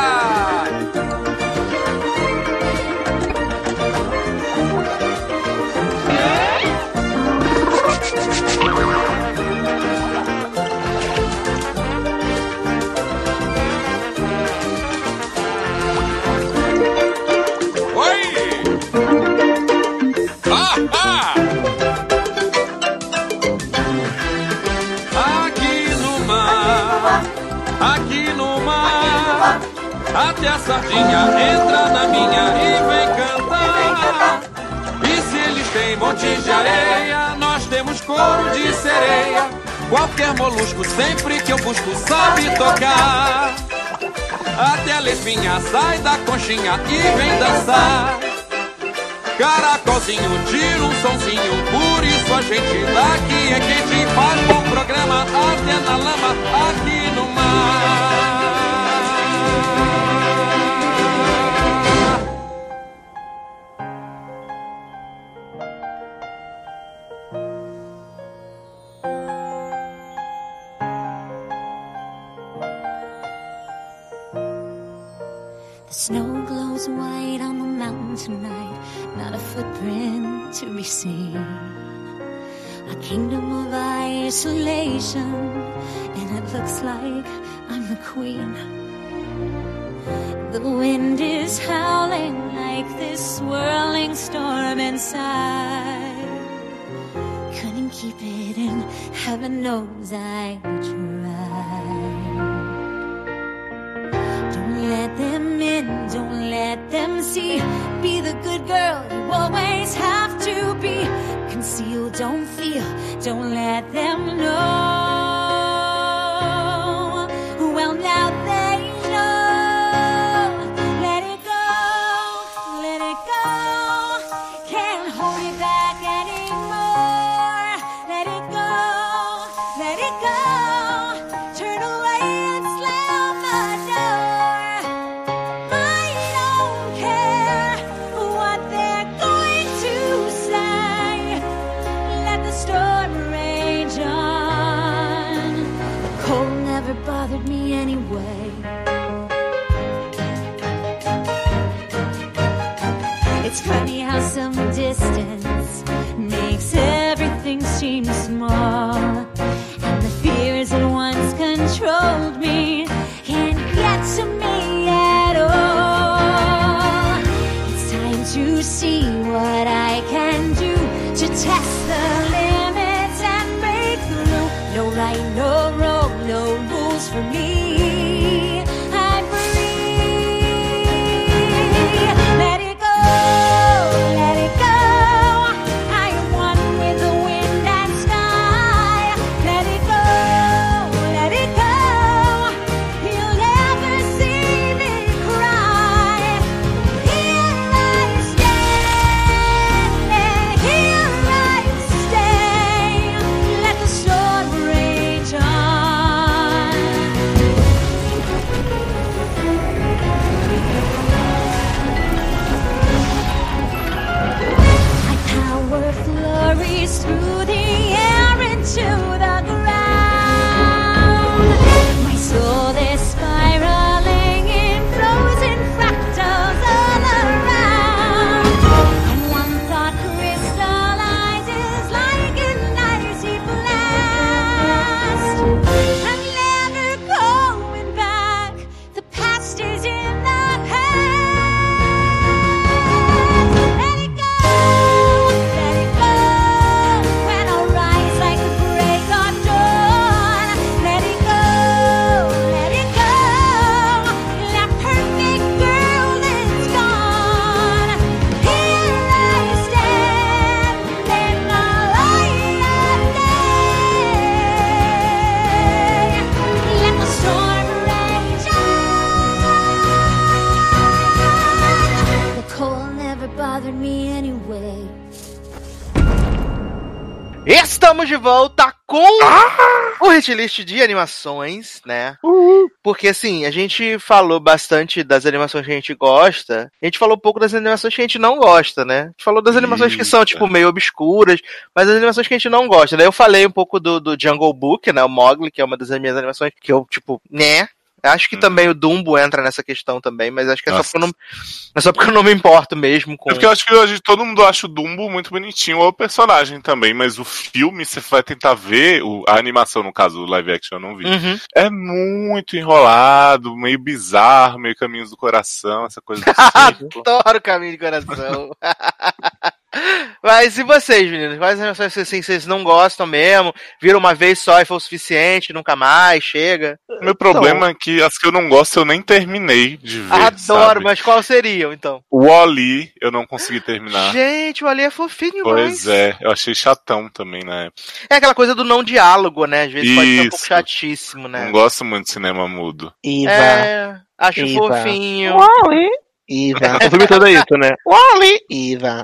Aqui no mar, até a sardinha entra na minha e vem cantar. E se eles têm montes de areia, nós temos couro de sereia. Qualquer molusco, sempre que eu busco, sabe tocar. Até a lesbinha sai da conchinha e vem dançar. Caracolzinho tira um sonzinho, por isso a gente daqui é quente. Faz bom programa até na lama aqui no mar. The snow glows white on the mountain tonight, not a footprint to be seen. A kingdom of isolation, and it looks like I'm the queen. The wind is howling like this swirling storm inside. Couldn't keep it in, heaven knows I tried. Don't let them in, don't let them see. Be the good girl you always have to be. Conceal, don't feel, don't let them know. Well, now they know. Let it go, let it go. Can't hold it back anymore. Let it go, let it go. Turn away and slam the door. I don't care what they're going to say. Let the storm rage on. The cold never bothered me anyway. It's funny how some distance makes everything seem small. And the fears that once controlled me can't get to me at all. It's time to see what I can do to test the limits and break through. No right, no wrong, no rules for me. I'm free. Let it go, let it go. I am one with the wind and sky. Let it go, let it go. You'll never see me cry. Here I stand, and here I stay. Let the storm rage on. Estamos de volta com o Hitlist de animações, né? Porque, assim, a gente falou bastante das animações que a gente gosta, a gente falou um pouco das animações que a gente não gosta, né? A gente falou das animações que são, tipo, meio obscuras, mas as animações que a gente não gosta. Daí eu falei um pouco do Jungle Book, né? O Mowgli, que é uma das minhas animações que eu, tipo, né? Acho que também o Dumbo entra nessa questão também, mas acho que é só porque eu não me importo mesmo com... É porque eu acho que hoje todo mundo acha o Dumbo muito bonitinho, ou o personagem também, mas o filme, você vai tentar ver, a animação, no caso, o live action eu não vi. É muito enrolado, meio bizarro, meio Caminhos do Coração, essa coisa assim. Adoro Caminho do Coração. Mas e vocês, meninos? Quais animações assim, vocês não gostam mesmo? Viram uma vez só e foi o suficiente, nunca mais, chega? Meu problema é que as que eu não gosto eu nem terminei de ver. Adoro, sabe? mas quais seriam, então? O Wall-E eu não consegui terminar. Gente, o Wall-E é fofinho demais. Pois é, eu achei chatão também na época. É aquela coisa do não diálogo, né? Às vezes pode ser um pouco chatíssimo, né? Não gosto muito de cinema mudo. Acho fofinho. Wall-E. Iva. Eu fui imitando isso, né? Wall-E. Iva.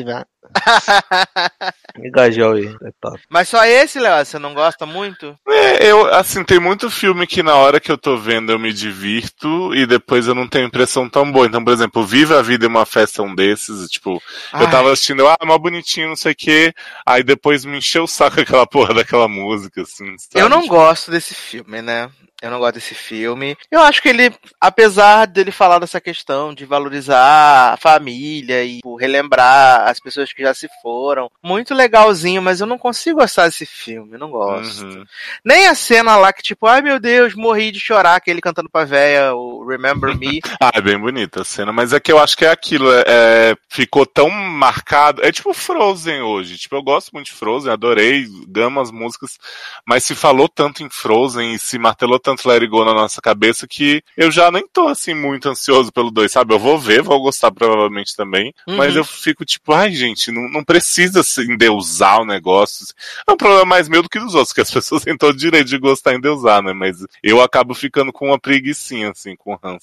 Engajou aí, é top. Mas só esse, Léo, você não gosta muito? Assim, tem muito filme que na hora que eu tô vendo eu me divirto e depois eu não tenho impressão tão boa. Então, por exemplo, Viva a Vida é uma festa um desses, tipo, eu tava assistindo, mó bonitinho, não sei o quê, aí depois me encheu o saco aquela porra daquela música, assim, sabe? Eu não gosto desse filme, né? Eu não gosto desse filme. Eu acho que ele, apesar dele falar dessa questão de valorizar a família e relembrar as pessoas que já se foram, muito legalzinho, mas eu não consigo gostar desse filme, eu não gosto. Nem a cena lá que tipo, ai meu Deus, morri de chorar, aquele cantando pra véia, o Remember Me. É bem bonita a cena, mas é que eu acho que é aquilo, ficou tão marcado, é tipo Frozen hoje, tipo, eu gosto muito de Frozen, adorei, amo as músicas, mas se falou tanto em Frozen e se martelou tanto Let It Go na nossa cabeça que eu já nem tô assim muito ansioso pelo 2, sabe? Eu vou ver, vou gostar provavelmente também, mas eu fico tipo, ai gente, não precisa endeusar o negócio. É um problema mais meu do que dos outros, que as pessoas têm todo o direito de gostar e endeusar, né? Mas eu acabo ficando com uma preguicinha, assim, com o ranço.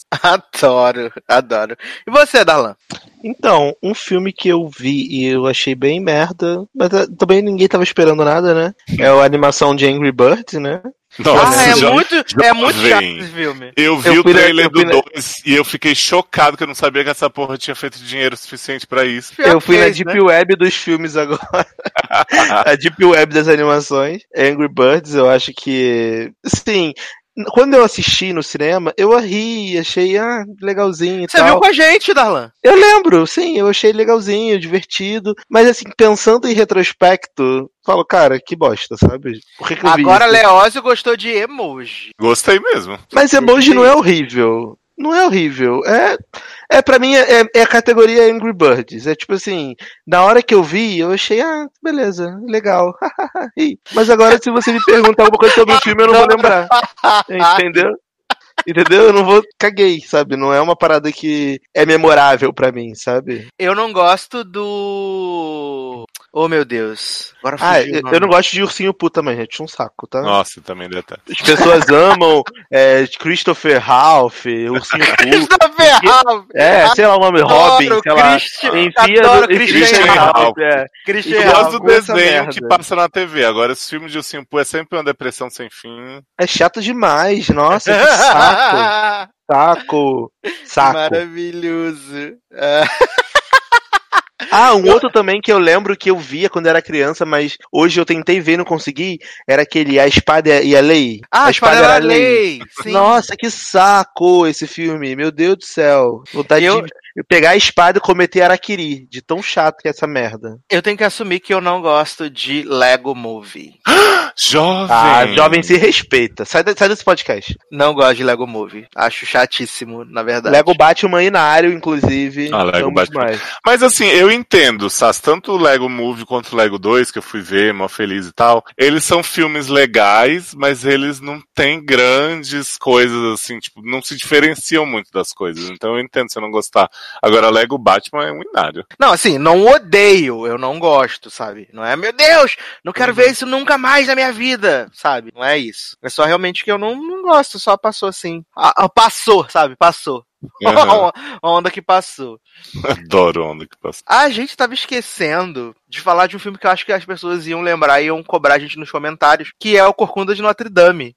Adoro. E você, Darlan? Então, um filme que eu vi e eu achei bem merda, mas também ninguém tava esperando nada, né? É a animação de Angry Birds, né? Nossa, é muito chato esse filme. Eu vi o trailer do 2 e eu fiquei chocado que eu não sabia que essa porra tinha feito dinheiro suficiente pra isso. Eu fui na Deep Web dos filmes agora. A Deep Web das animações. Angry Birds, eu acho que... Sim... Quando eu assisti no cinema, eu ri, achei legalzinho e tal. Você viu com a gente, Darlan? Eu lembro, sim, eu achei legalzinho, divertido. Mas assim, pensando em retrospecto, falo, cara, que bosta, sabe? Por que eu vi Agora, isso? Leózio gostou de emoji. Gostei mesmo. Mas emoji não é horrível. Não é horrível. Pra mim, é a categoria Angry Birds. É tipo assim, na hora que eu vi, eu achei, beleza, legal. Mas agora, se você me perguntar alguma coisa sobre o filme, eu não vou lembrar. Entendeu? Eu não vou... Caguei, sabe? Não é uma parada que é memorável pra mim, sabe? Eu não gosto do... Oh, meu Deus. Agora fugiu, eu não gosto de Ursinho Poo também, gente. Um saco, tá? Nossa, também detesto. As pessoas amam Christopher Ralph, Ursinho Poo. Christopher Ralph! Sei lá o nome, Robin, sei lá. Adoro Christian Ralph. Eu gosto do desenho que passa na TV. Agora, esse filme de Ursinho Poo é sempre uma depressão sem fim. É chato demais, nossa, que saco. Saco. Maravilhoso. Um outro também que eu lembro que eu via quando era criança, mas hoje eu tentei ver e não consegui, era aquele A Espada e a Lei. A Espada era a Lei. Sim. Nossa, que saco esse filme, meu Deus do céu. Vontade de pegar a espada e cometer Araquiri, de tão chato que é essa merda. Eu tenho que assumir que eu não gosto de Lego Movie. Jovem! Jovem se respeita. Sai desse podcast. Não gosto de Lego Movie. Acho chatíssimo, na verdade. Lego Batman Inário, inclusive. Lego Batman. Mas assim, eu entendo, Sass, tanto o Lego Movie quanto o Lego 2, que eu fui ver, mó feliz e tal, eles são filmes legais, mas eles não têm grandes coisas assim, tipo, não se diferenciam muito das coisas. Então eu entendo se eu não gostar. Agora, Lego Batman é um inário. Não, assim, não odeio, eu não gosto, sabe? Não é, meu Deus, não quero ver isso nunca mais na minha vida, sabe? Não é isso. É só realmente que eu não gosto, só passou assim. Passou, sabe? Passou. A onda que passou. Adoro a onda que passou. A gente tava esquecendo de falar de um filme que eu acho que as pessoas iam lembrar e iam cobrar a gente nos comentários, que é o Corcunda de Notre Dame.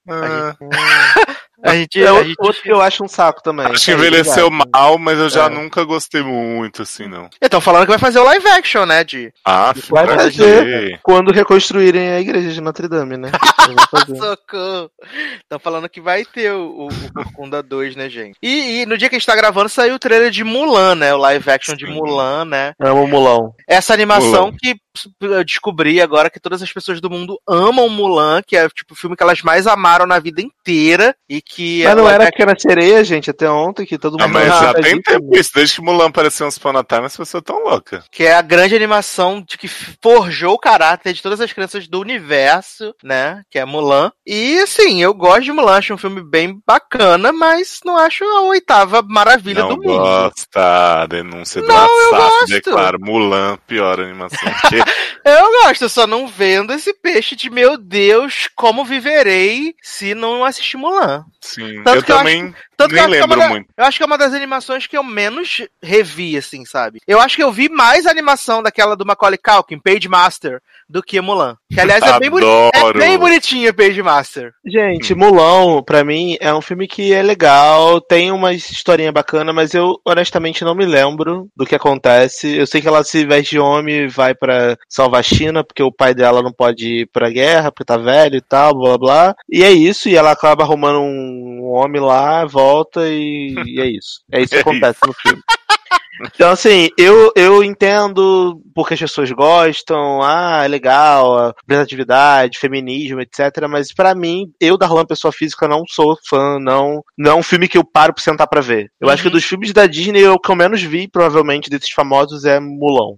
A gente outro que eu acho um saco também. Acho que envelheceu mal, mas eu já nunca gostei muito, assim, não. Estão falando que vai fazer o live action, né, vai fazer quando reconstruírem a igreja de Notre Dame, né? Socorro! Estão falando que vai ter o Corcunda 2, né, gente? E no dia que a gente tá gravando, saiu o trailer de Mulan, né? O live action de Mulan, né? Amo Mulan. Essa animação que eu descobri agora que todas as pessoas do mundo amam Mulan, que é tipo o filme que elas mais amaram na vida inteira e que... Mas não era Pequena Sereia, gente, até ontem, que todo mundo... mas já tem tempo isso, desde que Mulan apareceu uns Upon a Time, as pessoas tão loucas. Que é a grande animação de que forjou o caráter de todas as crianças do universo, né, que é Mulan. E, assim, eu gosto de Mulan, acho um filme bem bacana, mas não acho a 8ª maravilha do mundo. Não gosta, denúncia do WhatsApp, declaro, Mulan, pior animação. Eu gosto, eu só não vendo esse peixe de, meu Deus, como viverei se não assistir Mulan. Sim, eu também nem lembro muito. Eu acho que é uma das animações que eu menos revi, assim, sabe? Eu acho que eu vi mais a animação daquela do Macaulay Culkin, Page Master, do que Mulan. Que, aliás, é bem bonitinha Page Master. Gente, Mulan, pra mim, é um filme que é legal, tem uma historinha bacana, mas eu, honestamente, não me lembro do que acontece. Eu sei que ela se veste de homem e vai pra salvar a China, porque o pai dela não pode ir pra guerra, porque tá velho e tal, blá, blá, blá. E é isso, e ela acaba arrumando um homem lá, volta e é isso. É isso que acontece no filme. Então, assim, eu entendo porque as pessoas gostam, é legal, a representatividade, feminismo, etc. Mas pra mim, eu, Darlan, pessoa física, não sou fã, não é um filme que eu paro pra sentar pra ver. Eu acho que dos filmes da Disney, o que eu menos vi, provavelmente, desses famosos, é Mulan.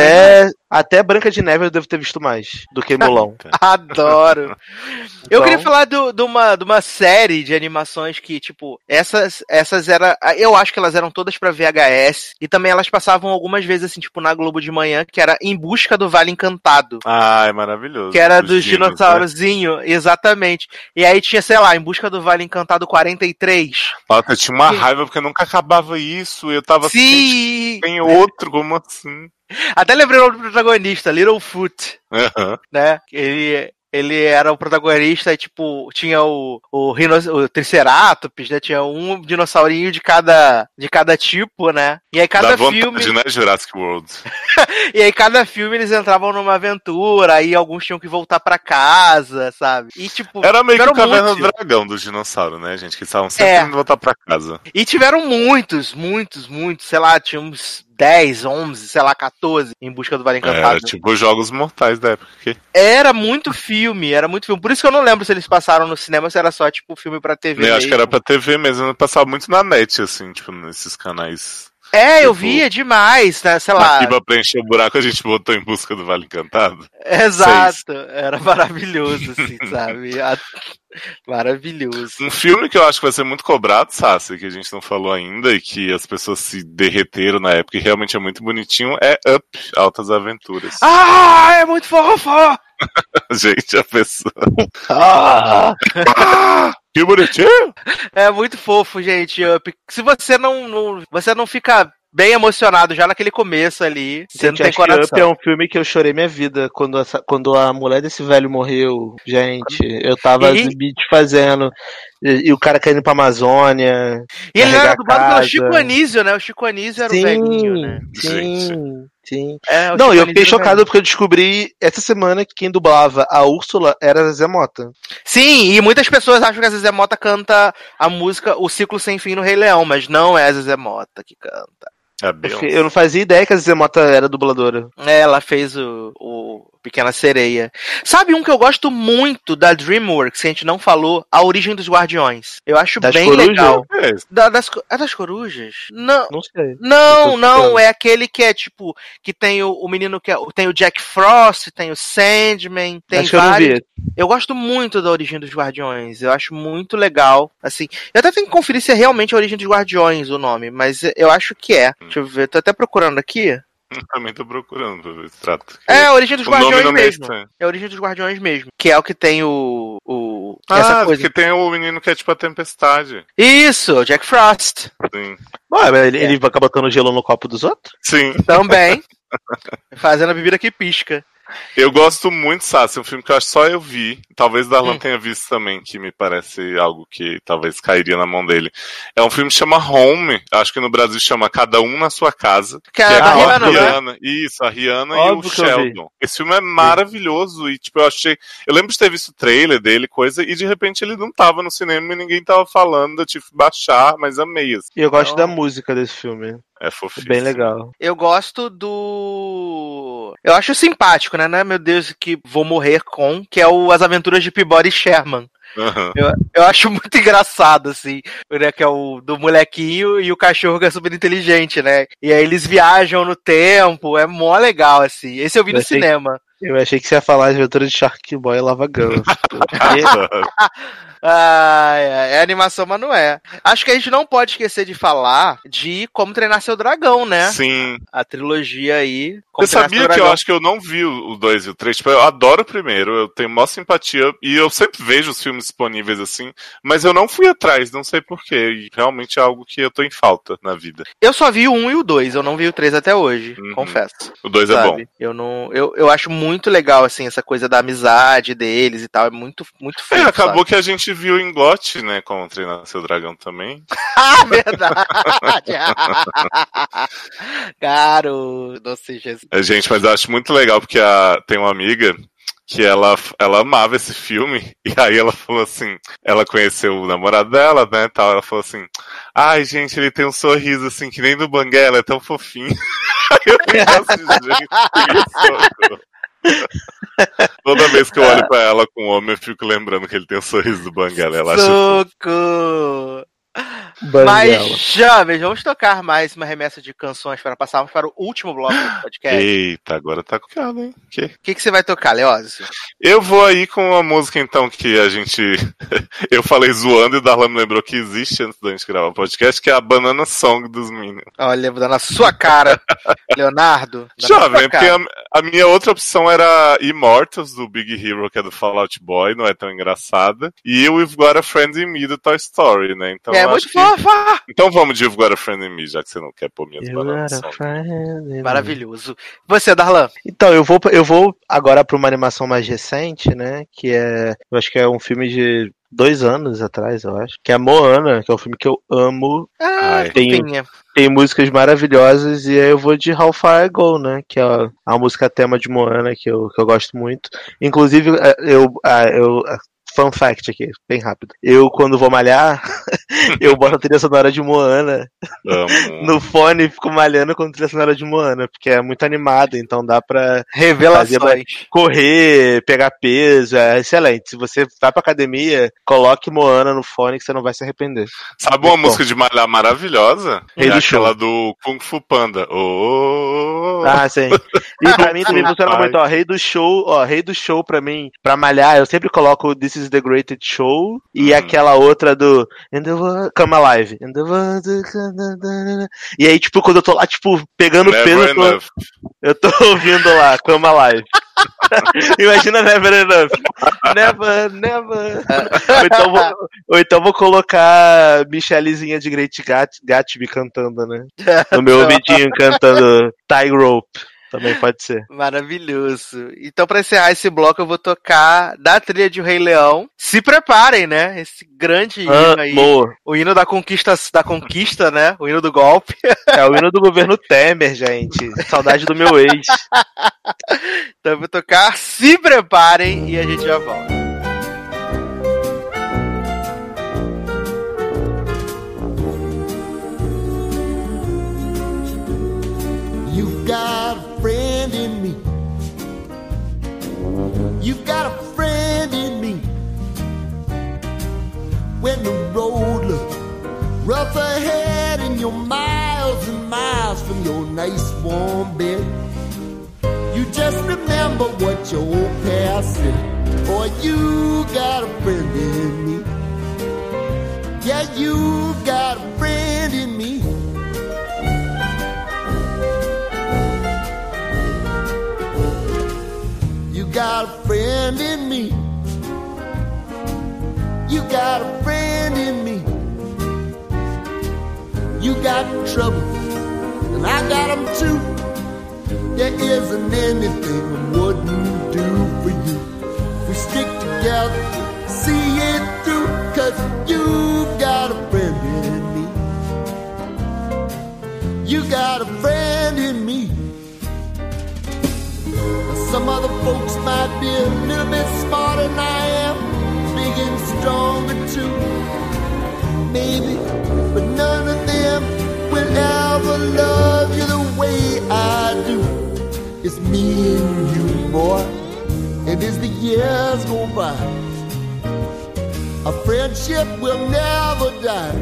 Até Branca de Neve eu devo ter visto mais do que Mulan. Adoro! Eu queria falar de uma série de animações que, tipo, essas eram... Eu acho que elas eram todas pra VHS, e também elas passavam algumas vezes, assim, tipo, na Globo de manhã, que era Em Busca do Vale Encantado. É maravilhoso. Que era dos dinossaurozinhos, né? Exatamente. E aí tinha, sei lá, Em Busca do Vale Encantado 43. Nossa, eu tinha uma raiva porque nunca acabava isso, eu tava assim, tem outro, como assim? Até lembrei o nome do protagonista, Littlefoot. Né? Ele era o protagonista e, tipo, tinha o Triceratops, né? Tinha um dinossaurinho de cada tipo, né? E aí cada filme... vontade, né? Jurassic World. E aí cada filme eles entravam numa aventura, aí alguns tinham que voltar pra casa, sabe? E, tipo... Era meio que o Caverna do Dragão dos dinossauros, né, gente? Que estavam sempre indo voltar pra casa. E tiveram muitos, sei lá, tinha uns 10, 11, sei lá, 14 Em Busca do Vale Encantado. Era tipo os Jogos Mortais da época. Era muito filme. Por isso que eu não lembro se eles passaram no cinema, se era só, tipo, filme pra TV mesmo. Eu acho que era pra TV mesmo, eu passava muito na net, assim, tipo, nesses canais. Eu via demais, né? Sei lá. Aqui pra preencher o buraco a gente botou Em Busca do Vale Encantado. Exato. 6. Era maravilhoso, assim, sabe? Maravilhoso. Um filme que eu acho que vai ser muito cobrado, Sassi, que a gente não falou ainda e que as pessoas se derreteram na época e realmente é muito bonitinho, é Up, Altas Aventuras. É muito fofo! Gente, a pessoa... que bonitinho! É muito fofo, gente, Up. Se você não fica bem emocionado já naquele começo ali, você não tem coração. Up é um filme que eu chorei minha vida quando a mulher desse velho morreu. Gente, eu tava fazendo e o cara caindo pra Amazônia. E ele era dublado pelo Chico Anísio, né? O Chico Anísio era o velhinho, né? Sim. Não, eu fiquei chocado porque eu descobri essa semana que quem dublava a Úrsula era a Zezé Mota. Sim, e muitas pessoas acham que a Zezé Mota canta a música O Ciclo Sem Fim no Rei Leão, mas não é a Zezé Mota que canta. Eu não fazia ideia que a Zezé Mota era dubladora. Ela fez o Pequena Sereia. Sabe um que eu gosto muito da DreamWorks, que a gente não falou? A Origem dos Guardiões. Eu acho bem legal. Das corujas? Não. Não sei. Não. É aquele que é tipo, que tem o menino que tem o Jack Frost, tem o Sandman, tem acho vários. Que eu não vi. Eu gosto muito da Origem dos Guardiões. Eu acho muito legal. Assim, eu até tenho que conferir se é realmente a Origem dos Guardiões o nome, mas eu acho que é. Deixa eu ver, tô até procurando aqui. Eu também tô procurando pra ver esse trato. A Origem dos Guardiões mesmo. É a Origem dos Guardiões mesmo. Que é o que tem o essa coisa. Porque tem o menino que é tipo a tempestade. Isso, Jack Frost. Sim. Ué, ele acaba botando gelo no copo dos outros? Sim. Também. Fazendo a bebida que pisca. Eu gosto muito, Sassi, é um filme que eu acho que só eu vi. Talvez o Darlan tenha visto também, que me parece algo que talvez cairia na mão dele. É um filme que chama Home, acho que no Brasil chama Cada Um na Sua Casa. Que é a Rihanna, né? Isso, a Rihanna Óbvio e o que eu vi. Sheldon. Esse filme é maravilhoso e, tipo, eu lembro de ter visto o trailer dele, coisa, e de repente ele não tava no cinema e ninguém tava falando, eu tive que baixar, mas amei. Assim. E eu gosto da música desse filme. É fofinho. Bem legal. Eu gosto do... Eu acho simpático, né? Não é, meu Deus, que vou morrer com, que é o As Aventuras de Peabody Sherman. Uhum. Eu acho muito engraçado, assim, né, que é o do molequinho e o cachorro que é super inteligente, né? E aí eles viajam no tempo, é mó legal, assim. Esse eu vi no cinema. Eu achei que você ia falar de aventura de Shark Boy e Lava Girl. É animação, mas não é. Acho que a gente não pode esquecer de falar de Como Treinar Seu Dragão, né? Sim. A trilogia aí. Você sabia que eu acho que eu não vi o 2 e o 3? Tipo, eu adoro o primeiro, eu tenho maior simpatia e eu sempre vejo os filmes disponíveis assim, mas eu não fui atrás, não sei porquê. E realmente é algo que eu tô em falta na vida. Eu só vi o 1 e o 2, eu não vi o 3 até hoje, confesso. O 2 é bom. Eu acho muito legal, assim, essa coisa da amizade deles e tal, é muito, muito feio. Acabou que a gente viu em GOT, né, Como Treinar Seu Dragão também. Ah, verdade! Caro, não seja... Gente, mas eu acho muito legal porque tem uma amiga que ela amava esse filme, e aí ela falou assim, ela conheceu o namorado dela, né, tal, ela falou assim, ai, gente, ele tem um sorriso assim, que nem do Banguela, é tão fofinho. Aí eu fiquei assim, gente, toda vez que eu olho pra ela com o homem, eu fico lembrando que ele tem um sorriso do Banguela. Ela Socorro! Mas, James, vamos tocar mais uma remessa de canções para passarmos para o último bloco do podcast. Eita, agora tá complicado, hein? O que você vai tocar, Leózio? Eu vou aí com uma música, então, que a gente... eu falei zoando e o Darlan me lembrou que existe antes da gente gravar o podcast, que é a Banana Song dos Minions. Olha, vou dar na sua cara, Leonardo. Jovem, porque a minha outra opção era Immortals, do Big Hero, que é do Fall Out Boy, não é tão engraçada. E We've Got a Friend in Me, do Toy Story, né? Então, é muito fofa! Então vamos de You've Got a Friend in Me, já que você não quer pôr minhas bananas. Maravilhoso. Você, Darlan? Então, eu vou agora para uma animação mais recente, né? Que é... Eu acho que é um filme de 2 anos atrás, eu acho. Que é Moana, que é um filme que eu amo. Tem músicas maravilhosas. E aí eu vou de How Far I Go, né? Que é a música tema de Moana que eu gosto muito. Inclusive, fun fact aqui, bem rápido. Eu, quando vou malhar, eu boto a trilha sonora de Moana no fone e fico malhando com a trilha sonora de Moana, porque é muito animado, então dá pra correr, pegar peso, é excelente. Se você vai pra academia, coloque Moana no fone que você não vai se arrepender. Sabe uma música de malhar maravilhosa? Rei do aquela Show. do Kung Fu Panda. Ah, sim. E pra mim também funciona muito, Rei do Show pra mim, pra malhar, eu sempre coloco This is the Greatest Show e aquela outra do Come Alive. E aí, tipo, quando eu tô lá, tipo, pegando Never peso, eu tô ouvindo lá, Come Alive. Imagina Never Enough. Never. Ou então vou colocar Michelezinha de Great Gatsby cantando, né? No meu ouvidinho cantando Tightrope. Também pode ser. Maravilhoso. Então, pra encerrar esse bloco, eu vou tocar da trilha de O Rei Leão. Se preparem, né? Esse grande hino aí. O hino da conquista, né? O hino do golpe. É o hino do governo Temer, gente. Saudade do meu ex. Então eu vou tocar Se Preparem e a gente já volta. You've got a friend in me. You've got a friend in me. When the road looks rough ahead and you're miles and miles from your nice warm bed, you just remember what your old past said. Boy, you got a friend in me. Yeah, you got a friend in me. You got a friend in me. You got a friend in me. You got trouble, and I got them too. There isn't anything I wouldn't do for you. We stick together, see it through, 'cause you've got a friend in me. You got a friend in me. Some other folks might be a little bit smarter than I am, big and stronger too, maybe, but none of them will ever love you the way I do. It's me and you, boy, and as the years go by, our friendship will never die.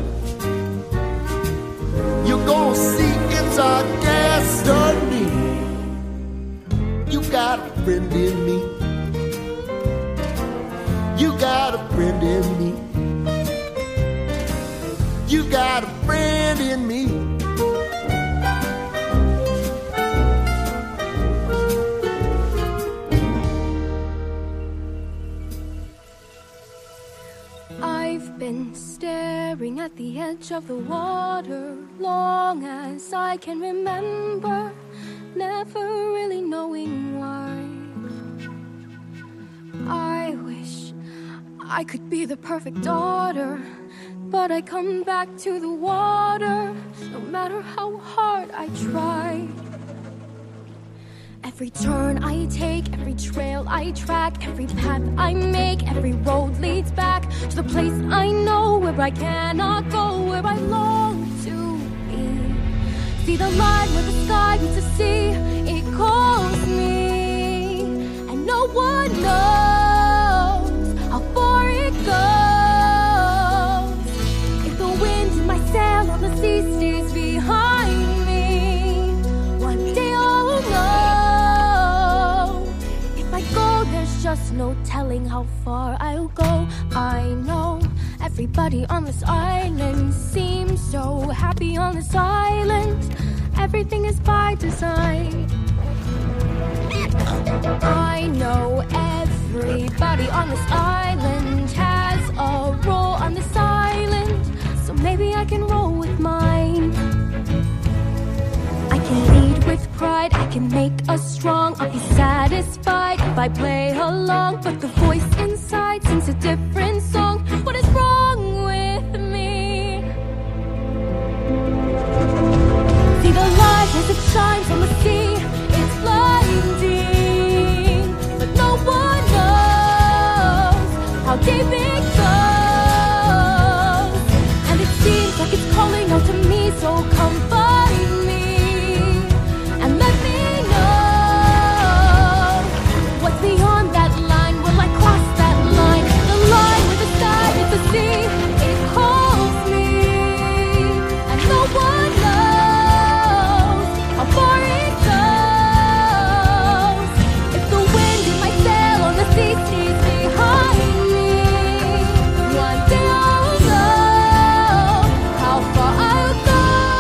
You're gonna see it's our destiny. You got a friend in me. You got a friend in me. You got a friend in me. I've been staring at the edge of the water long as I can remember, never really knowing why. I wish I could be the perfect daughter, but I come back to the water no matter how hard I try. Every turn I take, every trail I track, every path I make, every road leads back to the place I know where I cannot go, where I long to be. See the line where the sky meets the sea, it calls me, and no one knows how far it goes. If the wind in my sail on the sea stays behind me, one day I'll know. If I go, there's just no telling how far I'll go. I know everybody on this island seems so happy on this island. Everything is by design. I know everybody on this island has a role on this island, so maybe I can roll with mine. I can lead with pride, I can make us strong. I'll be satisfied if I play along, but the voice inside sings a different song. What is wrong with me? See the light as it shines on the sea, it's blinding, but no one knows how deep it goes. And it seems like it's calling out to me, so come find me and let me know what's beyond that line. Will I cross that line? The line where the sky meets the sea, it calls me, and no one knows how far it goes. If the wind in my sail on the sea stays behind me, one day I'll know how far I'll go.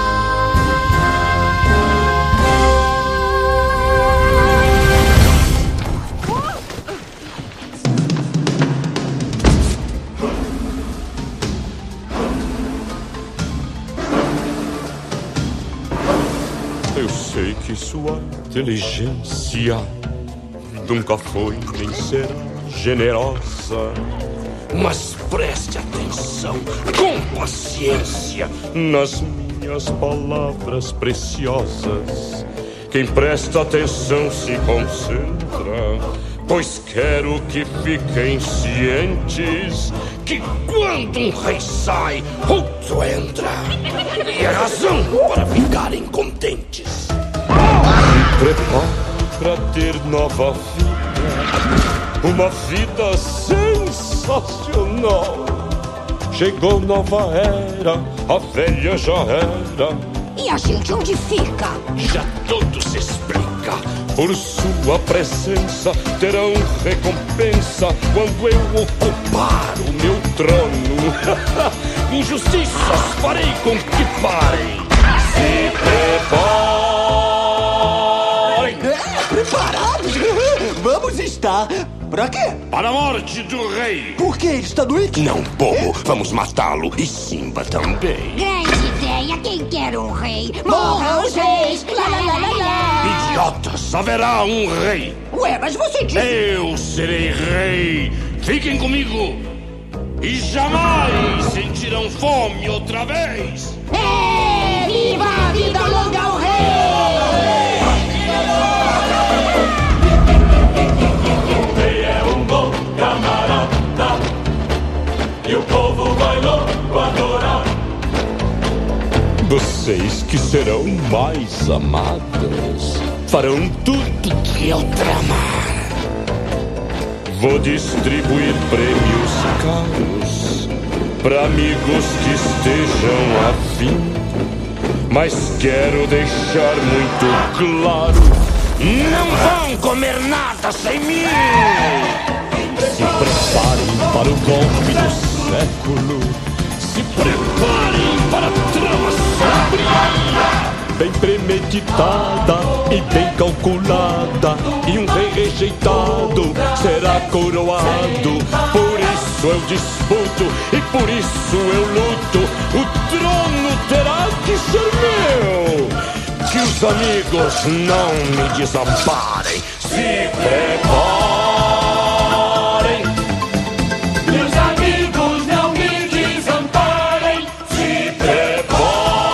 Eu sei que sua inteligência nunca foi nem será generosa, mas preste atenção com paciência nas minhas palavras preciosas. Quem presta atenção se concentra, pois quero que fiquem cientes que quando um rei sai, outro entra. E é razão para ficarem contentes. Se prepare para ter nova vida, uma vida sensacional. Chegou nova era, a velha já era. E a gente onde fica? Já tudo se explica. Por sua presença terão recompensa quando eu ocupar o meu trono. Injustiças farei com que parem. Se preparem. Preparados? Vamos estar. Pra quê? Para a morte do rei. Por que? Ele está doente? Não, bobo. Vamos matá-lo. E Simba também. Grande ideia. Quem quer um rei? Morram os reis. Lá, lá, lá, lá, lá. Idiotas, haverá um rei. Ué, mas você disse... Eu serei rei. Fiquem comigo. E jamais sentirão fome outra vez. É, viva a vida longa ao rei! O rei é um bom camarada e o povo vai logo adorar. Vocês que serão mais amadas farão tudo que eu tramar. Vou distribuir prêmios caros para amigos que estejam afim. Mas quero deixar muito claro: não vão comer nada sem mim. Se preparem para o golpe do século. Se preparem para a trama sombria, bem premeditada e bem calculada. E um rei rejeitado será coroado. Por isso eu disputo e por isso eu luto. O trono terá que ser meu. Que os amigos não me desamparem. Se preparem. Meus amigos não me desamparem. Se preparem.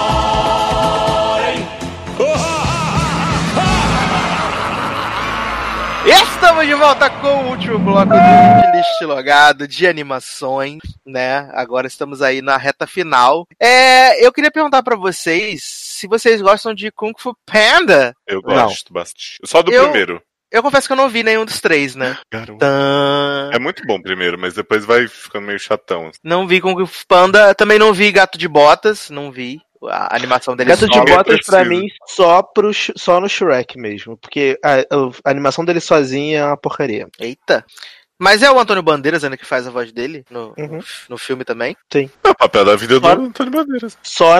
Estamos de volta com o último bloco do Hitlist Logado de animações, né? Agora estamos aí na reta final. Eu queria perguntar pra vocês se vocês gostam de Kung Fu Panda. Eu gosto bastante. Só do primeiro. Eu confesso que eu não vi nenhum dos três, né? É muito bom primeiro, mas depois vai ficando meio chatão. Não vi Kung Fu Panda, também não vi Gato de Botas, não vi. A animação dele Gato de Botas, pra mim, só no Shrek mesmo. Porque a animação dele sozinha é uma porcaria. Eita. Mas é o Antônio Bandeiras ainda que faz a voz dele no filme também? Sim. É o papel da vida do Antônio Bandeiras. Só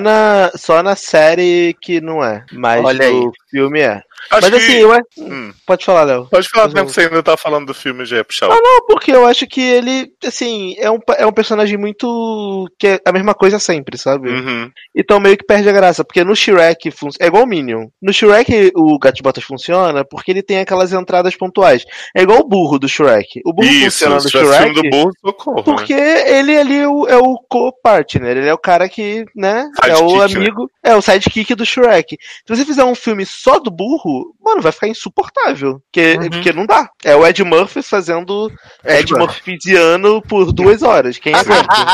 na série que não é. Mas no filme é. Acho mas assim, pode falar, Léo. Pode falar mesmo que você ainda tá falando do filme, já é puxar. Não, porque eu acho que ele, assim, é um personagem muito... que é a mesma coisa sempre, sabe? Então meio que perde a graça, porque no Shrek é igual o Minion. No Shrek o Gato de Botas funciona porque ele tem aquelas entradas pontuais. É igual o burro do Shrek. O burro funciona no Shrek do burro, socorro, porque ele ali é o co-partner, ele é o cara que, né, é o amigo, é o sidekick do Shrek. Se você fizer um filme só do burro, mano, vai ficar insuportável. Porque não dá. É o Ed Murphy fazendo Ed Murphyziano por 2 horas. Quem aguenta?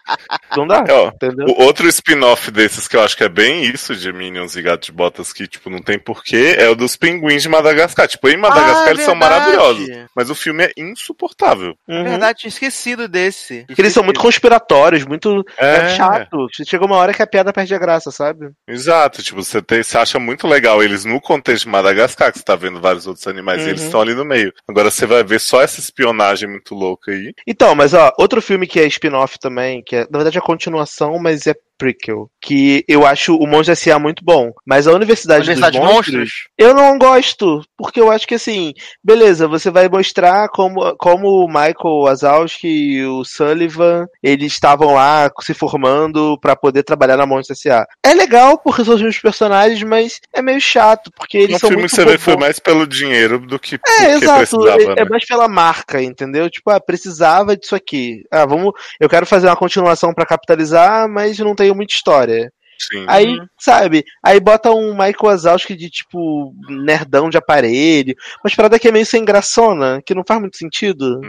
Não dá. Entendeu? O outro spin-off desses que eu acho que é bem isso, de Minions e Gato de Botas, que, tipo, não tem porquê, é o dos pinguins de Madagascar. Tipo, em Madagascar eles são maravilhosos, mas o filme é insuportável. É verdade, tinha esquecido desse. Porque eles são muito conspiratórios, muito chato. Chega uma hora que a piada perde a graça, sabe? Exato. Tipo, você acha muito legal eles no contexto de Madagascar, que você tá vendo vários outros animais e eles estão ali no meio. Agora você vai ver só essa espionagem muito louca aí. Então, mas outro filme que é spin-off também, que é, na verdade é continuação, mas é prequel, que eu acho o Monstro S.A. muito bom, mas a Universidade dos Monstros eu não gosto, porque eu acho que assim, beleza, você vai mostrar como o Michael Wazowski e o Sullivan, eles estavam lá se formando pra poder trabalhar na Monstro S.A. É legal porque são os mesmos personagens, mas é meio chato, porque eles são muito... O filme foi mais pelo dinheiro do que exato, precisava, né? Mais pela marca, entendeu? Tipo, precisava disso aqui. Eu quero fazer uma continuação pra capitalizar, mas não tenho muita história. Sim. Aí, sabe, aí bota um Michael Wazowski de, tipo, nerdão de aparelho, mas parada que é meio sem graçona, que não faz muito sentido.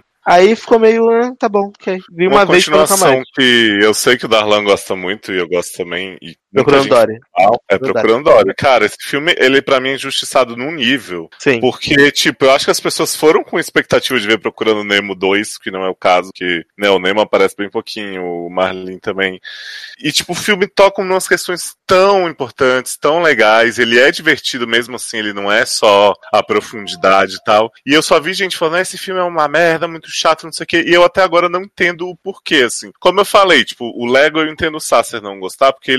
Aí ficou meio, tá bom, ok. Vi uma vez pra nunca mais. Que eu sei que o Darlan gosta muito e eu gosto também. E Procurando Dory. Procurando Dory. Cara, esse filme, ele pra mim é injustiçado num nível. Sim. Porque, tipo, eu acho que as pessoas foram com expectativa de ver Procurando Nemo 2, que não é o caso, que, né, o Nemo aparece bem pouquinho, o Marlin também. E, tipo, o filme toca em umas questões tão importantes, tão legais, ele é divertido mesmo assim, ele não é só a profundidade e tal. E eu só vi gente falando, esse filme é uma merda, muito chato, não sei o quê, e eu até agora não entendo o porquê, assim. Como eu falei, tipo, o Lego eu entendo o Sasser não gostar, porque ele, tipo,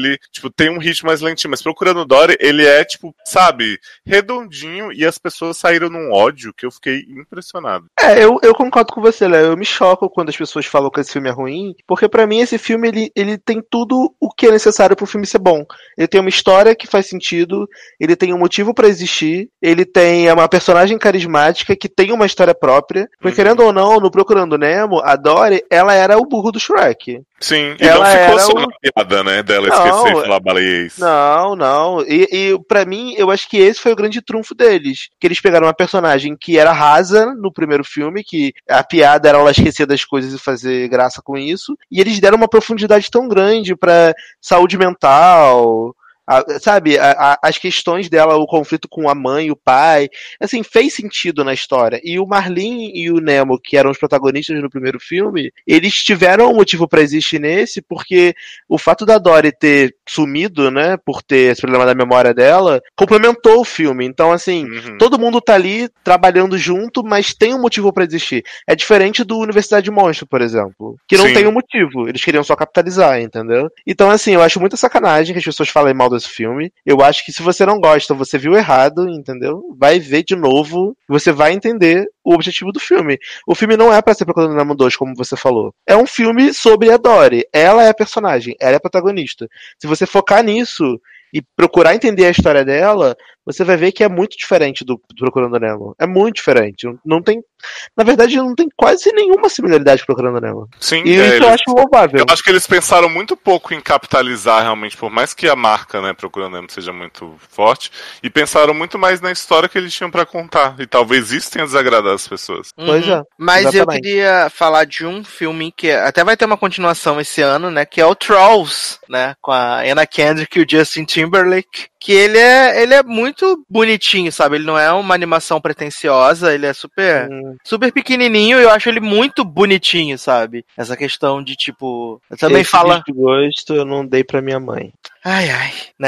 tipo, tem um ritmo mais lentinho, mas Procurando Dory, ele é, tipo, sabe, redondinho, e as pessoas saíram num ódio que eu fiquei impressionado. Eu concordo com você, Léo. Eu me choco quando as pessoas falam que esse filme é ruim, porque pra mim esse filme, ele tem tudo o que é necessário pro filme ser bom. Ele tem uma história que faz sentido, ele tem um motivo pra existir, ele tem uma personagem carismática que tem uma história própria, porque querendo ou não, no Procurando Nemo, a Dory, ela era o burro do Shrek. Sim, e ela não ficou só na piada, né, dela esquecer de falar baleiês. Não. E pra mim, eu acho que esse foi o grande trunfo deles. Que eles pegaram uma personagem que era rasa no primeiro filme, que a piada era ela esquecer das coisas e fazer graça com isso, e eles deram uma profundidade tão grande pra saúde mental, sabe, as questões dela, o conflito com a mãe e o pai, assim, fez sentido na história. E o Marlin e o Nemo, que eram os protagonistas no primeiro filme, eles tiveram um motivo pra existir nesse, porque o fato da Dory ter sumido, né, por ter esse problema da memória dela, complementou o filme. Então, assim, todo mundo tá ali trabalhando junto, mas tem um motivo pra existir. É diferente do Universidade Monstro, por exemplo, que não tem um motivo. Eles queriam só capitalizar, entendeu? Então, assim, eu acho muita sacanagem que as pessoas falem mal desse filme. Eu acho que se você não gosta, você viu errado, entendeu? Vai ver de novo, você vai entender o objetivo do filme. O filme não é pra ser Procurando Nemo 2, como você falou. É um filme sobre a Dory. Ela é a personagem, ela é a protagonista. Se você focar nisso e procurar entender a história dela, você vai ver que é muito diferente do Procurando Nemo. É muito diferente. Não tem, na verdade, não tem quase nenhuma similaridade com Procurando Nemo. Sim, e isso eu acho louvável. Eu acho que eles pensaram muito pouco em capitalizar realmente, por mais que a marca, né, Procurando Nemo seja muito forte, e pensaram muito mais na história que eles tinham pra contar. E talvez isso tenha desagradado as pessoas. Pois é. Mas exatamente. eu queria falar de um filme que até vai ter uma continuação esse ano, né? Que é o Trolls, né? Com a Anna Kendrick e o Justin Timberlake. Que ele é muito bonitinho, sabe? Ele não é uma animação pretensiosa, ele é super pequenininho e eu acho ele muito bonitinho, sabe? Essa questão de, tipo... Também esse fala... de gosto eu não dei pra minha mãe. Ai, né?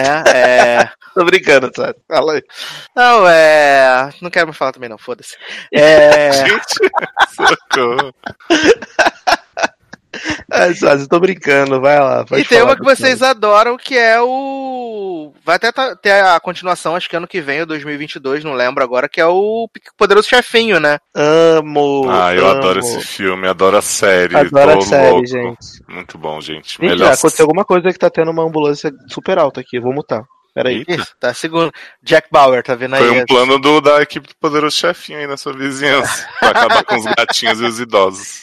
Tô brincando, sabe? Fala aí. Não, não quero mais falar também não, foda-se. Gente, socorro. Eu tô brincando, vai lá. E tem uma que vocês adoram, que é o... Vai até ter a continuação, acho que ano que vem, ou 2022, não lembro agora, que é o Poderoso Chefinho, né? Amo. Eu adoro esse filme, adoro a série. Adoro a série, louco. Gente. Muito bom, gente. Gente, Melhor... aconteceu alguma coisa que tá tendo uma ambulância super alta aqui, eu vou mutar. Peraí. Isso, tá segundo. Jack Bauer, tá vendo aí? Foi um plano da equipe do Poderoso Chefinho aí na sua vizinhança. Pra acabar com os gatinhos e os idosos.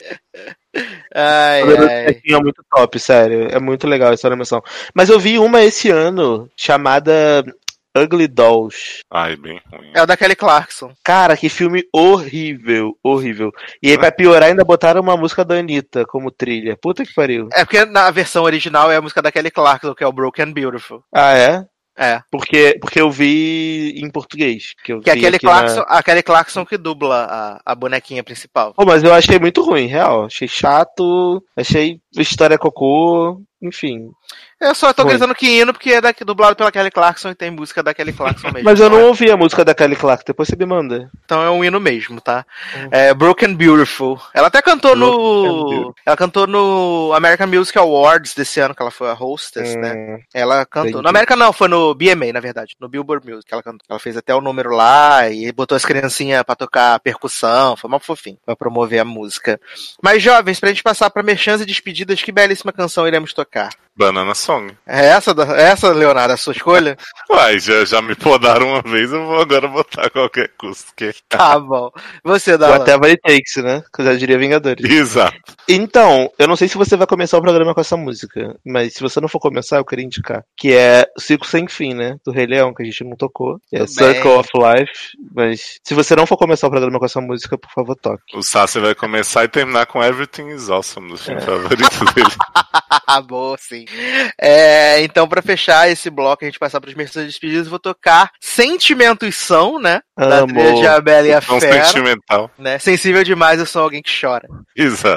Poderoso Chefinho é muito top, sério. É muito legal essa animação. Mas eu vi uma esse ano chamada Ugly Dolls. Ai, bem ruim. É o da Kelly Clarkson. Cara, que filme horrível, horrível. E aí, pra piorar, ainda botaram uma música da Anitta como trilha. Puta que pariu. É porque na versão original é a música da Kelly Clarkson, que é o Broken Beautiful. Ah, é? É. Porque eu vi em português. Que é a Kelly Clarkson que dubla a bonequinha principal. Pô, mas eu achei muito ruim, real. Achei chato, achei história cocô, enfim. Eu só tô gritando que hino porque é dublado pela Kelly Clarkson e tem música da Kelly Clarkson mesmo. Mas eu não ouvi a música da Kelly Clarkson, depois você me manda. Então é um hino mesmo, tá? É Broken Beautiful. Ela até cantou Ela cantou no American Music Awards desse ano, que ela foi a hostess, né? Ela cantou. Entendi. No American não, foi no BMA, na verdade. No Billboard Music ela cantou. Ela fez até o número lá e botou as criancinhas pra tocar percussão. Foi mal fofinho pra promover a música. Mas, jovens, pra gente passar pra merchans e despedidas, que belíssima canção iremos tocar. Banana Song. É essa, Leonardo, a sua escolha? Uai, já me podaram uma vez, eu vou agora botar qualquer custo. Tá bom. Você dá. Whatever it takes, né? Que eu já diria Vingadores. Exato. Então, eu não sei se você vai começar o programa com essa música, mas se você não for começar, eu queria indicar. Que é Ciclo Sem Fim, né? Do Rei Leão, que a gente não tocou. Que é Circle of Life. Mas se você não for começar o programa com essa música, por favor, toque. O Sassi vai começar e terminar com Everything is Awesome, do filme favorito dele. Boa, sim. Então, pra fechar esse bloco, a gente passar pros mensagens despedidas, eu vou tocar Sentimentos São, né? Da trilha de A Bela e a Fera. Sentimental. Né? Sensível demais, eu sou alguém que chora. Exato.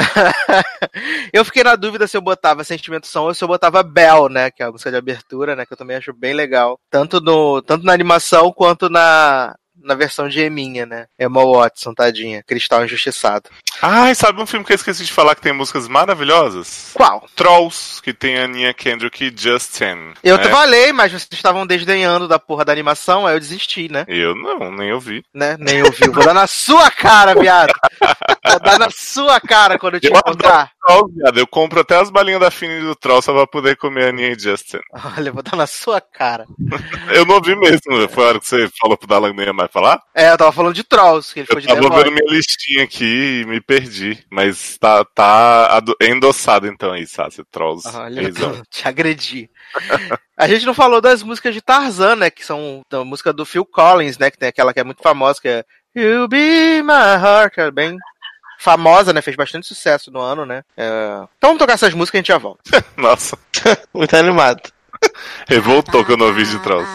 Eu fiquei na dúvida se eu botava Sentimentos São ou se eu botava Belle, né? Que é a música de abertura, né? Que eu também acho bem legal. Tanto na animação quanto na na versão de Eminha, né? Emma Watson, tadinha. Cristal injustiçado. Ai, sabe um filme que eu esqueci de falar que tem músicas maravilhosas? Qual? Trolls, que tem a Anya Kendrick e Justin. Eu te falei, mas vocês estavam desdenhando da porra da animação, aí eu desisti, né? Eu não, nem ouvi. Né? Nem ouvi. Vou dar na sua cara, viado. Vou dar na sua cara quando eu te encontrar. Trolls, viado. Eu compro até as balinhas da Fini do Troll só pra poder comer a Anya e Justin. Olha, eu vou dar na sua cara. Eu não ouvi mesmo. Foi a hora que você falou pro Dalan que não ia mais falar? É, eu tava falando de Trolls, que ele foi de Eu tava vendo minha listinha aqui e me perdi. Mas tá endossado então aí, Sácia. Trolls. Olha, eu te agredi. A gente não falou das músicas de Tarzan, né? Que são a música do Phil Collins, né? Que tem aquela que é muito famosa, que é You Be My Heart, que é bem famosa, né? Fez bastante sucesso no ano, né? Então vamos tocar essas músicas e a gente já volta. Nossa. Muito animado. Revoltou que eu não ouvi de Trolls.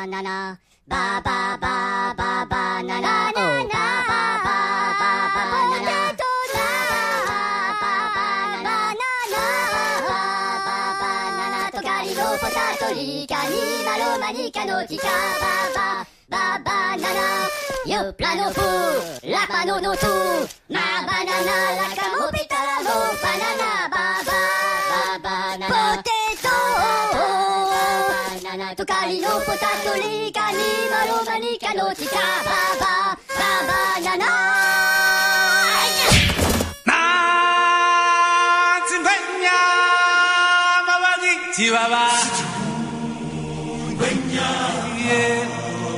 Yo plano fu, la mano no tu, ma banana la camo pitala mo banana banana potato banana tokari no potato li kani maro mani kano tika banana na timbenya mabagi chihuahua yeah.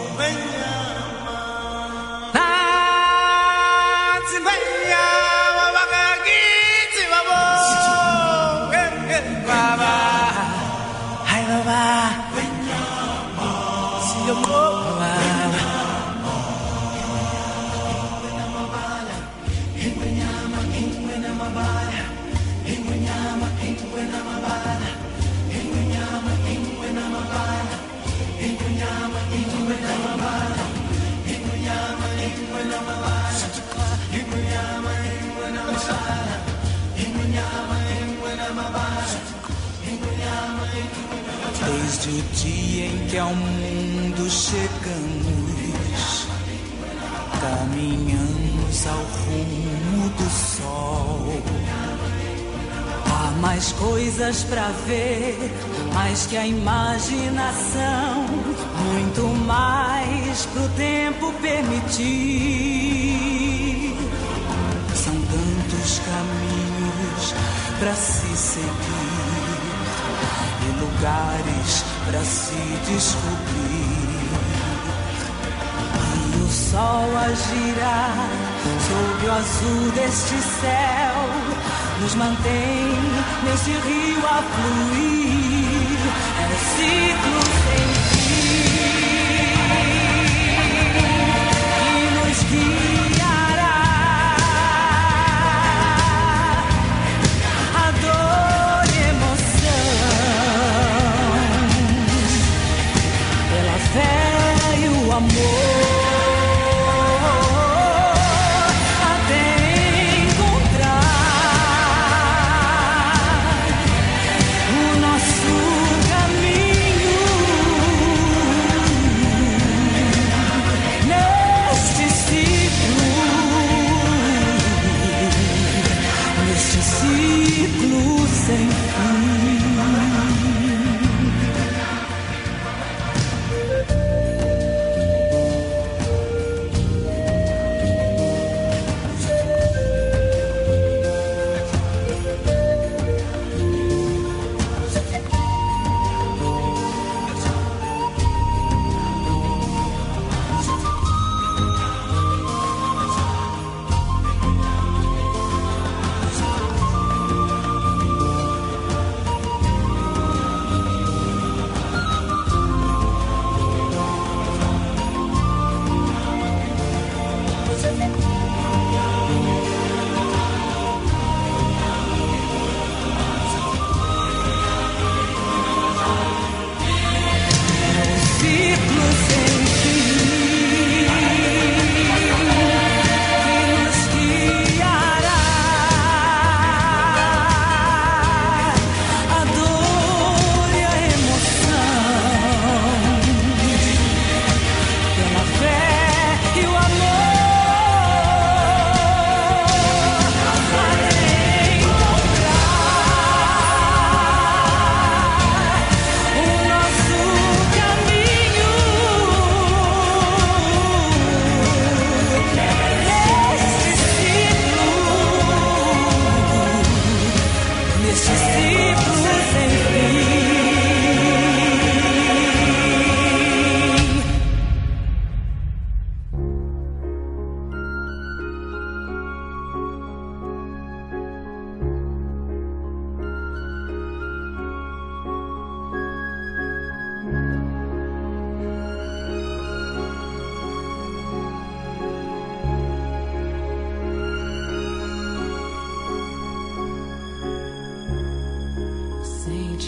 Desde o dia em que ao mundo chegamos, caminhamos ao rumo do sol. Há mais coisas pra ver, mais que a imaginação, muito mais pro tempo permitir. São tantos caminhos pra se seguir, lugares pra se descobrir. E o sol a girar sob o azul deste céu nos mantém neste rio a fluir. É um ciclo sem fim que nos guiará. A dor e emoção, fé e o amor, até encontrar o nosso caminho.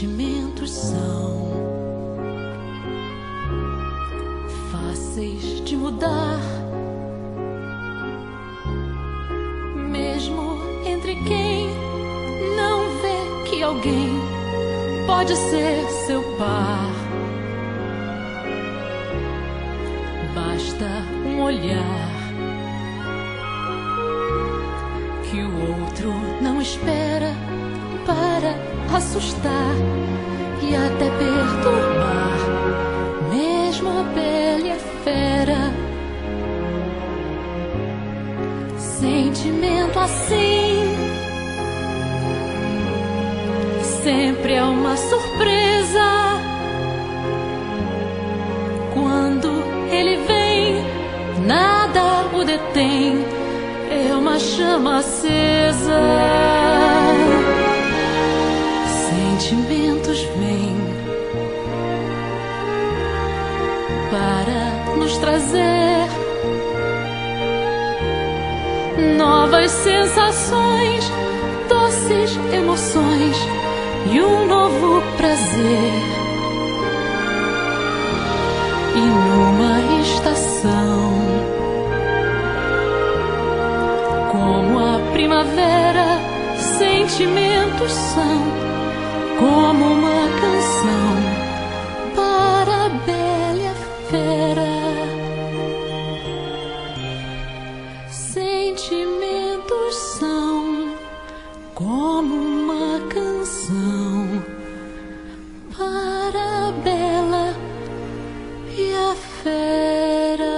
Sentimentos são fáceis de mudar, mesmo entre quem não vê que alguém pode ser seu par. Basta um olhar que o outro não espera para assustar e até perturbar, mesmo a bela e a fera. Sentimento assim sempre é uma surpresa. Quando ele vem, nada o detém, é uma chama acesa. Sentimentos vêm para nos trazer novas sensações, doces emoções e um novo prazer. E numa estação como a primavera, sentimentos são como uma canção para a bela e a fera. Sentimentos são como uma canção para a bela e a fera.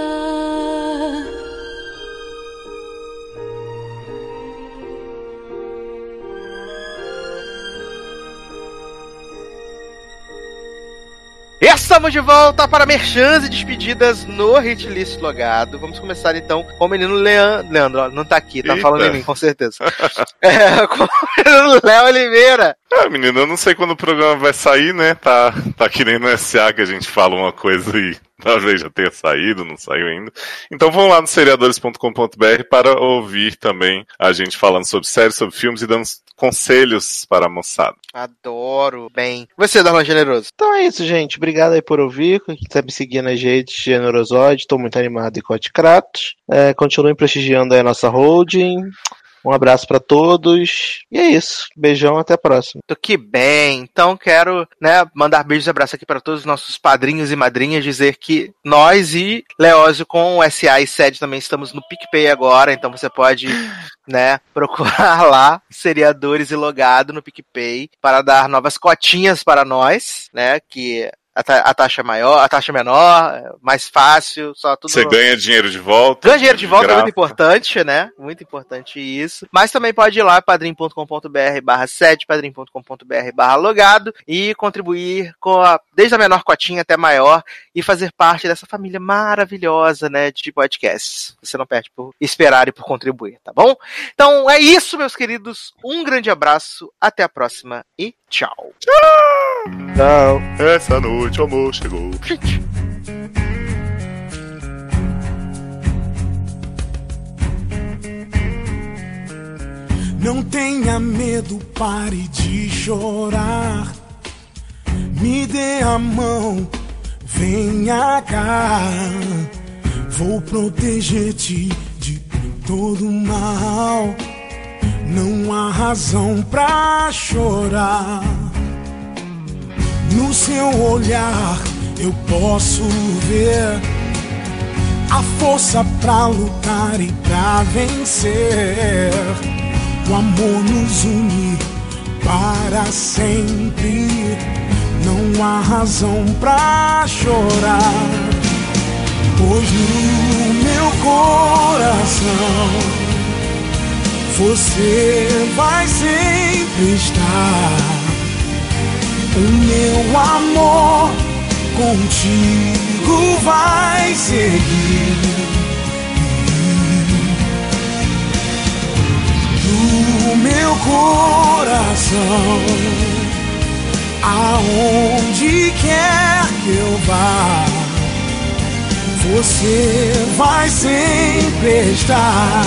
Estamos de volta para merchans e despedidas no Hitlist Logado. Vamos começar então com o menino Leandro. Ó, não tá aqui, tá falando em mim, com certeza. Com o menino Léo Oliveira. Menino, eu não sei quando o programa vai sair, né? Tá que nem no SA que a gente fala uma coisa e talvez já tenha saído, não saiu ainda. Então vão lá no seriadores.com.br para ouvir também a gente falando sobre séries, sobre filmes e dando conselhos para a moçada. Adoro. Bem. Você, Darlan Generoso? Então é isso, gente. Obrigado aí por ouvir. Quem quiser me seguir nas redes, Generosoide. Tô muito animado e Cote Kratos. Continuem prestigiando aí a nossa holding. Um abraço pra todos. E é isso. Beijão, até a próxima. Que bem. Então quero, mandar beijos e abraços aqui para todos os nossos padrinhos e madrinhas, dizer que nós e Leózio com o SA e SED também estamos no PicPay agora, então você pode, procurar lá Seriadores e Logado no PicPay para dar novas cotinhas para nós, que a taxa é maior, a taxa é menor, mais fácil, só tudo. Você ganha dinheiro de volta. Ganha dinheiro de volta, é muito importante, Muito importante isso. Mas também pode ir lá, padrim.com.br/sede, padrim.com.br/logado e contribuir desde a menor cotinha até a maior e fazer parte dessa família maravilhosa, de podcasts. Você não perde por esperar e por contribuir, tá bom? Então é isso, meus queridos. Um grande abraço, até a próxima e tchau. Tchau. Essa noite o amor chegou. Não tenha medo, pare de chorar. Me dê a mão, venha cá. Vou proteger-te de todo mal. Não há razão pra chorar. No seu olhar eu posso ver a força pra lutar e pra vencer. O amor nos une para sempre. Não há razão pra chorar, pois no meu coração você vai sempre estar. O meu amor contigo vai seguir. No meu coração, aonde quer que eu vá, você vai sempre estar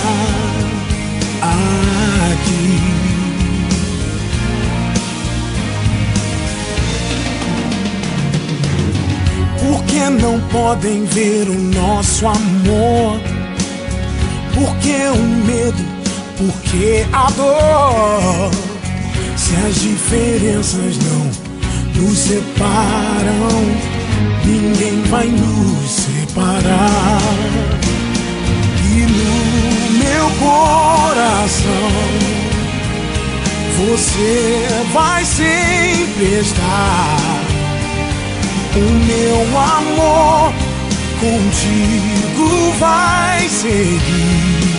aqui. podem ver o nosso amor. Por que o medo? Por que a dor? Se as diferenças não nos separam, ninguém vai nos separar. E no meu coração você vai sempre estar. O meu amor contigo vai seguir.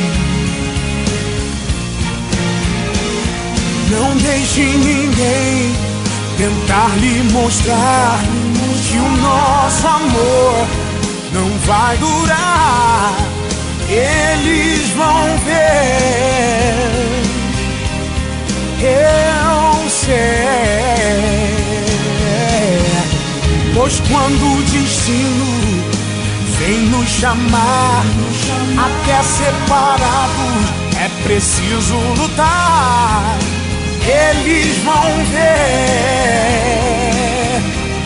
Não deixe ninguém tentar lhe mostrar que o nosso amor não vai durar. Eles vão ver, eu sei. Pois quando o destino vem nos chamar, até separados é preciso lutar. Eles vão ver,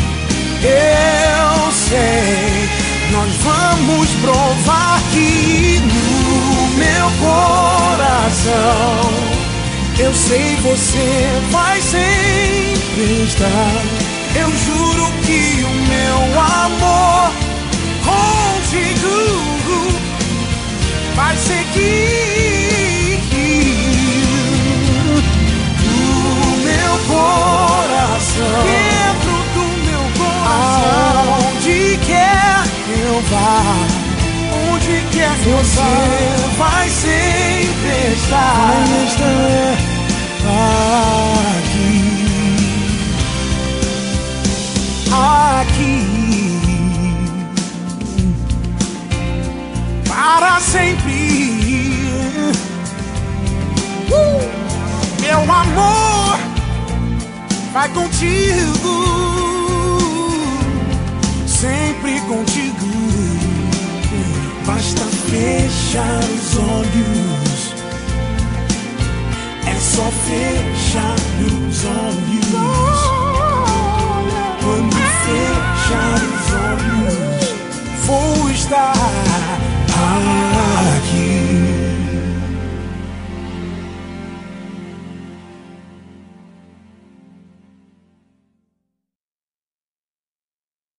eu sei. Nós vamos provar que no meu coração, eu sei você vai sempre estar. Eu juro que o meu amor contigo vai seguir. Do meu coração, dentro do meu coração, aonde quer que eu vá, onde quer que você vai sempre estar. Vai estar aqui, para sempre. Meu amor vai contigo, sempre contigo. Basta fechar os olhos, é só fechar os olhos. Quando fechar os olhos, vou estar